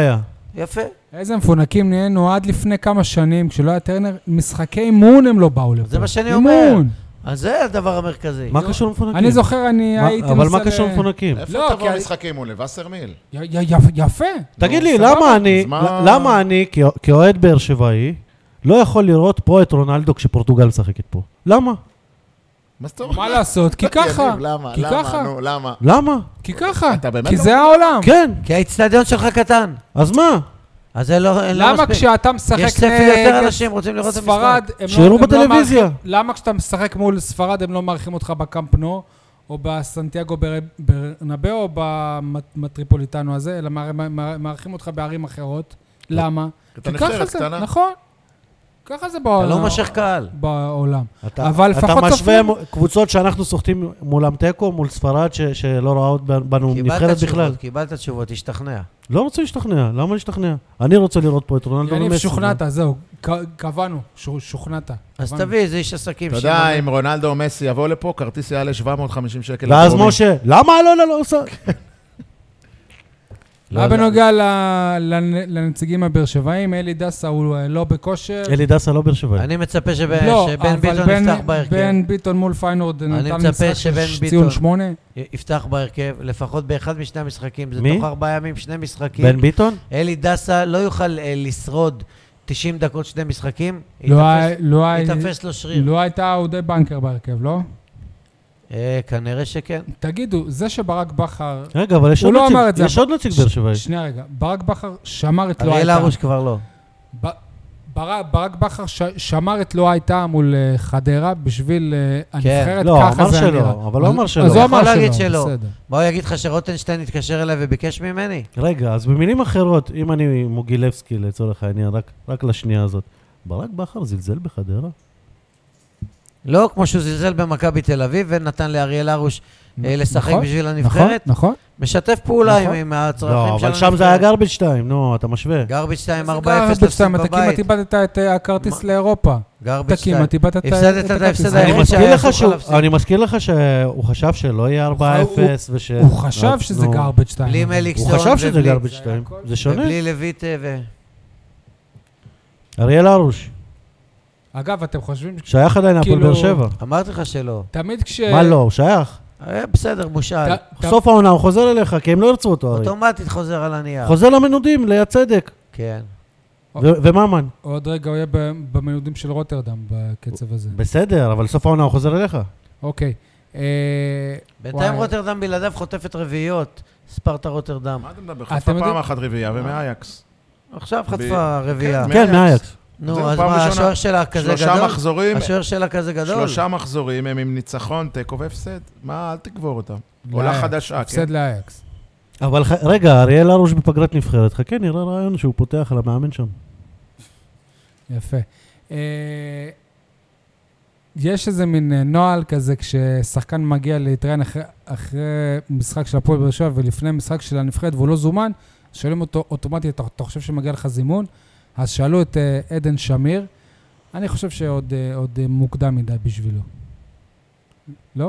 יפה. איזה מפונקים נהיינו עד לפני כמה שנים, כשלא היה טרנר, משחקי אימון הם לא באו לפה. זה מה שאני אומר. אימון. אז זה הדבר המרכזי. מה קשור למפונקים? אני זוכר, אני הייתי אבל מה קשור למפונקים? איפה לא, תבוא כי- משחקי אימון? לווסרמיל. יפה. תגיד לי, סבבה. למה אני, כאוהד באר שבעי, לא יכול לראות פה את רונלדו כשפורטוגל משחקת פה? למה? מה זאת אומרת? מה לעשות? כי ככה. יניב, למה? כי למה? ככה. נו, למה? למה? כי ככה. אתה באמת כי לא זה העולם. כן, כי האצטדיון שלך קטן. אז מה? אז זה לא למה מספיק. כשאתה משחק יש צפי יותר אנשים רוצים לראות את המשחק. ספרד, הם שיראו הם בטלוויזיה. מארחים- למה כשאתה משחק מול ספרד הם לא מארחים אותך בקאמפ נו, או בסנטיאגו ברנבאו, או במטריפוליטנו הזה, אלא מארחים אותך בערים אחרות? למה? אתה כי ככה נבחרת זה, קטנה. נכון. ככה זה אתה לא בעולם. משך קהל. בעולם. אתה אבל לפחות משווה צופים. קבוצות שאנחנו סוחטים מולם תיקו, מול ספרד שלא ראו בנו נבחרת בכלל. קיבלת תשובות, תשתכנע. לא רוצה להשתכנע, למה להשתכנע? אני רוצה לראות פה את רונלדו יניב, ומסי. שוכנעת, זהו. קבענו, שוכנעת. אז קבענו. תביא, זה איש עסקים. אתה יודע, אם רונלדו או מסי יבוא לפה, כרטיס יעלה 750 שקל. ואז לדרומי. משה, למה לא עושה? מה בנוגע לנציגים הבאר שבעים, אלי דסה הוא לא בכושר. אלי דסה לא באר שבעי. אני מצפה לא, שבן ביטון אבל יפתח בהרכב. בן ביטון מול פיינורד אני נתן מצפה משחק שבן של ביטון- ציון 8. יפתח בהרכב, לפחות באחד משני המשחקים. זה מי? תוך 4 ימים, 2 משחקים. בן ביטון? אלי דסה לא יוכל לשרוד 90 דקות 2 משחקים. ייתפס לו שריר. לא הייתה אודי בנקר בהרכב, לא? כנראה שכן. תגידו, זה שברק בכר... רגע, אבל יש הוא עוד לא נציג, אמר את זה. יש עוד נציג באר שבעי. שנייה רגע, ברק בכר שמר את לא אריאל הייתה. הרוש כבר לא. ברק בכר שמר את לא הייתה מול חדרה בשביל הנבחרת, לא, ככה אמר זה שלא, נראה. אבל לא אמר שלא. אז הוא יכול אמר להגיד שלא, שלא. בסדר. מה הוא יגיד לך שרוטנשטיין התקשר אליי וביקש ממני? רגע, אז במילים אחרות, אם אני מוגילבסקי לצורך העניין, רק לשנייה הזאת, ברק בכר זלזל בחדרה? לא, כמו שהוא זלזל במכבי תל אביב ונתן לאריאל הרוש לשחק נכון, בשביל הנבחרת. נכון. משתף פעולה נכון. עם הצרכים לא, של אבל הנבחרת. שם זה היה גרביץ' 2, נו, אתה משווה. גרביץ' 2, 4-0 גרביץ' תפסיד 2, אתה כמעט בבית. איבדת את הכרטיס לאירופה. גרביץ' אתה 2. כמעט איבדת את הפסדת את ההפסד הכרטיס. היחיד שהיה אסור לך להפסיד. אני מזכיר לך שהוא חשב שלא יהיה 4-0 וש... הוא חשב שזה נו. גרביץ' 2. בלי הוא מליקסון חשב שזה ובלי- גרביץ' 2, זה שונה. ובלי לויטה אריאל הרוש, אגב, אתם חושבים... שייך עדיין להפועל כאילו- באר שבע. אמרתי לך שלא. תמיד כש... מה לא, הוא שייך. בסדר, מושל. סוף העונה הוא חוזר אליך, כי הם לא ירצו אותו הרי. אוטומטית חוזר על הנייר. חוזר למנודים, ליד צדק. כן. וממן. עוד רגע הוא יהיה במנודים של רוטרדם בקצב הזה. בסדר, אבל סוף העונה הוא חוזר אליך. אוקיי. בינתיים וואי. רוטרדם בלעדיו חוטפת רביעיות. ספרטה רוטרדם. מה אתה מדבר? אתם חטפה יודעים- פעם אחת רביעייה ומאייקס. עכשיו חטפה רביעייה. כן, כן, מאייקס. נו, זהו, אז פעם מה, ראשונה. השוער שלה כזה שלושה גדול? מחזורים, השוער שלה כזה גדול? 3 מחזורים הם עם ניצחון, תיקו והפסד. מה, אל תקבור אותם. עולה לאייקס. חדשה, כן. הפסד לאייקס. אבל רגע, אריאל הרוש בפגרת נבחרת. חכה, נראה רעיון שהוא פותח על המאמן שם. יפה. יש איזה מין נוהל כזה, כששחקן מגיע להתראיין אחרי משחק של הפועל באר שבע ולפני משחק של הנבחרת והוא לא זומן, שואלים אותו אוטומטית, אתה חושב שמגיע לך זימון? אז שאלו את עדן שמיר, אני חושב שעוד מוקדם מדי בשבילו. לא?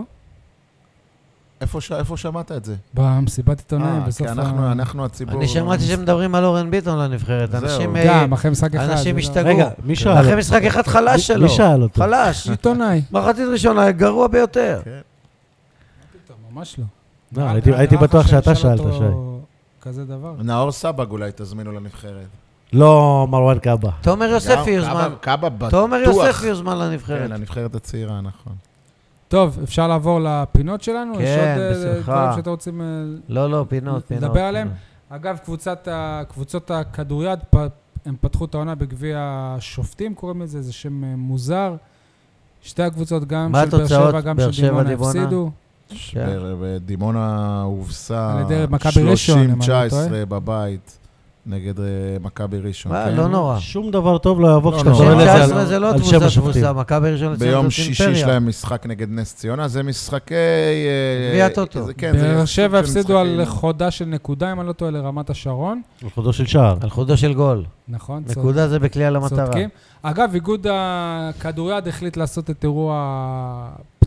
איפה שמעת את זה? במסיבת עיתונאים בסוף כי אנחנו הציבור... אני שמעתי שמדברים על אורן ביטון לנבחרת. זהו. אנשים גם, אחרי משחק אחד. אנשים זה השתגעו. רגע, מי שאל? אחרי משחק אחד חלש שלו. מי שאל אותו? חלש. עיתונאי. מחצית ראשונה, גרוע ביותר. כן. ממש לא. לא, הייתי בטוח שאתה שאלת, שי. כזה דבר. נאור סבג אולי תזמינו לנבחרת. לא מרואן קאבה. תומר יוספי יוזמן. קאבה בטוח. תומר יוספי יוזמן כן, לנבחרת. לנבחרת הצעירה, נכון. טוב, אפשר לעבור לפינות שלנו? יש כן, עוד בשמחה. דברים שאתם רוצים לא, פינות. לדבר עליהם? אגב, קבוצות הכדוריד, הם פתחו את העונה בגביע השופטים, קוראים לזה, זה שם מוזר. שתי הקבוצות, גם מה של באר התוצאות? שבע, גם באר של דימונה, שבע, דימונה? הפסידו. כן. דימונה הובסה על ידי מכבי ראשון, אם אני לא טועה. 30-19 בבית נגד מכבי ראשון. כן. לא נורא. שום דבר טוב לא יעבור לא, כשאתה לא. קורא לזה 19 זה לא על שם תבוסה השופטים. תבוסה, מכבי ראשון לציון ביום זאת שישי אימפריה. שלהם משחק נגד נס ציונה, זה משחקי... גביע הטוטו. זה- כן, באר זה שבע סוג של הפסידו על משחקים. חודה של נקודה, אם אני לא טועה, לרמת השרון. על חודו של שער. על חודו של גול. נכון, נקודה זה בכלי על המטרה. צודקים. אגב, איגוד הכדוריד החליט לעשות את אירוע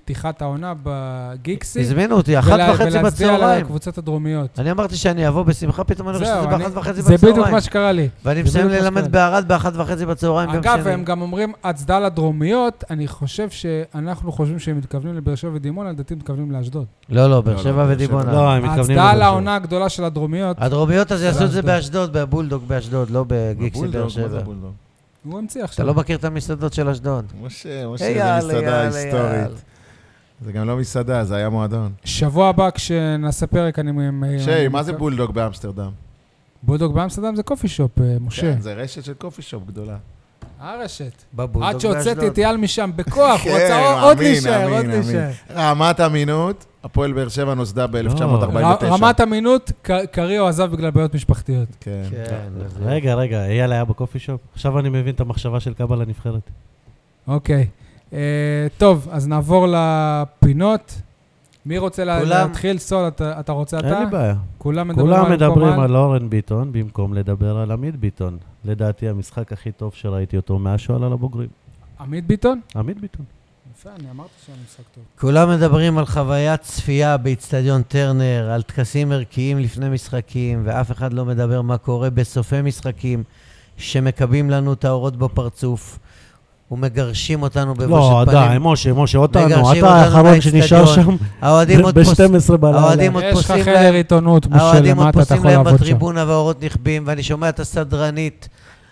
פתיחת העונה בגיקסי. הזמינו אותי, 1:30 ולהצדיע בצהריים. לקבוצות הדרומיות. אני אמרתי שאני אבוא בשמחה, פתאום אני חושב שזה ב-1:30 זה בדיוק בצהריים. מה שקרה לי. ואני מסיים ללמד בערד ב-1:30 בצהריים. אגב, הם גם אומרים הצדעה לדרומיות, אני חושב שאנחנו חושבים שהם מתכוונים לבאר שבע ודימונה, לדעתי מתכוונים לאשדוד. לא, באר שבע ודימונה. לא, הם מתכוונים ההצדעה לבאר שבע. לעונה הגדולה של הדרומיות, הדרומיות אז יעשו את זה באשדוד. באשדוד, בבולדוג באשדוד, לא בגיקסי באר שבע. הוא המציא אתה עכשיו. לא מכיר את המסעדות של אשדוד. משה, זה מסעדה היסטורית. זה גם לא מסעדה, זה היה מועדון. שבוע הבא כשנעשה פרק אני... שי, מה זה בולדוג באמסטרדם? בולדוג באמסטרדם זה קופי שופ, משה. כן, זה רשת של קופי שופ גדולה. הרשת. בבולדוג עד שהוצאתי באשדוד. את אייל משם בכוח, הוא כן, רצה עוד אמין, להישאר, עוד אמין, להישאר. רמת אמינות, הפועל באר שבע נוסדה ב-1949. רמת אמינות, קריו עזב בגלל בעיות משפחתיות. כן. כן. רגע, אייל היה בקופי שופ. עכשיו אני מבין את המחשבה של קאבה לנבחרת. אוקיי. טוב, אז נעבור לפינות. מי רוצה להתחיל? סול, אתה רוצה אתה? אין לי בעיה. כולם כולם מדברים על אורן ביטון במקום לדבר על עמית ביטון. לדעתי המשחק הכי טוב שראיתי אותו מהשואל על הבוגרים. עמית ביטון? עמית ביטון. יפה, אני אמרתי שהיה משחק טוב. כולם מדברים על חוויית צפייה באצטדיון טרנר, על טקסים ערכיים לפני משחקים, ואף אחד לא מדבר מה קורה בסופי משחקים, שמקבים לנו את האורות בפרצוף, ומגרשים אותנו בבושת לא, פנים. די, משה, אותנו, מגרשים אתה אותנו האחרון שנשאר שם האוהדים עוד ב-12 בלילה. האוהדים עוד יש לך פוסים חדר להם, עיתונות, משה, האוהדים עוד למטה אתה פוסים יכול להם לעבוד שם. בטריבונה והאורות נכבים, ואני שומע את הסדרנית,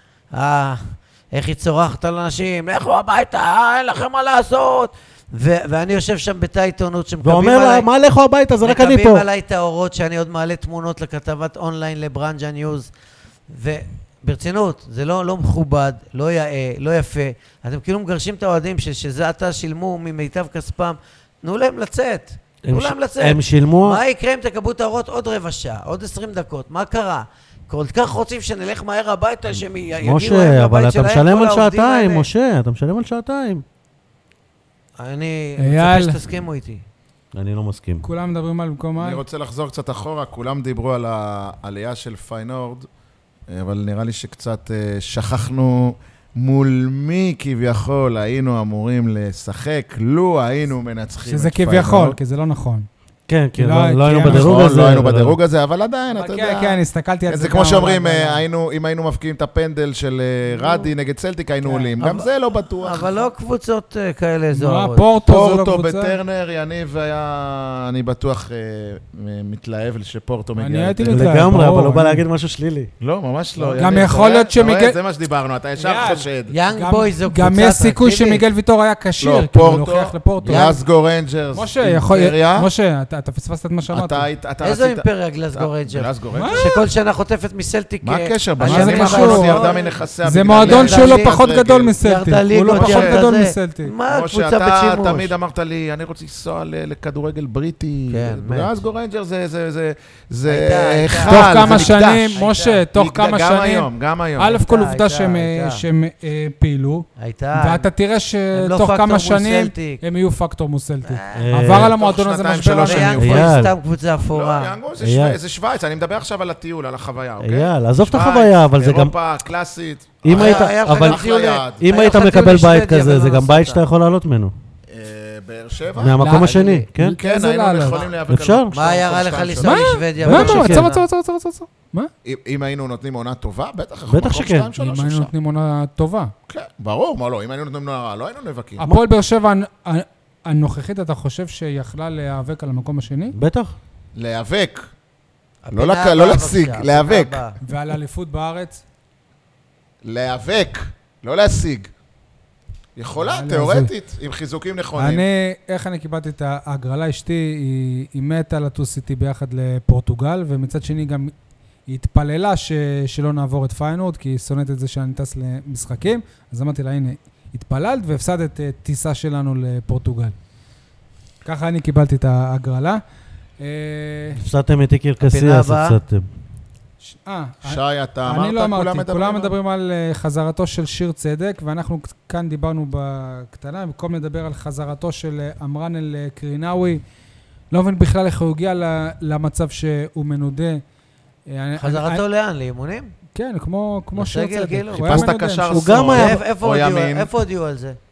איך היא צורחת על אנשים, לכו הביתה, אין לכם מה לעשות. ואני יושב שם בתא עיתונות שמקבים ואומר לה, מה לכו הביתה, זה רק אני פה. מקבים עליי את האורות שאני עוד מעלה תמונות לכתבת אונליין לברנג'ה ניוז, וברצינות, זה לא מכובד, לא יאה, לא יפה. אתם כאילו מגרשים את האוהדים שזה עתה שילמו ממיטב כספם, תנו להם לצאת. תנו להם לצאת. הם שילמו... מה יקרה אם תקבלו את האורות עוד רבע שעה, עוד 20 דקות? מה קרה? כל כך רוצים שנלך מהר הביתה, שהם יגיעו משה, אבל לבית אתה שלהם, משלם כל על העובדים שעתיים, האלה. משה, אתה משלם על שעתיים. אני אייל. מצפה שתסכימו איתי. אני לא מסכים. כולם מדברים על במקום אני מה? רוצה לחזור קצת אחורה, כולם דיברו על העלייה של פיינורד, אבל נראה לי שקצת שכחנו מול מי כביכול היינו אמורים לשחק, לו היינו מנצחים את שזה פיינורד. כביכול, כי זה לא נכון. כן, כן, לא, לא היינו כן, בדירוג נכון, הזה. לא היינו בדירוג הזה, אבל עדיין, אתה יודע. כן, כן, הסתכלתי על זה כמו שאומרים, אם היינו מפקיעים את הפנדל של רדי נגד צלטיק, היינו עולים. גם זה לא בטוח. אבל לא קבוצות כאלה זוהרות. פורטו זה לא פורטו קבוצה. בטרנר, יניב היה, אני בטוח, מתלהב שפורטו מגיע. אני הייתי יותר. מתלהב. לגמרי, ברור, אבל הוא בא אני- להגיד משהו שלילי. לא, ממש לא. גם יניב, יכול להיות אתה רואה? שמיגל- זה מה שדיברנו, אתה ישר יאללה. חושד. יאנג בויז זו קבוצה גם יש סיכוי אטרקטיבית. שמיגל ויטור היה כשיר, לא, כי הוא פורטו, לוקח לפורטו. גלאסגו רנג'רס, משה, יכול... אימפריה. משה, אתה פספסת את מה שאמרתי. אתה איזו רצית- אימפריה גלסגו רנג'רס? גלאזגו מה? רנג'רס? שכל שנה חוטפת מסלטיק... מה הקשר? מה זה בשנים קשור? האחרונות ירדה מנכסיה. זה בגלל מועדון ירדה שהוא לא ליגת פחות רגל. גדול מסלטיק. ירדה הוא ליגות, לא פחות ירדה גדול זה. מסלטיק. מה כמו הקבוצה שאתה בשימוש? תמיד אמרת לי, אני רוצה לנסוע לכדורגל בריטי. כן, מת. גלאזגו רנג'רס זה הייתה. היכל, תוך זה כמה מקדש. שנים, משה, תוך כמה גם שנים, היום, גם היום. א' כל עובדה הייתה. שהם פעילו, הייתה... ואתה תראה הם לא שתוך פקטור כמה מול שנים סלטיק. הם יהיו פקטור מול סלטיק. אה, עבר על המועדון הזה שנתיים, משבר שלוש ענק. שנים. ויאנג אייל. בויז סתם קבוצה לא, אפורה. יאנגו אייל. זה שוויץ, אני מדבר עכשיו על הטיול, על החוויה, אוקיי? אייל, עזוב את שוויץ, החוויה, אבל זה גם... אירופה קלאסית. אם היית... היה לך אבל גם טיול- יעד. אם היה היית לך טיול מקבל לשוודיה בית כזה, ולא זה גם נסעת. בית שאתה יכול לעלות ממנו. באר שבע? מהמקום לא, השני, כן? כן, איזה היינו לאללה. יכולים להיאבק על אפשר? מקום מה היה שתיים, רע לך שתיים, לנסוע שלוש. לשוודיה? בטח מה? שכן. עצור. מה? אם היינו נותנים עונה טובה, בטח. בטח מקום שכן. שתיים, שלוש, אם היינו אפשר. נותנים עונה טובה. כן, ברור, מה לא, אם היינו נותנים עונה רעה, לא היינו נאבקים. הפועל באר שבע הנוכחית, אתה חושב שיכלה להיאבק על המקום השני? בטח. להיאבק. הפינה לא הבאה, להשיג, בבקשה, להיאבק. הפינה הבאה. ועל אליפות בארץ? להיאבק, לא להשיג. יכולה, נראה לי תיאורטית, עם חיזוקים נכונים. איך אני קיבלתי את ההגרלה? אשתי, היא מתה לטוס איתי ביחד לפורטוגל, ומצד שני גם היא התפללה שלא נעבור את פיינורד, כי היא שונאת את זה שאני טס למשחקים. אז אמרתי לה, הנה, התפללת והפסדת טיסה שלנו לפורטוגל. ככה אני קיבלתי את ההגרלה. הפסדתם את איקיר הפינה קסיאס, הבאה. הפסדתם. שי, אתה אמרת, אני לא אמרתי, כולם על- מדברים על חזרתו של שיר צדק, ואנחנו כאן דיברנו בקטנה, במקום לדבר על חזרתו של אמרן אל קרינאווי, לא מבין בכלל איך הוא הגיע למצב שהוא מנודה. חזרתו לאן? לאימונים? כן, כמו שיר בסגל, צדק. כאילו. הוא היה חיפשת מנודה. קשר הוא גם היה- איפה או הודיעו- ימין. איפה הודיעו על זה?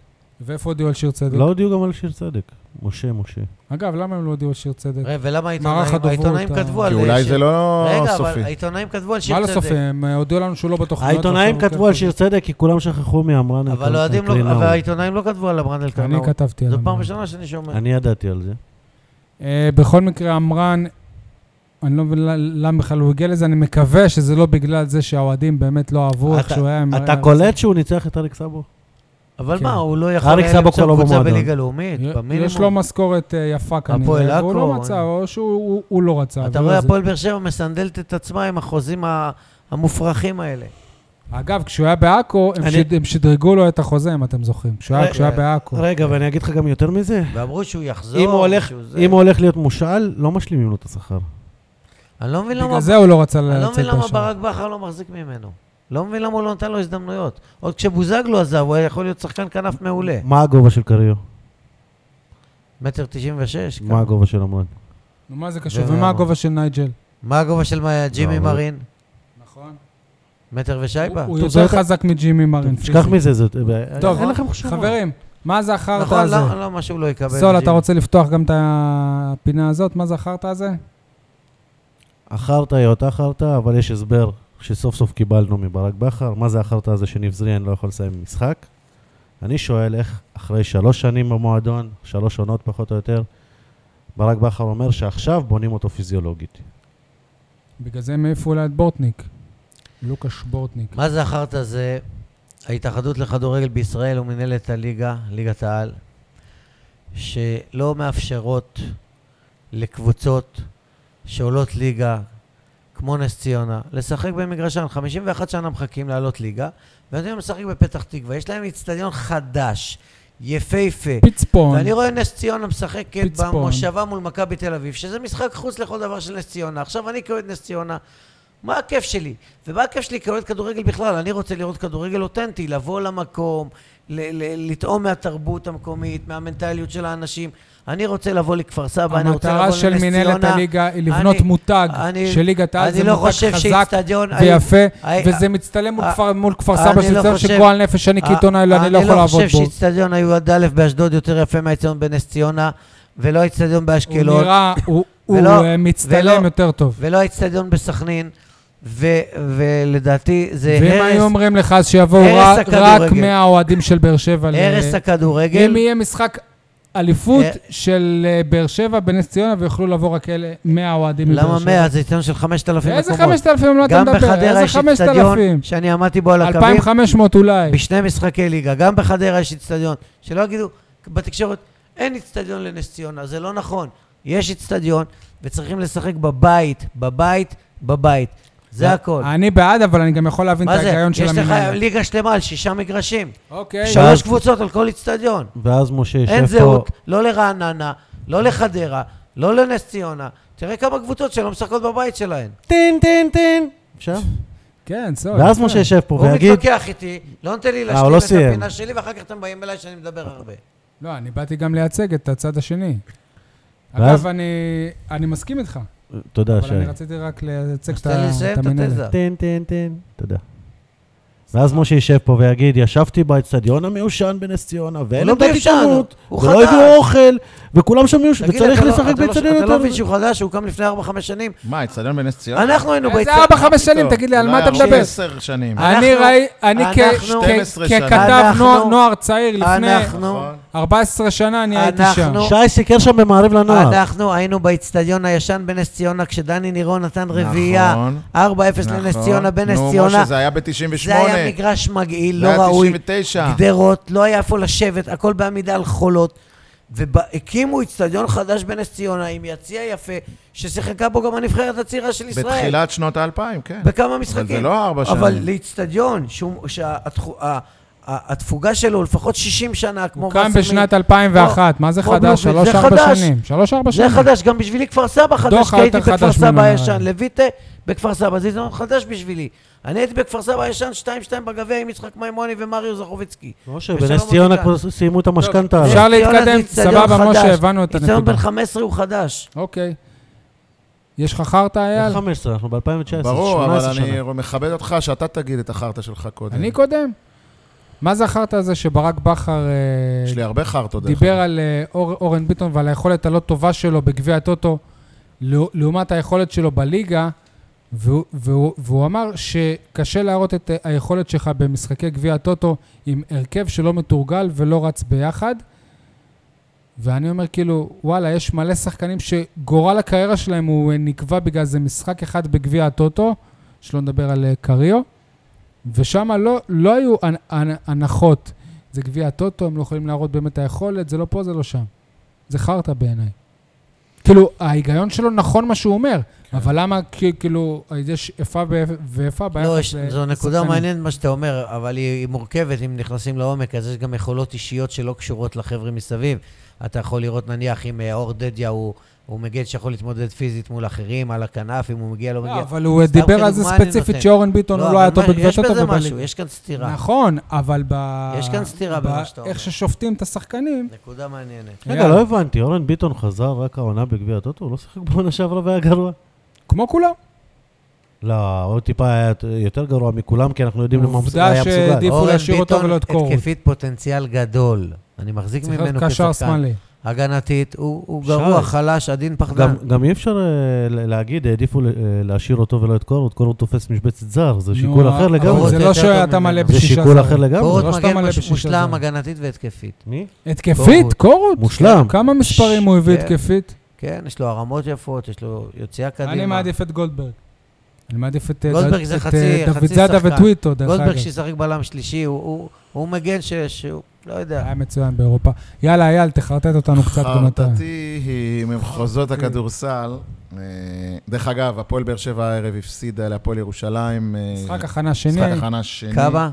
ואיפה הודיעו על שיר צדק? לא הודיעו גם על שיר צדק. משה. אגב, למה הם לא הודיעו על שיר צדק? ולמה מערך הדוברות, העיתונאים כתבו על... כי אולי זה לא רגע, סופי. אבל העיתונאים כתבו על מה שיר לא צדק. סופי? הם הודיעו לנו שהוא לא בתוכניות. העיתונאים כתבו על שיר צדק כי כולם שכחו מאמרן. אבל אוהדים לא, אבל העיתונאים לא כתבו על אמרן אלקרנאו. אני כתבתי על זו פעם אמרן. ראשונה שאני שומע. אני ידעתי על זה. בכל מקרה, אמרן, אני לא מבין למה בכלל הוא הגיע לזה, אני מקווה שזה לא בגלל זה שהאוהדים באמת לא אהבו איך שהוא היה... אתה קולט שהוא ניצח את אריק סאבו? אבל כן. מה, הוא לא יכול אריק סבא כבר לא קבוצה במועדון. בליגה לאומית, במינימום. יש לו משכורת יפה הפועל כנראה, עכו, והוא לא רצה, או שהוא לא רצה. אתה רואה, הפועל באר שבע מסנדלת את עצמה עם החוזים המופרכים האלה. אגב, כשהוא היה בעכו, הם שדרגו לו את החוזה, אם אתם זוכרים. כשהוא היה בעכו. רגע, ואני אגיד לך גם יותר מזה. ואמרו שהוא יחזור. אם הוא הולך להיות מושאל, לא משלימים לו את השכר. אני לא מבין למה... בגלל זה הוא לא רצה אני לא לצאת מבין למה באר שבע. ברק בכר לא מחזיק ממנו. לא מבין למה הוא לא נתן לו הזדמנויות. עוד כשבוזגלו עזב, הוא היה יכול להיות שחקן כנף מעולה. מה הגובה של קריו? 1.96 מטר. מה הגובה של אמרן? נו, מה זה קשור? ומה הגובה של נייג'ל? מה הגובה של ג'ימי מרין? נכון. מטר ושייבה. הוא יותר חזק מג'ימי מרין. תשכח מזה, זה... טוב, אין לכם חשומה. חברים, מה זה החרטא נכון, הזה? לא מה שהוא לא יקבל. סול, אתה רוצה לפתוח גם את הפינה הזאת? מה זה החרטא הזה? החרטא היא אותה חרטא, אבל יש הסבר שסוף סוף קיבלנו מברק בכר. מה זה החרטא הזה שניב זריאן לא יכול לסיים משחק? אני שואל איך אחרי 3 שנים במועדון, 3 עונות פחות או יותר, ברק בכר אומר שעכשיו בונים אותו פיזיולוגית. בגלל זה הם העיפו אולי את בורטניק. לוקאש בורטניק. מה זה החרטא הזה? ההתאחדות לכדורגל בישראל ומנהלת הליגה, ליגת העל, שלא מאפשרות לקבוצות שעולות ליגה, כמו נס ציונה, לשחק במגרשן. 51 שנה מחכים לעלות ליגה, ואתם משחק בפתח תקווה. יש להם אצטדיון חדש, יפהפה. פיצפון. ואני רואה נס ציונה משחקת פיצפון. במושבה מול מכבי תל אביב, שזה משחק חוץ לכל דבר של נס ציונה. עכשיו אני כאוהד נס ציונה, מה הכיף שלי? ומה הכיף שלי כאוהד כדורגל בכלל? אני רוצה לראות כדורגל אותנטי, לבוא למקום, לטעום מהתרבות המקומית, מהמנטליות של האנשים. אני רוצה לבוא לכפר סבא, אני רוצה לבוא לנס ציונה. המטרה של מנהלת הליגה היא לבנות מותג של ליגת העל, זה מותג חזק ויפה, וזה מצטלם מול כפר סבא, שזה שגועל נפש, אני כעיתונאי, אני לא יכול לעבוד בו. אני לא חושב שאצטדיון היו עד א' באשדוד יותר יפה מהאצטדיון בנס ציונה, ולא האצטדיון באשקלון. הוא נראה, הוא מצטלם יותר טוב. ולא האצטדיון בסכנין. ולדעתי זה הרס... ואם היו אומרים לך שיבואו רק 100 אוהדים של באר שבע... הרס הכדורגל. אם יהיה משחק אליפות של באר שבע בנס ציונה, ויוכלו לבוא רק 100 אוהדים מבאר שבע. למה 100? זה אצטדיון של 5,000 מקומות. איזה 5,000? לא אתה מדבר. גם בחדרה יש אצטדיון שאני עמדתי בו על הקווים. 2,500 אולי. בשני משחקי ליגה. גם בחדרה יש אצטדיון. שלא יגידו, בתקשורת, אין אצטדיון לנס ציונה. זה לא נכון. יש אצטדיון, וצריכים לשחק בבית. זה הכל. אני בעד, אבל אני גם יכול להבין את ההיגיון של המנהל. יש לך ליגה שלמה על 6 מגרשים. אוקיי. 3 קבוצות על כל אצטדיון. ואז משה ישב פה... אין זהות, לא לרעננה, לא לחדרה, לא לנס ציונה. תראה כמה קבוצות שלא משחקות בבית שלהן. טין. אפשר? כן, סול. ואז משה ישב פה ויגיד... הוא מתווכח איתי, לא נותן לי להשלים את הפינה שלי, ואחר כך אתם באים אליי שאני מדבר הרבה. לא, אני באתי גם לייצג את הצד השני. אגב, אני מסכים איתך. תודה, שי. אבל אני רציתי רק לייצג את המנהלת. תן. תודה. ואז משה יישב פה ויגיד, ישבתי באצטדיון המיושן בנס ציונה, ואין עמדת עיתונות, ולא הביאו אוכל, וכולם שם מיושן, וצריך לשחק באצטדיון. אתה לא מבין שהוא חדש, שהוא קם לפני 4-5 שנים? מה, אצטדיון בנס ציונה? אנחנו היינו באצטדיון. איזה 4-5 שנים? תגיד לי, על מה אתה מדבר? 10 שנים. אני ככתב נוער צעיר לפני 14 שנה אני הייתי שם. שי סיקר שם במעריב לנוער. אנחנו היינו באצטדיון הישן בנס ציונה, כשדני נירון נתן רביעייה, 4-0 לנס ציונה בנס ציונה. נו, משה, זה היה ב-98. זה היה מגרש מגעיל, לא ראוי, גדרות, לא היה איפה לשבת, הכל בעמידה על חולות, והקימו אצטדיון חדש בנס ציונה עם יציע יפה, ששיחקה בו גם הנבחרת הצעירה של ישראל. בתחילת שנות ה-2000, כן. בכמה משחקים. אבל זה לא 4 שנים. אבל לאצטדיון, שהתפוגה שלו לפחות 60 שנה, כמו הוא קם בשנת 2001, מה זה חדש? 3-4 שנים. 3-4 שנים. זה חדש, גם בשבילי כפר סבא חדש, כי הייתי בכפר סבא הישן, לויטה בכפר סבא, זה זמן חדש בשבילי. אני הייתי בכפר סבא הישן 2-2 בגביע עם יצחק מימוני ומריו זכוביצקי. משה, בנס ציונה כבר סיימו את המשכנתה. אפשר להתקדם, סבבה, משה, הבנו את הנקודה. אצטדיון בן 15 הוא חדש. אוקיי. יש לך חרטא, אייל? 15, אנחנו ב-2019. ברור, אבל אני מכבד אותך שאתה תגיד את החרטא שלך קודם. אני קודם? מה זכרת הזה שברק בכר יש לי הרבה חרטות. דיבר על אורן ביטון ועל היכולת הלא טובה שלו בגביע הטוטו, לעומת היכולת שלו בליגה, והוא אמר שקשה להראות את היכולת שלך במשחקי גביע הטוטו עם הרכב שלא מתורגל ולא רץ ביחד. ואני אומר כאילו, וואלה, יש מלא שחקנים שגורל הקריירה שלהם הוא נקבע בגלל זה משחק אחד בגביע הטוטו, שלא נדבר על קריו, ושם לא היו הנחות. זה גביע הטוטו, הם לא יכולים להראות באמת היכולת, זה לא פה, זה לא שם. זה חרטה בעיניי. כאילו, ההיגיון שלו נכון מה שהוא אומר, אבל למה כאילו יש איפה ואיפה ביחס לשחקנים? לא, זו נקודה מעניינת מה שאתה אומר, אבל היא מורכבת אם נכנסים לעומק, אז יש גם יכולות אישיות שלא קשורות לחבר'ה מסביב. אתה יכול לראות נניח אם אור דדיה הוא מגד שיכול להתמודד פיזית מול אחרים, על הכנף, אם הוא מגיע לא מגיע. אבל הוא דיבר על זה ספציפית שאורן ביטון הוא לא היה טוב בגביע הטוטו. יש בזה משהו, יש כאן סתירה. נכון, אבל יש כאן סתירה במה שאתה אומר. איך ששופטים את השחקנים. נקודה מעניינת. רגע, לא הבנתי, אורן ביטון חזר רק העונה בגביע הטוטו? הוא לא שיחק בעונה שעברה והיה גרוע? כמו כולם. לא, הוא טיפה היה יותר גרוע מכולם, כי אנחנו יודעים למה הוא היה מסוגל. עובדה שעדיפו להשאיר אותו ולא את קורות. אורן ביטון התקפית פוטנציאל גדול. אני מחזיק ממנו כשחקן. הגנתית, הוא גרוע, חלש, עדין פחדן. גם אי אפשר להגיד, העדיפו להשאיר אותו ולא את קורות, קורות תופס משבצת זר, זה שיקול אחר לגמרי. זה לא שאתה מלא בשישה. זה שיקול אחר לגמרי. קורות מגן מושלם, הגנתית והתקפית. מי? התקפית? קורות? מושלם. כמה מספרים הוא הביא התקפית? כן, יש לו הרמות יפות, יש לו יוציאה קדימה. אני מעדיף את גולדברג. אני מעדיף את דוד זאדה וטוויטו, דרך אגב. גולדברג שישחק בלם שלישי, הוא מגן שהוא לא יודע. היה מצוין באירופה. יאללה, אייל, תחרטט אותנו קצת בינתיים. חרטתי היא ממחוזות הכדורסל. דרך אגב, הפועל באר שבע הערב הפסידה להפועל ירושלים. משחק הכנה שני. משחק הכנה שני. כמה?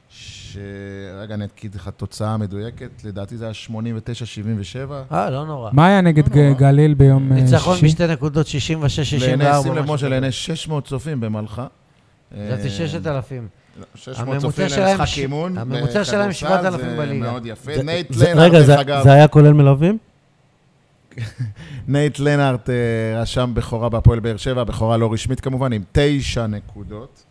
רגע, אני אגיד לך תוצאה מדויקת. לדעתי זה היה 89-77. לא נורא. מה היה נגד גליל ביום שישי? ניצחון בשתי נקודות, 66-64. שים לב משה, לעיני 600 צופים במלחה. זה 6,000. 600 צופים למשחק אימון. הממוצע שלהם 7,000 בליגה. זה מאוד יפה. נייט לנארט, רגע, זה היה כולל מלווים? נייט לנארט רשם בכורה בהפועל באר שבע, בכורה לא רשמית כמובן, עם 9 נקודות.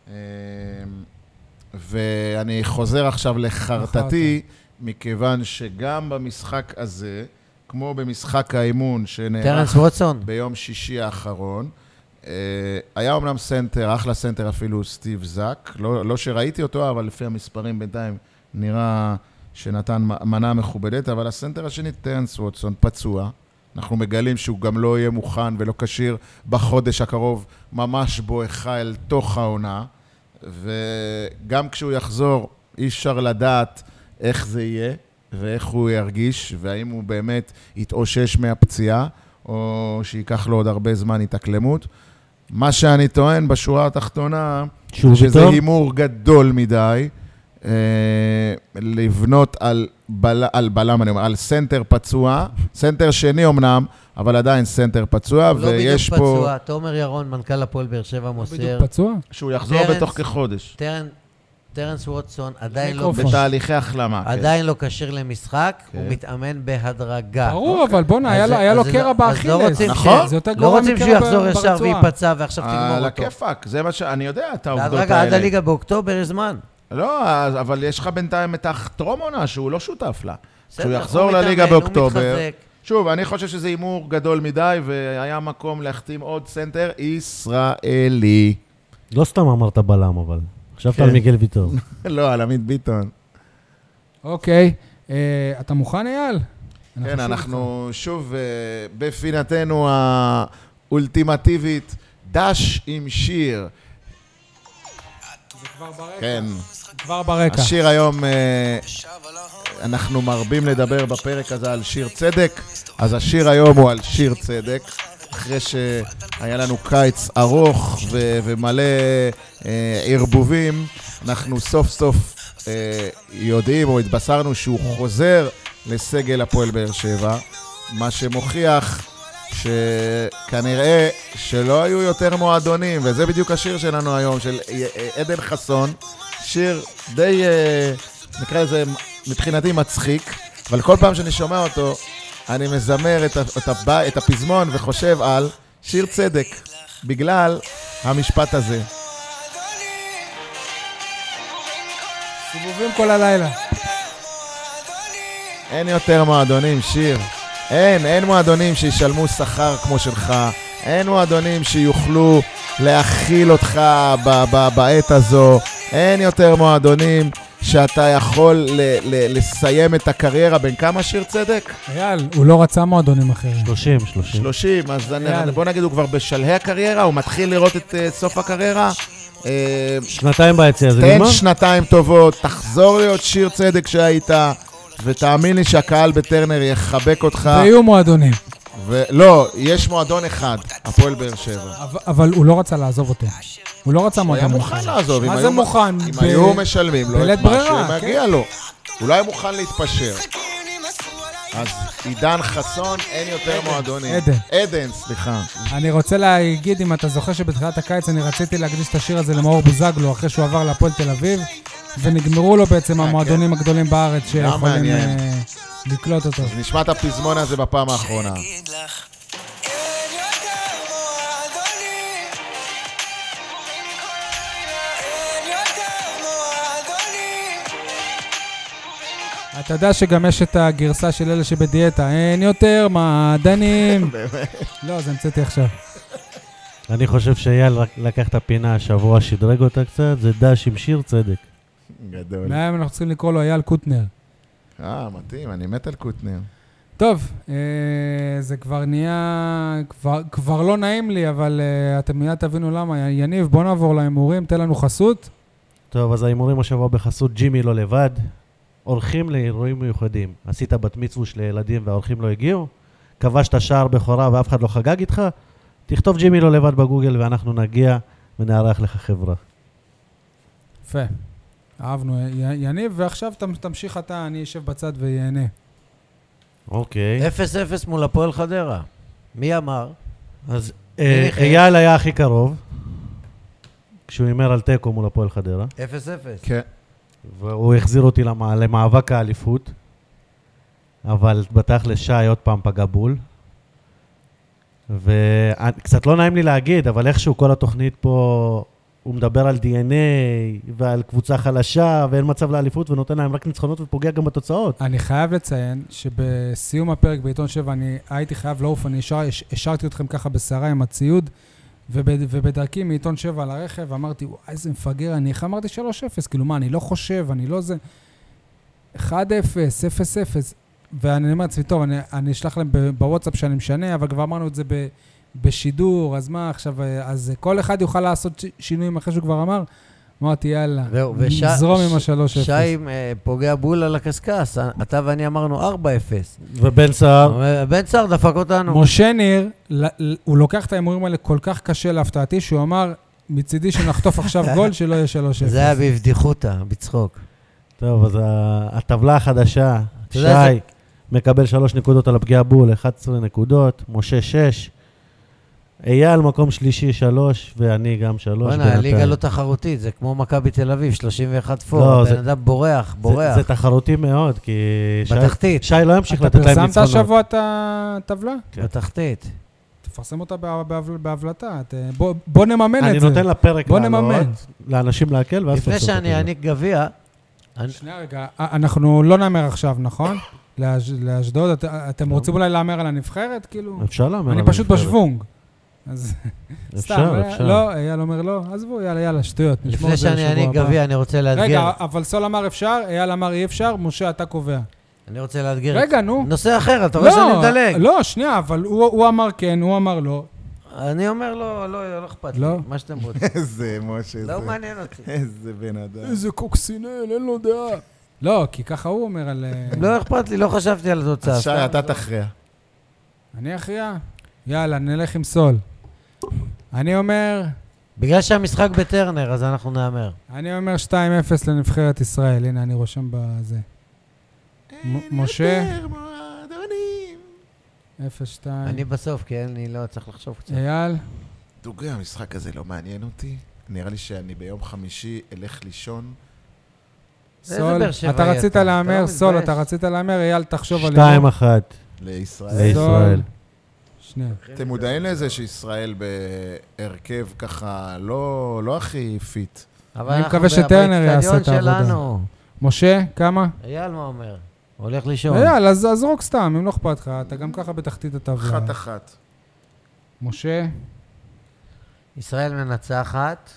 ואני חוזר עכשיו לחרטתי, מכיוון שגם במשחק הזה, כמו במשחק האימון שנערך ביום שישי האחרון, היה אומנם סנטר, אחלה סנטר אפילו סטיב זק, לא שראיתי אותו, אבל לפי המספרים בינתיים נראה שנתן מנה מכובדת, אבל הסנטר השני, טרנס ווטסון, פצוע. אנחנו מגלים שהוא גם לא יהיה מוכן ולא קשיר בחודש הקרוב, ממש בואכה אל תוך העונה, וגם כשהוא יחזור, אי אפשר לדעת איך זה יהיה, ואיך הוא ירגיש, והאם הוא באמת יתאושש מהפציעה, או שיקח לו עוד הרבה זמן התאקלמות. מה שאני טוען בשורה התחתונה, שזה הימור גדול מדי, לבנות על בלם, אני אומר, על סנטר פצוע, סנטר שני אמנם, אבל עדיין סנטר פצוע, ויש פה... לא בדיוק פצוע, תומר ירון, מנכ"ל הפועל באר שבע מוסר... בדיוק פצוע? שהוא יחזור בתוך כחודש. טרנס ווטסון עדיין לא... בתהליכי החלמה. עדיין לא קשיר למשחק, הוא מתאמן בהדרגה. ברור, אבל בוא'נה, היה לו קרע באכילס. נכון. לא רוצים שהוא יחזור ישר ויפצע, ועכשיו תגמור אותו. על הכיפק, זה מה שאני יודע, את העובדות האלה. בהדרגה, עד הליגה באוקטובר יש זמן. לא, אבל יש לך בינתיים את הטרום עונה שהוא לא שותף לה. כשהוא יחזור לליגה באוקטובר. שוב, אני חושב שזה הימור גדול מדי, והיה מקום להחתים עוד סנטר ישראלי. לא סתם אמרת בלם, אבל. חשבת על מיגל ויטור. לא, על עמית ביטון. אוקיי. אתה מוכן, אייל? כן, אנחנו שוב בפינתנו האולטימטיבית, דש עם שיר. זה כבר ברקע. כן. כבר ברקע. השיר היום, אנחנו מרבים לדבר בפרק הזה על שיר צדק, אז השיר היום הוא על שיר צדק. אחרי שהיה לנו קיץ ארוך ומלא ערבובים, אנחנו סוף סוף יודעים או התבשרנו שהוא חוזר לסגל הפועל באר שבע, מה שמוכיח שכנראה שלא היו יותר מועדונים, וזה בדיוק השיר שלנו היום, של עדן חסון, שיר די, נקרא לזה מבחינתי מצחיק, אבל כל פעם שאני שומע אותו, אני מזמר את הפזמון וחושב על שיר צדק, בגלל המשפט הזה. סיבובים כל הלילה. אין יותר מועדונים, שיר. אין מועדונים שישלמו שכר כמו שלך. אין מועדונים שיוכלו להכיל אותך בעת הזו. אין יותר מועדונים שאתה יכול לסיים את הקריירה. בין כמה שיר צדק? אייל, הוא לא רצה מועדונים אחרים. 30, אז בוא נגיד הוא כבר בשלהי הקריירה, הוא מתחיל לראות את סוף הקריירה. שנתיים ביציאה, זה תן נגמר? שנתיים טובות, תחזור להיות שיר צדק שהיית, ותאמין לי שהקהל בטרנר יחבק אותך. ויהיו מועדונים. לא, יש מועדון אחד, הפועל באר שבע. אבל הוא לא רצה לעזוב אותו. הוא לא רצה הוא היה מועדון מוכן אחר. לעזוב. מה זה מוכן? אם היו משלמים לו בלית את מה ברירה, שמגיע לו. אולי מוכן להתפשר. אז עידן חסון, אין יותר מועדונים. עדן, סליחה. אני רוצה להגיד, אם אתה זוכר שבתחילת הקיץ אני רציתי להקדיש את השיר הזה למאור בוזגלו, אחרי שהוא עבר להפועל תל אביב, ונגמרו לו בעצם המועדונים הגדולים בארץ שיכולים לקלוט אותו. אז נשמע את הפזמון הזה בפעם האחרונה. אתה יודע שגם יש את הגרסה של אלה שבדיאטה, אין יותר מעדנים. לא, זה המצאתי עכשיו. אני חושב שאייל לקח את הפינה השבוע, שדרג אותה קצת, זה דש עם שיר צדק. גדול. מהיום אנחנו צריכים לקרוא לו אייל קוטנר. מתאים, אני מת על קוטנר. טוב, זה כבר נהיה, כבר לא נעים לי, אבל אתם מיד תבינו למה. יניב, בוא נעבור להימורים, תן לנו חסות. טוב, אז ההימורים השבוע בחסות ג'ימי לא לבד. הולכים לאירועים מיוחדים. עשית בת מצווש לילדים והאורחים לא הגיעו? כבשת שער בכורה ואף אחד לא חגג איתך? תכתוב ג'ימי לא לבד בגוגל ואנחנו נגיע ונערך לך חברה. יפה. אהבנו, יניב, ועכשיו תמשיך אתה, אני אשב בצד ויהנה. אוקיי. 0-0 מול הפועל חדרה. מי אמר? אז אייל היה הכי קרוב, כשהוא הימר על תיקו מול הפועל חדרה. 0-0. כן. והוא החזיר אותי למאבק האליפות, אבל בתכלס שי עוד פעם פגע בול. וקצת לא נעים לי להגיד, אבל איכשהו כל התוכנית פה, הוא מדבר על DNA ועל קבוצה חלשה, ואין מצב לאליפות, ונותן להם רק ניצחונות ופוגע גם בתוצאות. אני חייב לציין שבסיום הפרק בעיתון 7, אני הייתי חייב לעוף, אני השארתי אתכם ככה בסערה עם הציוד, ובדרכי מעיתון 7 על הרכב, אמרתי, וואי, איזה מפגר, אני אמרתי 3-0, כאילו מה, אני לא חושב, אני לא זה, 1-0, 0-0, ואני אומר לעצמי, טוב, אני אשלח להם בוואטסאפ שאני משנה, אבל כבר אמרנו את זה בשידור, אז מה עכשיו, אז כל אחד יוכל לעשות שינויים אחרי שהוא כבר אמר, אמרתי, יאללה, נזרום עם ה-3-0. שי פוגע בול על הקסקס, אתה ואני אמרנו 4-0. ובן סער? בן סער דפק אותנו. משה ניר, הוא לוקח את האימורים האלה כל כך קשה להפתעתי, שהוא אמר, מצידי שנחטוף עכשיו גול, שלא יהיה 3-0. זה היה בבדיחותה, בצחוק. טוב, אז הטבלה החדשה, שי מקבל 3 נקודות על הפגיעה בול, 11 נקודות, משה 6, אייל מקום שלישי 3, ואני גם 3. הליגה לא תחרותית, זה כמו מכבי תל אביב, 31 פור, הבן אדם בורח. זה תחרותי מאוד, כי בתחתית. שי לא ימשיך לתת להם אתה ניצחונות. פרסמת השבוע את הטבלה? בתחתית. תפרסם אותה בהבלטה, בוא נממן את זה. אני נותן לפרק בוא נממן. לאנשים להקל, ואז לפני שאני אעניק גביע. שנייה רגע, אנחנו לא נאמר עכשיו, נכון? לאשדוד, אתם רוצים אולי לאמר על הנבחרת? כאילו? אפשר לאמר על הנבחרת. אני פשוט בשוונג. אז אפשר. לא, אייל אומר לא, עזבו, יאללה, שטויות. לפני שאני אעניק גביע, אני רוצה לאתגר. רגע, אבל סול אמר אפשר, אייל אמר אי אפשר, משה, אתה קובע. אני רוצה לאתגר. רגע, נו. נושא אחר, אתה רואה שאני מדלג. לא, שנייה, אבל הוא אמר כן, הוא אמר לא. אני אומר לא אכפת לי, מה שאתם רוצים. איזה משה זה. לא מעניין אותי. איזה בן אדם. איזה קוקסינל, אין לו דעה. לא, כי ככה הוא אומר על... לא אכפת לי, לא חשבתי על התוצאה. אז שי, אתה תכריע. אני אכריע? יאללה, נלך עם סול. אני אומר... בגלל שהמשחק בטרנר, אז אנחנו נאמר. אני אומר 2-0 לנבחרת ישראל. הנה, אני רושם בזה. משה? 0-2. אני בסוף, כי אני לא צריך לחשוב קצת. אייל? דוגרי, המשחק הזה לא מעניין אותי. נראה לי שאני ביום חמישי אלך לישון. סול, אתה רצית להאמר, סול, אתה רצית להאמר, אייל, תחשוב על... 2-1. לישראל. שנייה. אתם מודעים לזה שישראל בהרכב ככה לא הכי פיט. אבל אני מקווה שטרנר יעשה את העבודה. משה, כמה? אייל מה אומר? הולך לישון. אייל, אז זרוק סתם, אם לא אכפת לך, אתה גם ככה בתחתית הטבלה. 1-1. משה? ישראל מנצחת.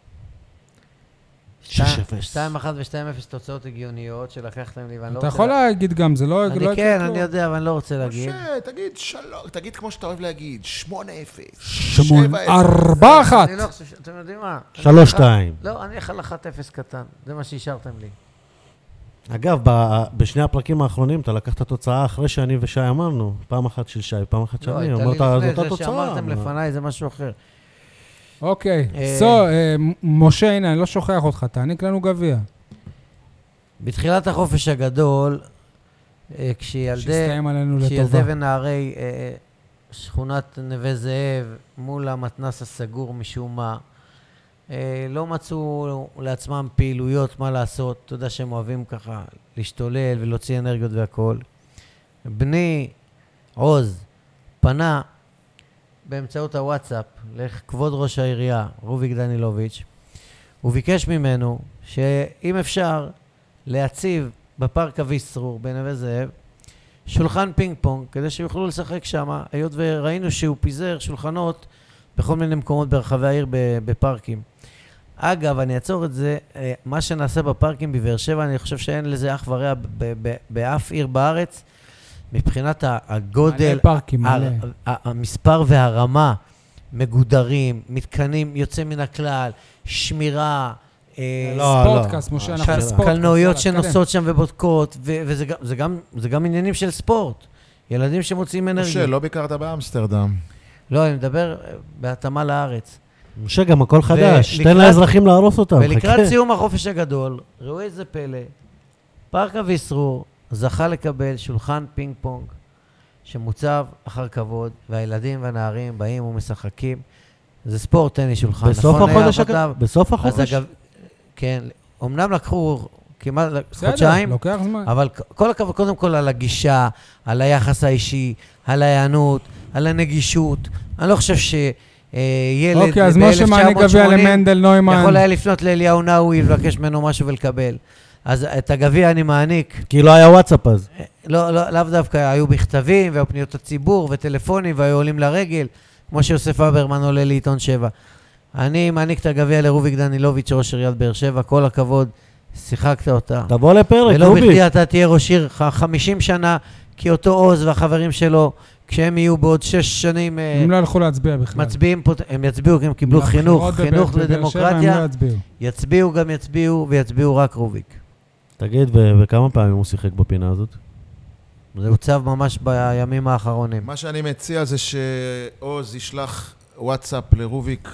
6-0. 2-1 ו-2-0 תוצאות הגיוניות שלקחתם לי, ואני לא אתה רוצה... יכול להגיד גם, זה לא... כן, אני יודע, אבל אני לא רוצה להגיד. משה, תגיד 3, תגיד כמו שאתה אוהב להגיד, 8-0. 4-1. אני לא חושב, אתם יודעים מה? 3-2. לא, אני יכול 1-0 קטן, זה מה שהשארתם לי. אגב, בשני הפרקים האחרונים אתה לקחת תוצאה אחרי שאני ושי אמרנו, פעם אחת של שי, פעם אחת של אני, אמרת, זאת אותה תוצאה. שאמרתם לפניי, זה משהו אחר. אוקיי, משה, הנה, אני לא שוכח אותך, תעניק לנו גביע. בתחילת החופש הגדול, שהסתיים עלינו כשילדי לטובה. ונערי שכונת נווה זאב מול המתנס הסגור משום מה, לא מצאו לעצמם פעילויות מה לעשות, אתה יודע שהם אוהבים ככה להשתולל ולהוציא אנרגיות והכל. בני עוז פנה באמצעות הוואטסאפ לכבוד ראש העירייה, רוביק דנילוביץ', הוא ביקש ממנו שאם אפשר להציב בפארק אביסרור בנווה זאב שולחן פינג פונג כדי שיוכלו לשחק שם, היות וראינו שהוא פיזר שולחנות בכל מיני מקומות ברחבי העיר בפארקים. אגב, אני אעצור את זה, מה שנעשה בפארקים בבאר שבע, אני חושב שאין לזה אח ורע באף עיר בארץ, מבחינת הגודל, מלא פארקים, מלא. המספר והרמה, מגודרים, מתקנים יוצא מן הכלל, שמירה, ספורטקאסט, משה, אנחנו בספורטקאסט. קלנועיות שנוסעות שם ובודקות, וזה גם עניינים של ספורט. ילדים שמוצאים אנרגיה. משה, לא ביקרת באמסטרדם. לא, אני מדבר בהתאמה לארץ. משה, גם הכל חדש, תן לאזרחים להרוס אותם. ולקראת סיום החופש הגדול, ראו איזה פלא, פארק אביסרור זכה לקבל שולחן פינג פונג שמוצב אחר כבוד, והילדים והנערים באים ומשחקים. זה ספורט טניס שולחן. בסוף החודש? כן, אמנם לקחו כמעט חודשיים, לוקח זמן. אבל כל הכבוד קודם כל על הגישה, על היחס האישי, על ההיענות, על הנגישות. אני לא חושב ילד אוקיי, אז משה מעניק גביע למנדל נוימן. יכול היה לפנות לאליהו נאווי ולבקש ממנו משהו ולקבל. אז את הגביע אני מעניק. כי לא היה וואטסאפ אז. לאו דווקא, היו בכתבים והיו פניות הציבור וטלפונים והיו עולים לרגל, כמו שיוסף אברמן עולה לעיתון 7. אני מעניק את הגביע לרוביק דנילוביץ' ראש עיריית באר שבע, כל הכבוד, שיחקת אותה. תבוא לפרק, רוביק. ולא בכדי אתה תהיה ראש עיר 50 שנה, כי אותו עוז והחברים שלו, כשהם יהיו בעוד 6 שנים... הם לא הלכו להצביע בכלל. מצביעים פה, הם יצביעו, כי הם קיבלו חינוך לדמוקרטיה. יצביעו גם יצביעו, ויצביעו רק רוביק. תגיד, וכמה פעמים הוא שיחק בפינה הזאת? זה הוצב ממש בימים האחרונים. מה שאני מציע זה שעוז ישלח וואטסאפ לרוביק,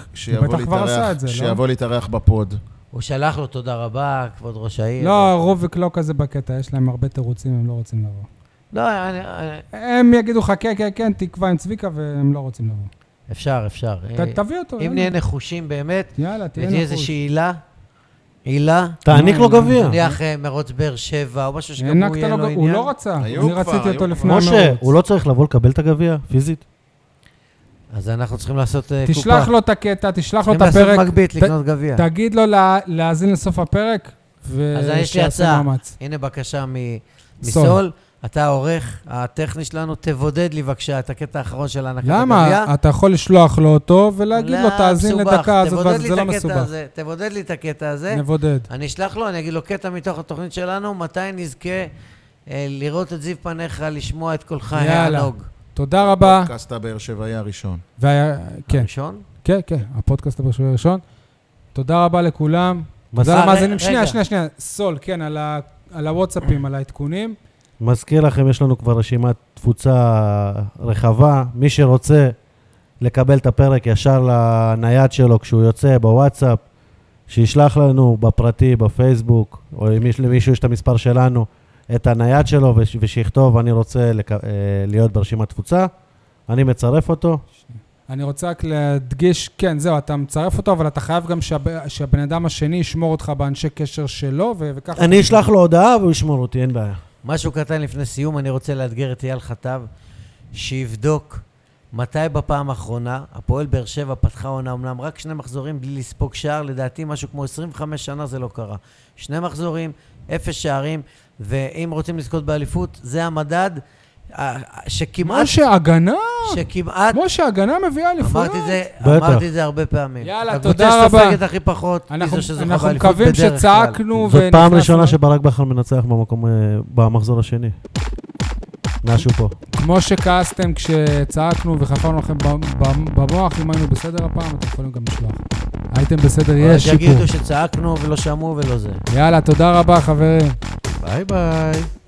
שיבוא להתארח בפוד. הוא שלח לו תודה רבה, כבוד ראש העיר. לא, רוביק לא כזה בקטע, יש להם הרבה תירוצים, הם לא רוצים לבוא. לא, הם יגידו לך, כן, תקווה עם צביקה, והם לא רוצים לבוא. אפשר. תביא אותו. אם נהיה נחושים באמת, יאללה, תהיה ותהיה איזושהי עילה. תעניק לו גביע. נניח מרוץ באר שבע, או משהו שגם הוא יהיה לו עניין. הוא לא רצה, אני רציתי אותו לפני המרוץ. משה, הוא לא צריך לבוא לקבל את הגביע, פיזית. אז אנחנו צריכים לעשות קופה. תשלח לו את הקטע, תשלח לו את הפרק. צריכים לעשות מגבית, לקנות גביע. תגיד לו להאזין לסוף הפרק, אז יש לי הצעה. הנה בקשה מסול. אתה העורך הטכני שלנו, תבודד לי בבקשה את הקטע האחרון של הענקת הגביע. למה? אתה יכול לשלוח לו אותו ולהגיד לו, תאזין לדקה הזאת, וזה לא מסובך. תבודד לי את הקטע הזה. נבודד. אני אשלח לו, אני אגיד לו קטע מתוך התוכנית שלנו, מתי נזכה לראות את זיו פניך, לשמוע את קולך הענוג. תודה רבה. הפודקאסט הבאר שבעי הראשון. הראשון? כן, הפודקאסט הבאר שבעי הראשון. תודה רבה לכולם. תודה למאזינים. שנייה. סול, כן, על הוואטסאפים, על העדכונים. מזכיר לכם, יש לנו כבר רשימת תפוצה רחבה. מי שרוצה לקבל את הפרק ישר לנייד שלו כשהוא יוצא בוואטסאפ, שישלח לנו בפרטי, בפייסבוק, או אם למישהו יש את המספר שלנו, את הנייד שלו, ושיכתוב, אני רוצה להיות ברשימת תפוצה. אני מצרף אותו. אני רוצה רק להדגיש, כן, זהו, אתה מצרף אותו, אבל אתה חייב גם שהבן אדם השני ישמור אותך באנשי קשר שלו, וככה... אני אשלח לו הודעה והוא ישמור אותי, אין בעיה. משהו קטן לפני סיום, אני רוצה לאתגר את אייל חטב, שיבדוק מתי בפעם האחרונה, הפועל באר שבע פתחה עונה אומנם רק 2 מחזורים בלי לספוג שער, לדעתי משהו כמו 25 שנה זה לא קרה. 2 מחזורים, 0 שערים, ואם רוצים לזכות באליפות, זה המדד שכמעט... משה, הגנה מביאה אליפות. אמרתי את זה הרבה פעמים. יאללה, תודה רבה. הקבוצה שסופגת הכי פחות, אנחנו מקווים שצעקנו זאת פעם ראשונה שברק בכר מנצח במחזור השני. משהו פה. כמו שכעסתם כשצעקנו וחפרנו לכם במוח, אם היינו בסדר הפעם, אתם יכולים גם לשלוח. הייתם בסדר, יש שיפור. יגידו שצעקנו ולא שמעו ולא זה. יאללה, תודה רבה חברים. ביי ביי.